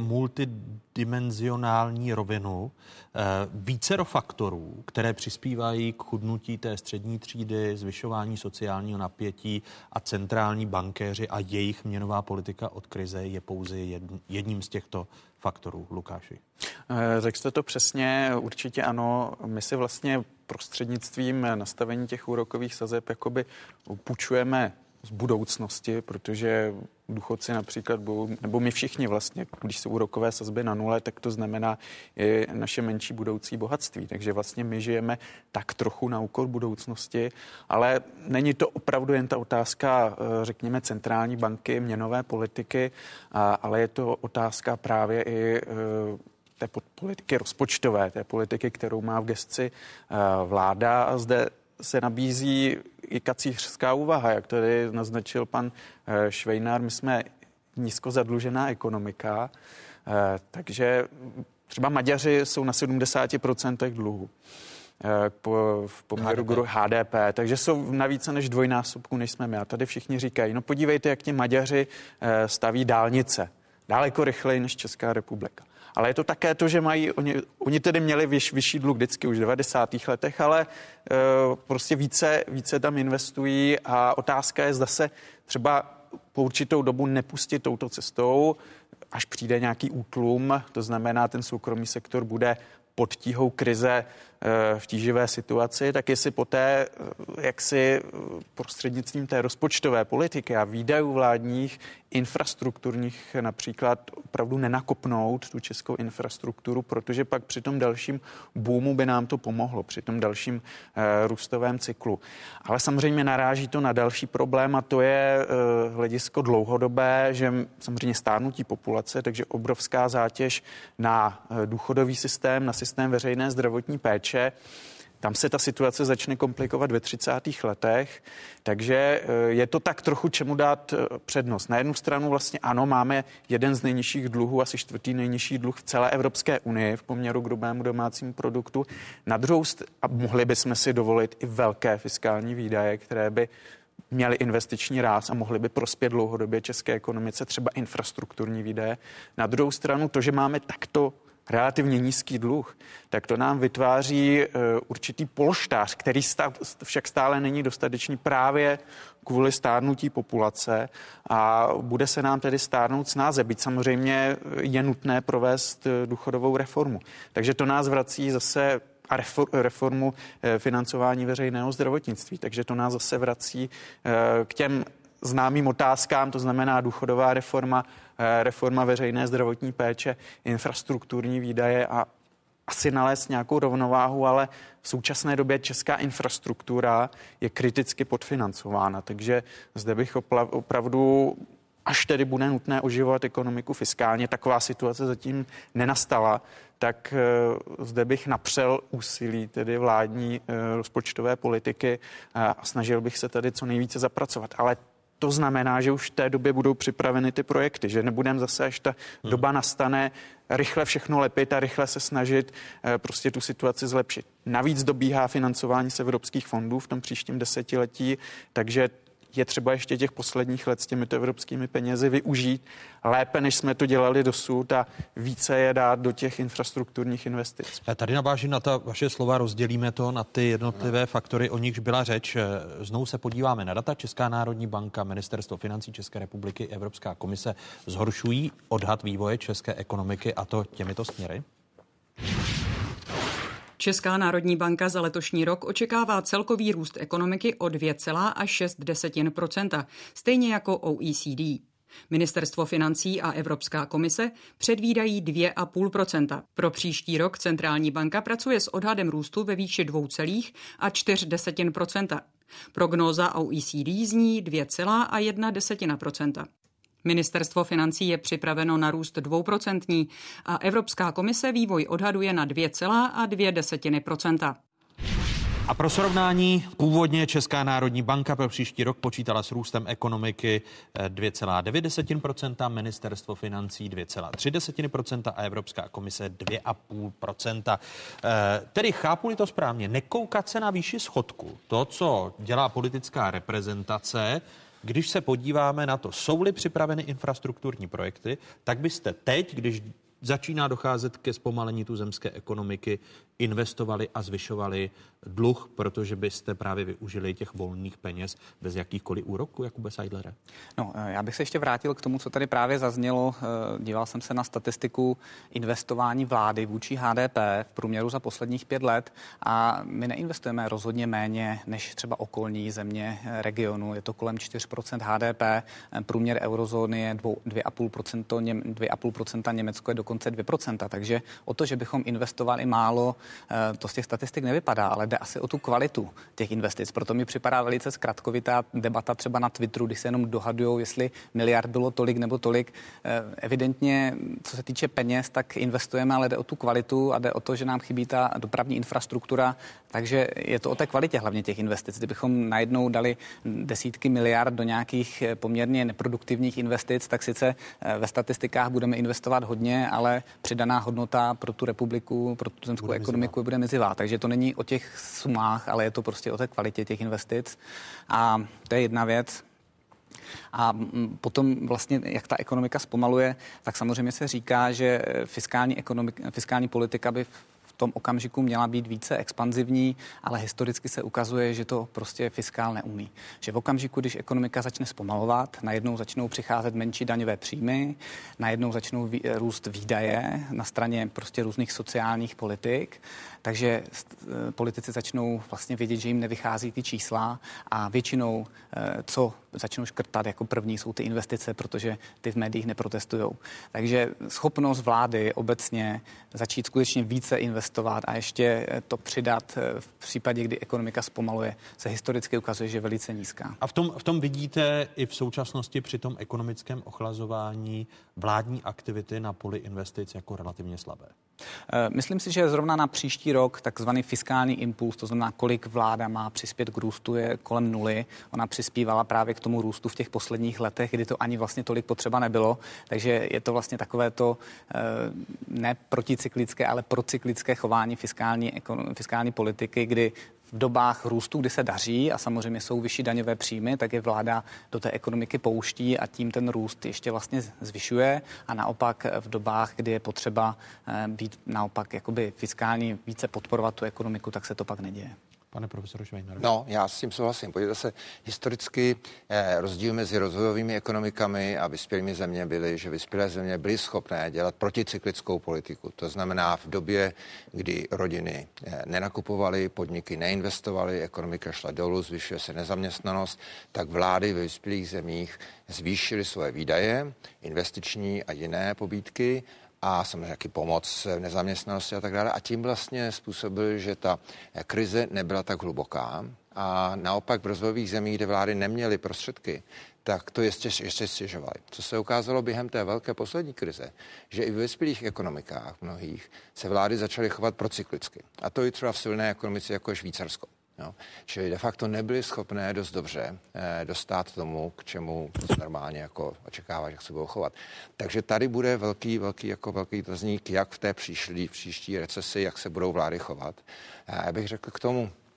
multidimenzionální rovinu, vícero faktorů, které přispívají k chudnutí té střední třídy, zvyšování sociálního napětí a centrální bankéři a jejich měnová politika od krize je pouze jedním z těchto faktorů. Lukáši. Řekl jste to přesně, určitě ano. My si vlastně prostřednictvím nastavení těch úrokových sazeb jakoby půjčujeme z budoucnosti, protože důchodci například budou, nebo my všichni vlastně, když jsou úrokové sazby na nule, tak to znamená i naše menší budoucí bohatství. Takže vlastně my žijeme tak trochu na úkor budoucnosti, ale není to opravdu jen ta otázka, řekněme, centrální banky, měnové politiky, ale je to otázka právě i té politiky rozpočtové, té politiky, kterou má v gesci vláda, a zde se nabízí i kacířská úvaha, jak tady naznačil pan Švejnár. My jsme nízko zadlužená ekonomika, takže třeba Maďaři jsou na 70% dluhu v poměru k HDP, takže jsou na více než dvojnásobku, než jsme my. A tady všichni říkají, no podívejte, jak ti Maďaři staví dálnice. Daleko rychleji než Česká republika. Ale je to také to, že oni tedy měli vyšší dluh vždycky už v 90. letech, ale prostě více tam investují a otázka je, zda se třeba po určitou dobu nepustit touto cestou, až přijde nějaký útlum, to znamená, ten soukromý sektor bude pod tíhou krize v tíživé situaci, tak jestli poté, jak si prostřednictvím té rozpočtové politiky a výdajů vládních, infrastrukturních například opravdu nenakopnout tu českou infrastrukturu, protože pak při tom dalším boomu by nám to pomohlo, při tom dalším růstovém cyklu. Ale samozřejmě naráží to na další problém a to je hledisko dlouhodobé, že samozřejmě stárnutí populace, takže obrovská zátěž na důchodový systém, na systém veřejné zdravotní péče. Tam se ta situace začne komplikovat ve 30. letech, takže je to tak trochu čemu dát přednost. Na jednu stranu vlastně ano, máme jeden z nejnižších dluhů, asi 4. nejnižší dluh v celé Evropské unii v poměru k hrubému domácímu produktu. Na druhou a mohli bychom si dovolit i velké fiskální výdaje, které by měly investiční ráz a mohly by prospět dlouhodobě české ekonomice, třeba infrastrukturní výdaje. Na druhou stranu to, že máme takto relativně nízký dluh, tak to nám vytváří určitý polštář, který však stále není dostatečný právě kvůli stárnutí populace a bude se nám tedy stárnout snáze, byť samozřejmě je nutné provést důchodovou reformu. Takže to nás vrací zase a reformu financování veřejného zdravotnictví. Takže to nás zase vrací k těm známým otázkám, to znamená důchodová reforma, reforma veřejné zdravotní péče, infrastrukturní výdaje a asi nalézt nějakou rovnováhu, ale v současné době česká infrastruktura je kriticky podfinancována, takže zde bych opravdu, až tedy bude nutné oživovat ekonomiku fiskálně, taková situace zatím nenastala, tak zde bych napřel úsilí tedy vládní rozpočtové politiky a snažil bych se tady co nejvíce zapracovat, ale to znamená, že už v té době budou připraveny ty projekty, že nebudeme zase, až ta doba nastane, rychle všechno lepit a rychle se snažit prostě tu situaci zlepšit. Navíc dobíhá financování z evropských fondů v tom příštím desetiletí, takže je třeba ještě těch posledních let s těmito evropskými penězi využít lépe, než jsme to dělali dosud a více je dát do těch infrastrukturních investic. Tady navážím na ta vaše slova, rozdělíme to na ty jednotlivé faktory, o nichž byla řeč. Znovu se podíváme na data. Česká národní banka, Ministerstvo financí České republiky, Evropská komise zhoršují odhad vývoje české ekonomiky, a to těmito směry. Česká národní banka za letošní rok očekává celkový růst ekonomiky o 2,6%, stejně jako OECD. Ministerstvo financí a Evropská komise předvídají 2,5%. Pro příští rok centrální banka pracuje s odhadem růstu ve výši 2,4%. Prognóza OECD zní 2,1%. Ministerstvo financí je připraveno na růst 2% a Evropská komise vývoj odhaduje na 2,2%. A pro srovnání, původně Česká národní banka pro příští rok počítala s růstem ekonomiky 2,9%, Ministerstvo financí 2,3% a Evropská komise 2,5%. Tedy chápu-li to správně, nekoukat se na výši schodku, to, co dělá politická reprezentace, když se podíváme na to, jsou-li připraveny infrastrukturní projekty, tak byste teď, když začíná docházet ke zpomalení tuzemské ekonomiky, investovali a zvyšovali dluh, protože byste právě využili těch volných peněz bez jakýchkoliv úroků, Jakube Seidlere? No, já bych se ještě vrátil k tomu, co tady právě zaznělo. Díval jsem se na statistiku investování vlády vůči HDP v průměru za posledních 5 let a my neinvestujeme rozhodně méně než třeba okolní země regionu. Je to kolem 4% HDP, průměr eurozóny je 2,5%, Německo je dokonce 2%, takže o to, že bychom investovali málo, to z těch statistik nevypadá, ale jde asi o tu kvalitu těch investic. Proto mi připadá velice zkratkovitá debata třeba na Twitteru, když se jenom dohadujou, jestli miliard bylo tolik nebo tolik. Evidentně, co se týče peněz, tak investujeme, ale jde o tu kvalitu a jde o to, že nám chybí ta dopravní infrastruktura, takže je to o té kvalitě hlavně těch investic. Kdybychom najednou dali desítky miliard do nějakých poměrně neproduktivních investic, tak sice ve statistikách budeme investovat hodně, ale přidaná hodnota pro tu republiku, pro tu zemskou ekonomiku bude mizivá. Takže to není o těch sumách, ale je to prostě o té kvalitě těch investic. A to je jedna věc. A potom vlastně, jak ta ekonomika zpomaluje, tak samozřejmě se říká, že fiskální politika by v tom okamžiku měla být více expanzivní, ale historicky se ukazuje, že to prostě fiskál neumí. Že v okamžiku, když ekonomika začne zpomalovat, najednou začnou přicházet menší daňové příjmy, najednou začnou růst výdaje na straně prostě různých sociálních politik, takže politici začnou vlastně vědět, že jim nevychází ty čísla a většinou, co začnou škrtat jako první, jsou ty investice, protože ty v médiích neprotestujou. Takže schopnost vlády obecně začít skutečně více investovat a ještě to přidat v případě, kdy ekonomika zpomaluje, se historicky ukazuje, že je velice nízká. A v tom vidíte i v současnosti při tom ekonomickém ochlazování vládní aktivity na poli investic jako relativně slabé? Myslím si, že zrovna na příští rok takzvaný fiskální impuls, to znamená, kolik vláda má přispět k růstu, je kolem 0. Ona přispívala právě k tomu růstu v těch posledních letech, kdy to ani vlastně tolik potřeba nebylo. Takže je to vlastně takové to ne proticyklické, ale procyklické chování fiskální politiky, kdy v dobách růstu, kdy se daří a samozřejmě jsou vyšší daňové příjmy, tak je vláda do té ekonomiky pouští a tím ten růst ještě vlastně zvyšuje a naopak v dobách, kdy je potřeba být naopak jakoby fiskálně více podporovat tu ekonomiku, tak se to pak neděje. Pane profesore Švejnare. No, já s tím souhlasím. Podívejte se, historicky rozdíl mezi rozvojovými ekonomikami a vyspělými země byly, že vyspělé země byly schopné dělat proticyklickou politiku. To znamená v době, kdy rodiny nenakupovaly, podniky neinvestovaly, ekonomika šla dolů, zvyšuje se nezaměstnanost, tak vlády ve vyspělých zemích zvýšily svoje výdaje, investiční a jiné pobídky, a samozřejmě jaký pomoc v nezaměstnanosti a tak dále. A tím vlastně způsobil, že ta krize nebyla tak hluboká a naopak v rozvojových zemích, kde vlády neměly prostředky, tak to ještě stěžovali. Co se ukázalo během té velké poslední krize, že i ve vyspělých ekonomikách mnohých se vlády začaly chovat procyklicky. A to i třeba v silné ekonomice jako Švýcarsko. No, čili de facto nebyli schopné dost dobře dostat tomu, k čemu normálně jako očekává, jak se budou chovat. Takže tady bude velký dotazník, jak v té příští recesi, jak se budou vlády chovat. Já bych řekl k tomu,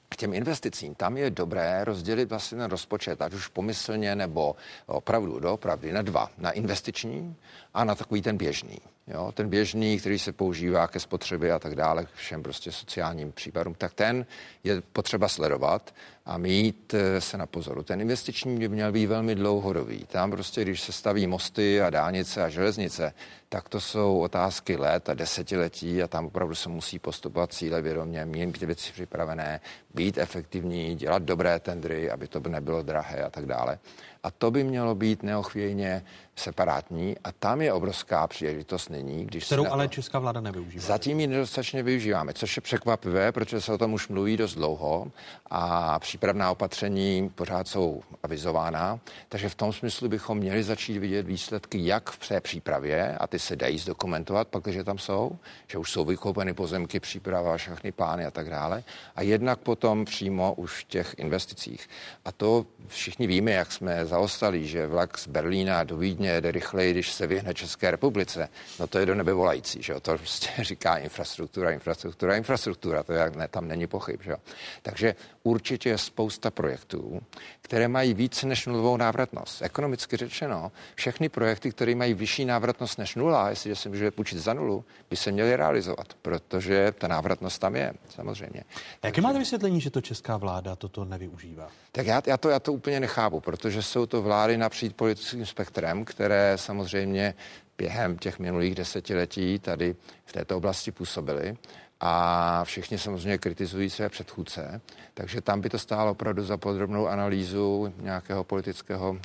K těm investicím, tam je dobré rozdělit vlastně ten rozpočet, ať už pomyslně nebo opravdu doopravdy na dva. Na investiční a na takový ten běžný. Jo? Ten běžný, který se používá ke spotřebě a tak dále, všem prostě sociálním případům, tak ten je potřeba sledovat a mít se na pozoru. Ten investiční by měl být velmi dlouhodobý. Tam prostě, když se staví mosty a dálnice a železnice, tak to jsou otázky let a desetiletí a tam opravdu se musí postupovat cílevědomě, mít ty věci připravené, být efektivní, dělat dobré tendry, aby to nebylo drahé a tak dále. A to by mělo být neochvějně separátní a tam je obrovská příležitost nyní, když kterou ale česká vláda nevyužívá. Zatím ji nedostatečně využíváme, což je překvapivé, protože se o tom už mluví dost dlouho a přípravná opatření pořád jsou avizována, takže v tom smyslu bychom měli začít vidět výsledky jak v té přípravě, a ty se dají zdokumentovat, pak, když tam jsou, že už jsou vykoupeny pozemky, příprava, všechny plány a tak dále, a jednak potom přímo už v těch investicích. A to všichni víme, jak jsme zaostali, že vlak z Berlína do Vídně jede rychleji, když se vyhne České republice. No to je do nebe volající, že jo? To prostě říká infrastruktura, to je, tam není pochyb, že jo? Takže určitě je spousta projektů, které mají více než nulovou návratnost. Ekonomicky řečeno, všechny projekty, které mají vyšší návratnost než nula, jestliže se může půjčit za nulu, by se měly realizovat, protože ta návratnost tam je, samozřejmě. Jaké máte vysvětlení, že to česká vláda toto nevyužívá? Tak já to úplně nechápu, protože jsou to vlády napříč politickým spektrem, které samozřejmě během těch minulých desetiletí tady v této oblasti působily a všichni samozřejmě kritizují své předchůdce, takže tam by to stálo opravdu za podrobnou analýzu nějakého politického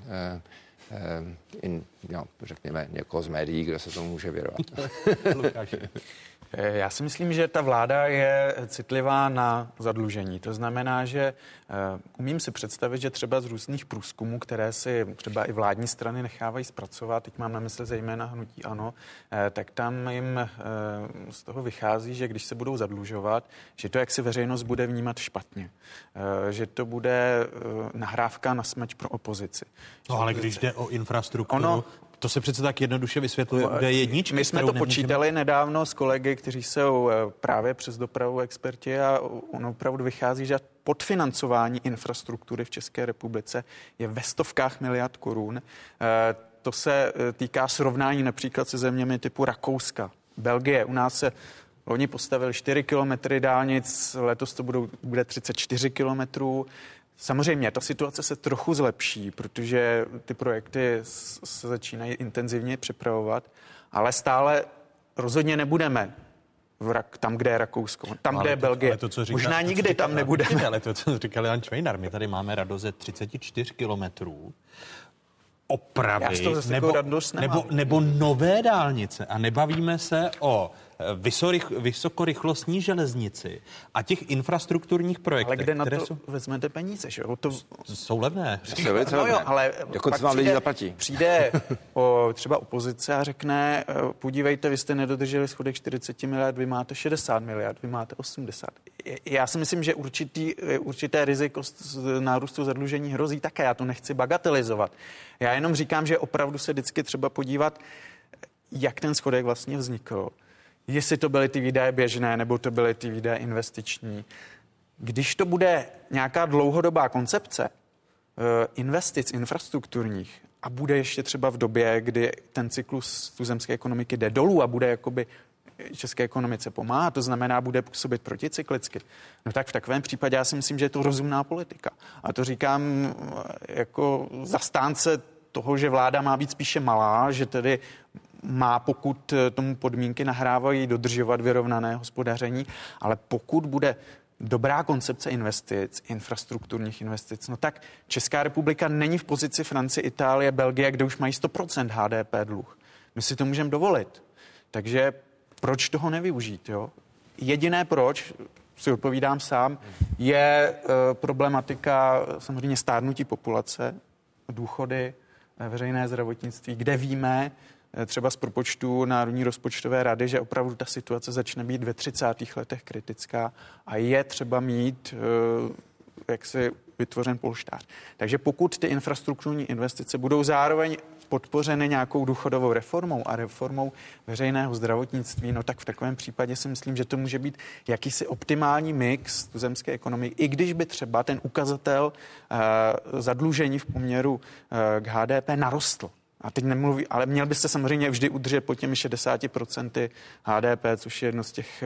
řekněme někoho z médií, kdo se tomu může věnovat. Já si myslím, že ta vláda je citlivá na zadlužení. To znamená, že umím si představit, že třeba z různých průzkumů, které si třeba i vládní strany nechávají zpracovat, teď mám na mysli zejména hnutí ANO, tak tam jim z toho vychází, že když se budou zadlužovat, že to jaksi veřejnost bude vnímat špatně. Že to bude nahrávka na smeč pro opozici. No ale když jde o infrastrukturu, to se přece tak jednoduše vysvětluje u D1. My jsme to počítali nedávno s kolegy, kteří jsou právě přes dopravu experti a on opravdu vychází, že podfinancování infrastruktury v České republice je ve stovkách miliard korun. To se týká srovnání například se zeměmi typu Rakouska, Belgie. U nás se loni postavili 4 kilometry dálnic, letos to bude 34 kilometrů. Samozřejmě, ta situace se trochu zlepší, protože ty projekty se začínají intenzivně připravovat, ale stále rozhodně nebudeme tam, kde je Rakousko, tam, kde je Belgie. Možná nikdy tam nebudeme. Ale to, co říkal Jan Švejnar, my tady máme radost ze 34 kilometrů opravy nebo nové dálnice a nebavíme se o vysokorychlostní železnici a těch infrastrukturních projektech. Ale kde na to vezmete peníze, že jo? To jsou levné. No jo, ale dokud vám lidi zaplatí. Přijde třeba opozice a řekne, podívejte, vy jste nedodrželi schodek 40 miliard, vy máte 60 miliard, vy máte 80. Já si myslím, že určité riziko z nárůstu zadlužení hrozí také. Já to nechci bagatelizovat. Já jenom říkám, že opravdu se vždycky třeba podívat, jak ten schodek vlastně vznikl. Jestli to byly ty výdaje běžné, nebo to byly ty výdaje investiční. Když to bude nějaká dlouhodobá koncepce investic infrastrukturních a bude ještě třeba v době, kdy ten cyklus tuzemské ekonomiky jde dolů a bude jakoby české ekonomice pomáhá, to znamená, bude působit proticyklicky, no tak v takovém případě já si myslím, že je to rozumná politika. A to říkám jako zastánce toho, že vláda má být spíše malá, že tedy má, pokud tomu podmínky nahrávají, dodržovat vyrovnané hospodaření, ale pokud bude dobrá koncepce investic, infrastrukturních investic, no tak Česká republika není v pozici Francie, Itálie, Belgie, kde už mají 100% HDP dluh. My si to můžeme dovolit. Takže proč toho nevyužít? Jo? Jediné proč, si odpovídám sám, je problematika samozřejmě stárnutí populace, důchody, veřejné zdravotnictví, kde víme třeba z propočtu Národní rozpočtové rady, že opravdu ta situace začne být ve 30. letech kritická a je třeba mít jaksi vytvořen polštář. Takže pokud ty infrastrukturní investice budou zároveň podpořeny nějakou důchodovou reformou a reformou veřejného zdravotnictví, no tak v takovém případě si myslím, že to může být jakýsi optimální mix tuzemské ekonomiky, i když by třeba ten ukazatel zadlužení v poměru k HDP narostl. A teď nemluví, ale měl byste samozřejmě vždy udržet pod těmi 60% HDP, což je jedno z těch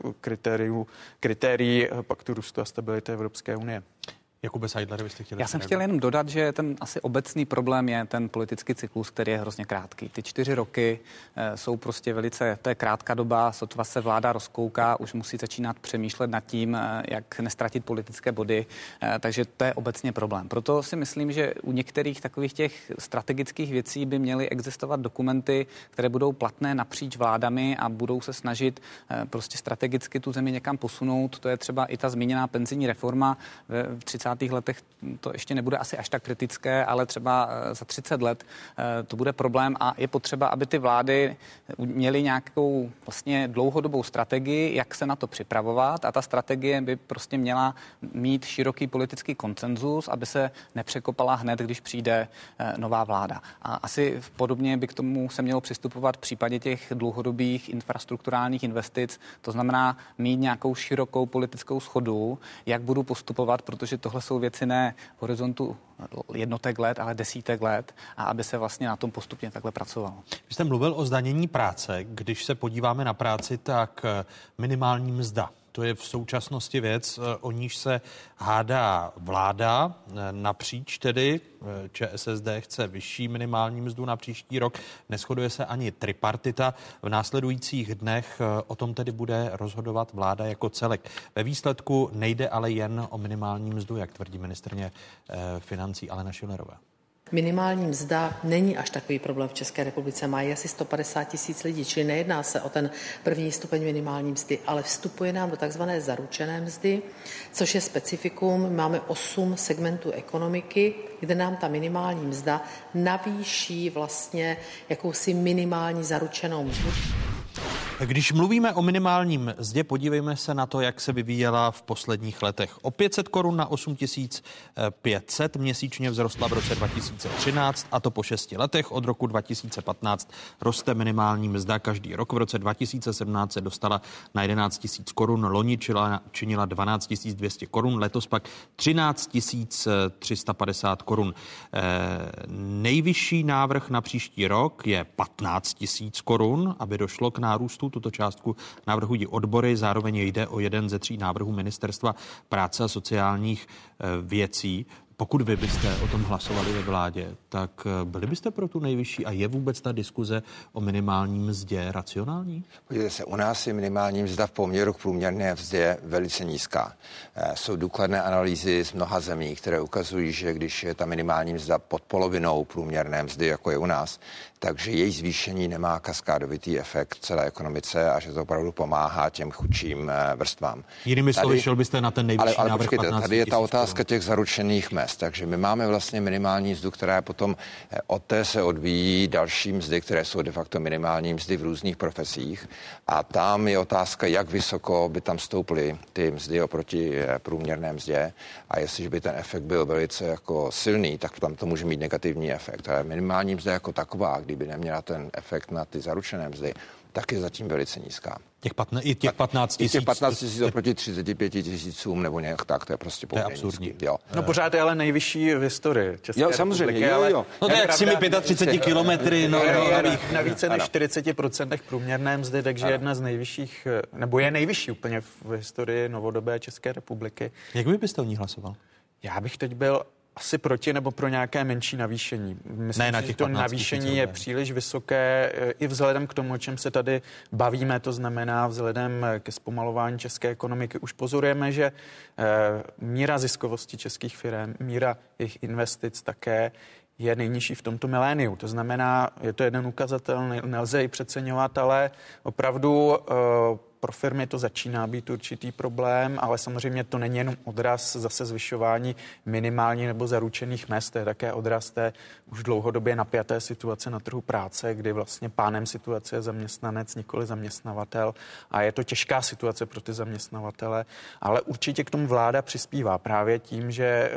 kritérií paktu růstu a stability Evropské unie. Jakube Seidler, vy jste chtěli... Já jsem chtěl jenom dodat, že ten asi obecný problém je ten politický cyklus, který je hrozně krátký. Ty 4 roky jsou prostě velice, to je krátká doba, sotva se vláda rozkouká, už musí začínat přemýšlet nad tím, jak nestratit politické body, takže to je obecně problém. Proto si myslím, že u některých takových těch strategických věcí by měly existovat dokumenty, které budou platné napříč vládami a budou se snažit prostě strategicky tu zemi někam posunout. To je třeba i ta zmíněná penzijní reforma v 30. letech, to ještě nebude asi až tak kritické, ale třeba za 30 let to bude problém a je potřeba, aby ty vlády měly nějakou vlastně dlouhodobou strategii, jak se na to připravovat a ta strategie by prostě měla mít široký politický konsenzus, aby se nepřekopala hned, když přijde nová vláda. A asi podobně by k tomu se mělo přistupovat v případě těch dlouhodobých infrastrukturálních investic, to znamená mít nějakou širokou politickou shodu, jak budu postupovat, protože tohle jsou věci ne v horizontu jednotek let, ale desítek let a aby se vlastně na tom postupně takhle pracovalo. Vy jste mluvil o zdanění práce. Když se podíváme na práci, tak minimální mzda. To je v současnosti věc, o níž se hádá vláda napříč tedy. ČSSD chce vyšší minimální mzdu na příští rok. Neshoduje se ani tripartita. V následujících dnech o tom tedy bude rozhodovat vláda jako celek. Ve výsledku nejde ale jen o minimální mzdu, jak tvrdí ministryně financí Alena Schillerová. Minimální mzda není až takový problém v České republice. Má asi 150 000 lidí, čili nejedná se o ten první stupeň minimální mzdy, ale vstupuje nám do takzvané zaručené mzdy, což je specifikum. Máme 8 segmentů ekonomiky, kde nám ta minimální mzda navýší vlastně jakousi minimální zaručenou mzdu. Když mluvíme o minimálním mzdě, podívejme se na to, jak se vyvíjela v posledních letech. O 500 korun na 8500 měsíčně vzrostla v roce 2013 a to po 6 letech. Od roku 2015 roste minimální mzda každý rok. V roce 2017 se dostala na 11 000 korun, loni činila 12 200 korun, letos pak 13 350 korun. Nejvyšší návrh na příští rok je 15 000 korun, aby došlo k nárůstu. Tuto částku navrhují odbory, zároveň jde o jeden ze 3 návrhů Ministerstva práce a sociálních věcí. Pokud vy byste o tom hlasovali ve vládě, tak byli byste pro tu nejvyšší a je vůbec ta diskuze o minimální mzdě racionální? Podívejte se, u nás je minimální mzda v poměru k průměrné mzdě velice nízká. Jsou důkladné analýzy z mnoha zemí, které ukazují, že když je ta minimální mzda pod polovinou průměrné mzdy, jako je u nás, takže její zvýšení nemá kaskádovitý efekt v celé ekonomice a že to opravdu pomáhá těm chudším vrstvám. Jinými slovy, šel byste na ten nejvyšší ale návrh 15 000 tady je ta otázka těch zaručených mezd. Takže my máme vlastně minimální mzdu, která je potom od té se odvíjí další mzdy, které jsou de facto minimální mzdy v různých profesích. A tam je otázka, jak vysoko by tam stouply ty mzdy oproti průměrné mzdě. A jestliže by ten efekt byl velice jako silný, tak tam to může mít negativní efekt. Ale minimální mzda jako taková, kdyby neměla ten efekt na ty zaručené mzdy, tak je zatím velice nízká. Těch 15 000 oproti 35 000 nebo nějak tak, to je prostě poměrně absurdní. Jo. No pořád je ale nejvyšší v historii České republiky. Samozřejmě, jo. No to je jak s těmi 35 kilometry. Na více než 40% průměrné mzdy, takže jedna z nejvyšších, nebo je nejvyšší úplně v historii novodobé České republiky. Jak vy byste o ní hlasoval? Já bych teď byl asi proti nebo pro nějaké menší navýšení. Myslím, že to navýšení je příliš vysoké i vzhledem k tomu, o čem se tady bavíme, to znamená vzhledem ke zpomalování české ekonomiky. Už pozorujeme, že míra ziskovosti českých firm, míra jejich investic také je nejnižší v tomto miléniu. To znamená, je to jeden ukazatel, nelze ji přeceňovat, ale opravdu pro firmy to začíná být určitý problém, ale samozřejmě to není jenom odraz zase zvyšování minimální nebo zaručených mezd, to je také odraz té už dlouhodobě napjaté situace na trhu práce, kdy vlastně pánem situace je zaměstnanec, nikoli zaměstnavatel, a je to těžká situace pro ty zaměstnavatele, ale určitě k tomu vláda přispívá právě tím, že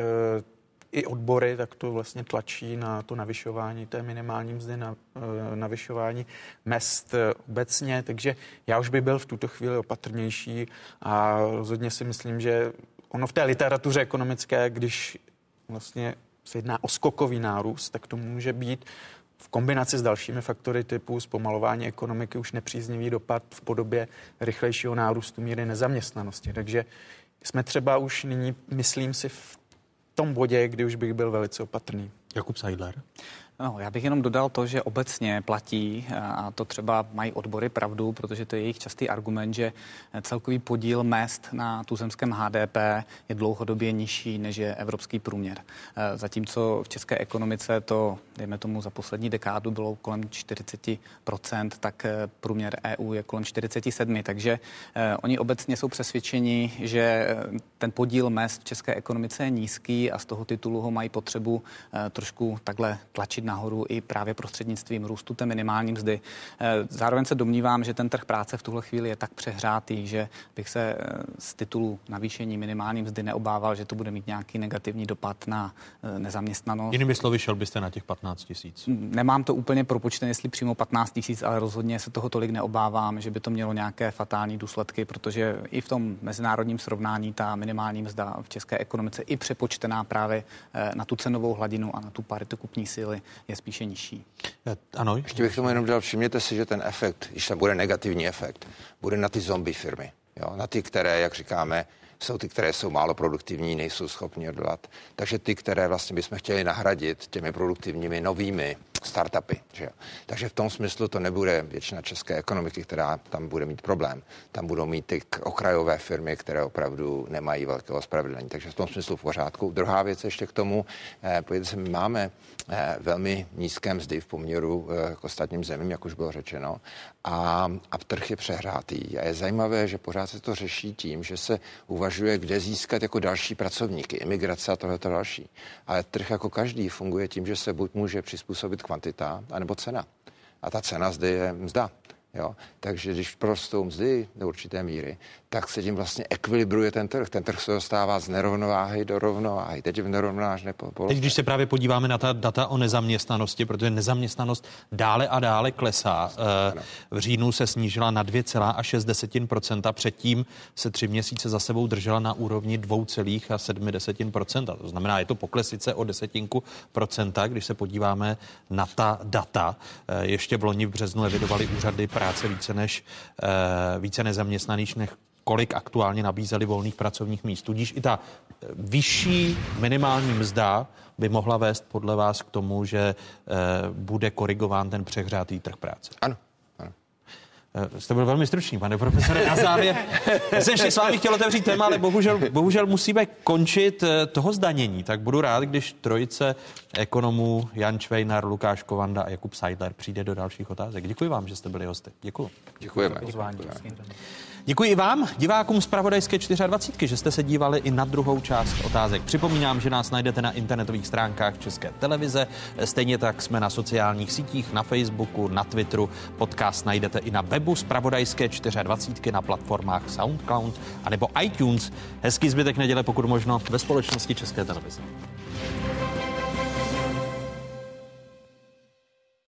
i odbory tak to vlastně tlačí na to navyšování té minimální mzdy, na navyšování mezd obecně, takže já už bych byl v tuto chvíli opatrnější a rozhodně si myslím, že ono v té literatuře ekonomické, když vlastně se jedná o skokový nárůst, tak to může být v kombinaci s dalšími faktory typu zpomalování ekonomiky už nepříznivý dopad v podobě rychlejšího nárůstu míry nezaměstnanosti. Takže jsme třeba už nyní, myslím si, v tom bodě, kdy už bych byl velice opatrný. Jakub Seidler. No, já bych jenom dodal to, že obecně platí, a to třeba mají odbory pravdu, protože to je jejich častý argument, že celkový podíl mezd na tuzemském HDP je dlouhodobě nižší, než je evropský průměr. Zatímco v české ekonomice to, dejme tomu, za poslední dekádu bylo kolem 40%, tak průměr EU je kolem 47%. Takže oni obecně jsou přesvědčeni, že ten podíl mezd v české ekonomice je nízký a z toho titulu ho mají potřebu trošku takhle tlačit nahoru i právě prostřednictvím růstu té minimální mzdy. Zároveň se domnívám, že ten trh práce v tuhle chvíli je tak přehrátý, že bych se z titulu navýšení minimální mzdy neobával, že to bude mít nějaký negativní dopad na nezaměstnanost. Jinými slovy, šel byste na těch 15 000? Nemám to úplně propočtené, jestli přímo 15 000, ale rozhodně se toho tolik neobávám, že by to mělo nějaké fatální důsledky, protože i v tom mezinárodním srovnání ta minimální mzda v české ekonomice i přepočtená právě na tu cenovou hladinu a na tu paritu kupní síly je spíše nižší. Ano. Ještě bych tomu jenom dal, všimněte si, že ten efekt, když tam bude negativní efekt, bude na ty zombie firmy. Jo? Na ty, které, jak říkáme, jsou ty, které jsou málo produktivní, nejsou schopni oddělat. Takže ty, které vlastně bychom chtěli nahradit těmi produktivními novými startupy. Že jo? Takže v tom smyslu to nebude většina české ekonomiky, která tam bude mít problém. Tam budou mít ty okrajové firmy, které opravdu nemají velkého ospravedlnění. Takže v tom smyslu v pořádku. Druhá věc ještě k tomu, podívejte se, my máme velmi nízké mzdy v poměru k ostatním zemím, jak už bylo řečeno, a trh je přehrátý. A je zajímavé, že pořád se to řeší tím, že se uvažuje, kde získat jako další pracovníky, imigrace a tohleto další. Ale trh jako každý funguje tím, že se buď může přizpůsobit kvantita, anebo cena. A ta cena zde je mzda. Jo? Takže když prostou mzdy do určité míry, tak se tím vlastně ekvilibruje ten trh. Ten trh se dostává z nerovnováhy do rovnováhy. Teď v nerovnovážné položce. Teď, když se právě podíváme na ta data o nezaměstnanosti, protože nezaměstnanost dále a dále klesá. V říjnu se snížila na 2,6%. Předtím se 3 měsíce za sebou držela na úrovni 2,7%. To znamená, je to pokles sice o 0,1%, když se podíváme na ta data. Ještě v loni v březnu evidovali úřady práce více nezaměstnaných, než kolik aktuálně nabízeli volných pracovních míst. Tudíž i ta vyšší minimální mzda by mohla vést podle vás k tomu, že bude korigován ten přehřátý trh práce. Ano. Jste byl velmi stručný, pane profesore, na závěr. Já jsem ještě s vámi chtěl otevřít téma, ale bohužel musíme končit toho zdanění. Tak budu rád, když trojice ekonomů Jan Švejnar, Lukáš Kovanda a Jakub Seidler přijde do dalších otázek. Děkuji vám, že jste byli hosty. Děkuji. Děkujeme. Děkuji i vám, divákům z Zpravodajské 24, že jste se dívali i na druhou část otázek. Připomínám, že nás najdete na internetových stránkách České televize, stejně tak jsme na sociálních sítích, na Facebooku, na Twitteru. Podcast najdete i na webu Zpravodajské 24 na platformách SoundCloud anebo iTunes. Hezký zbytek neděle, pokud možno, ve společnosti České televize.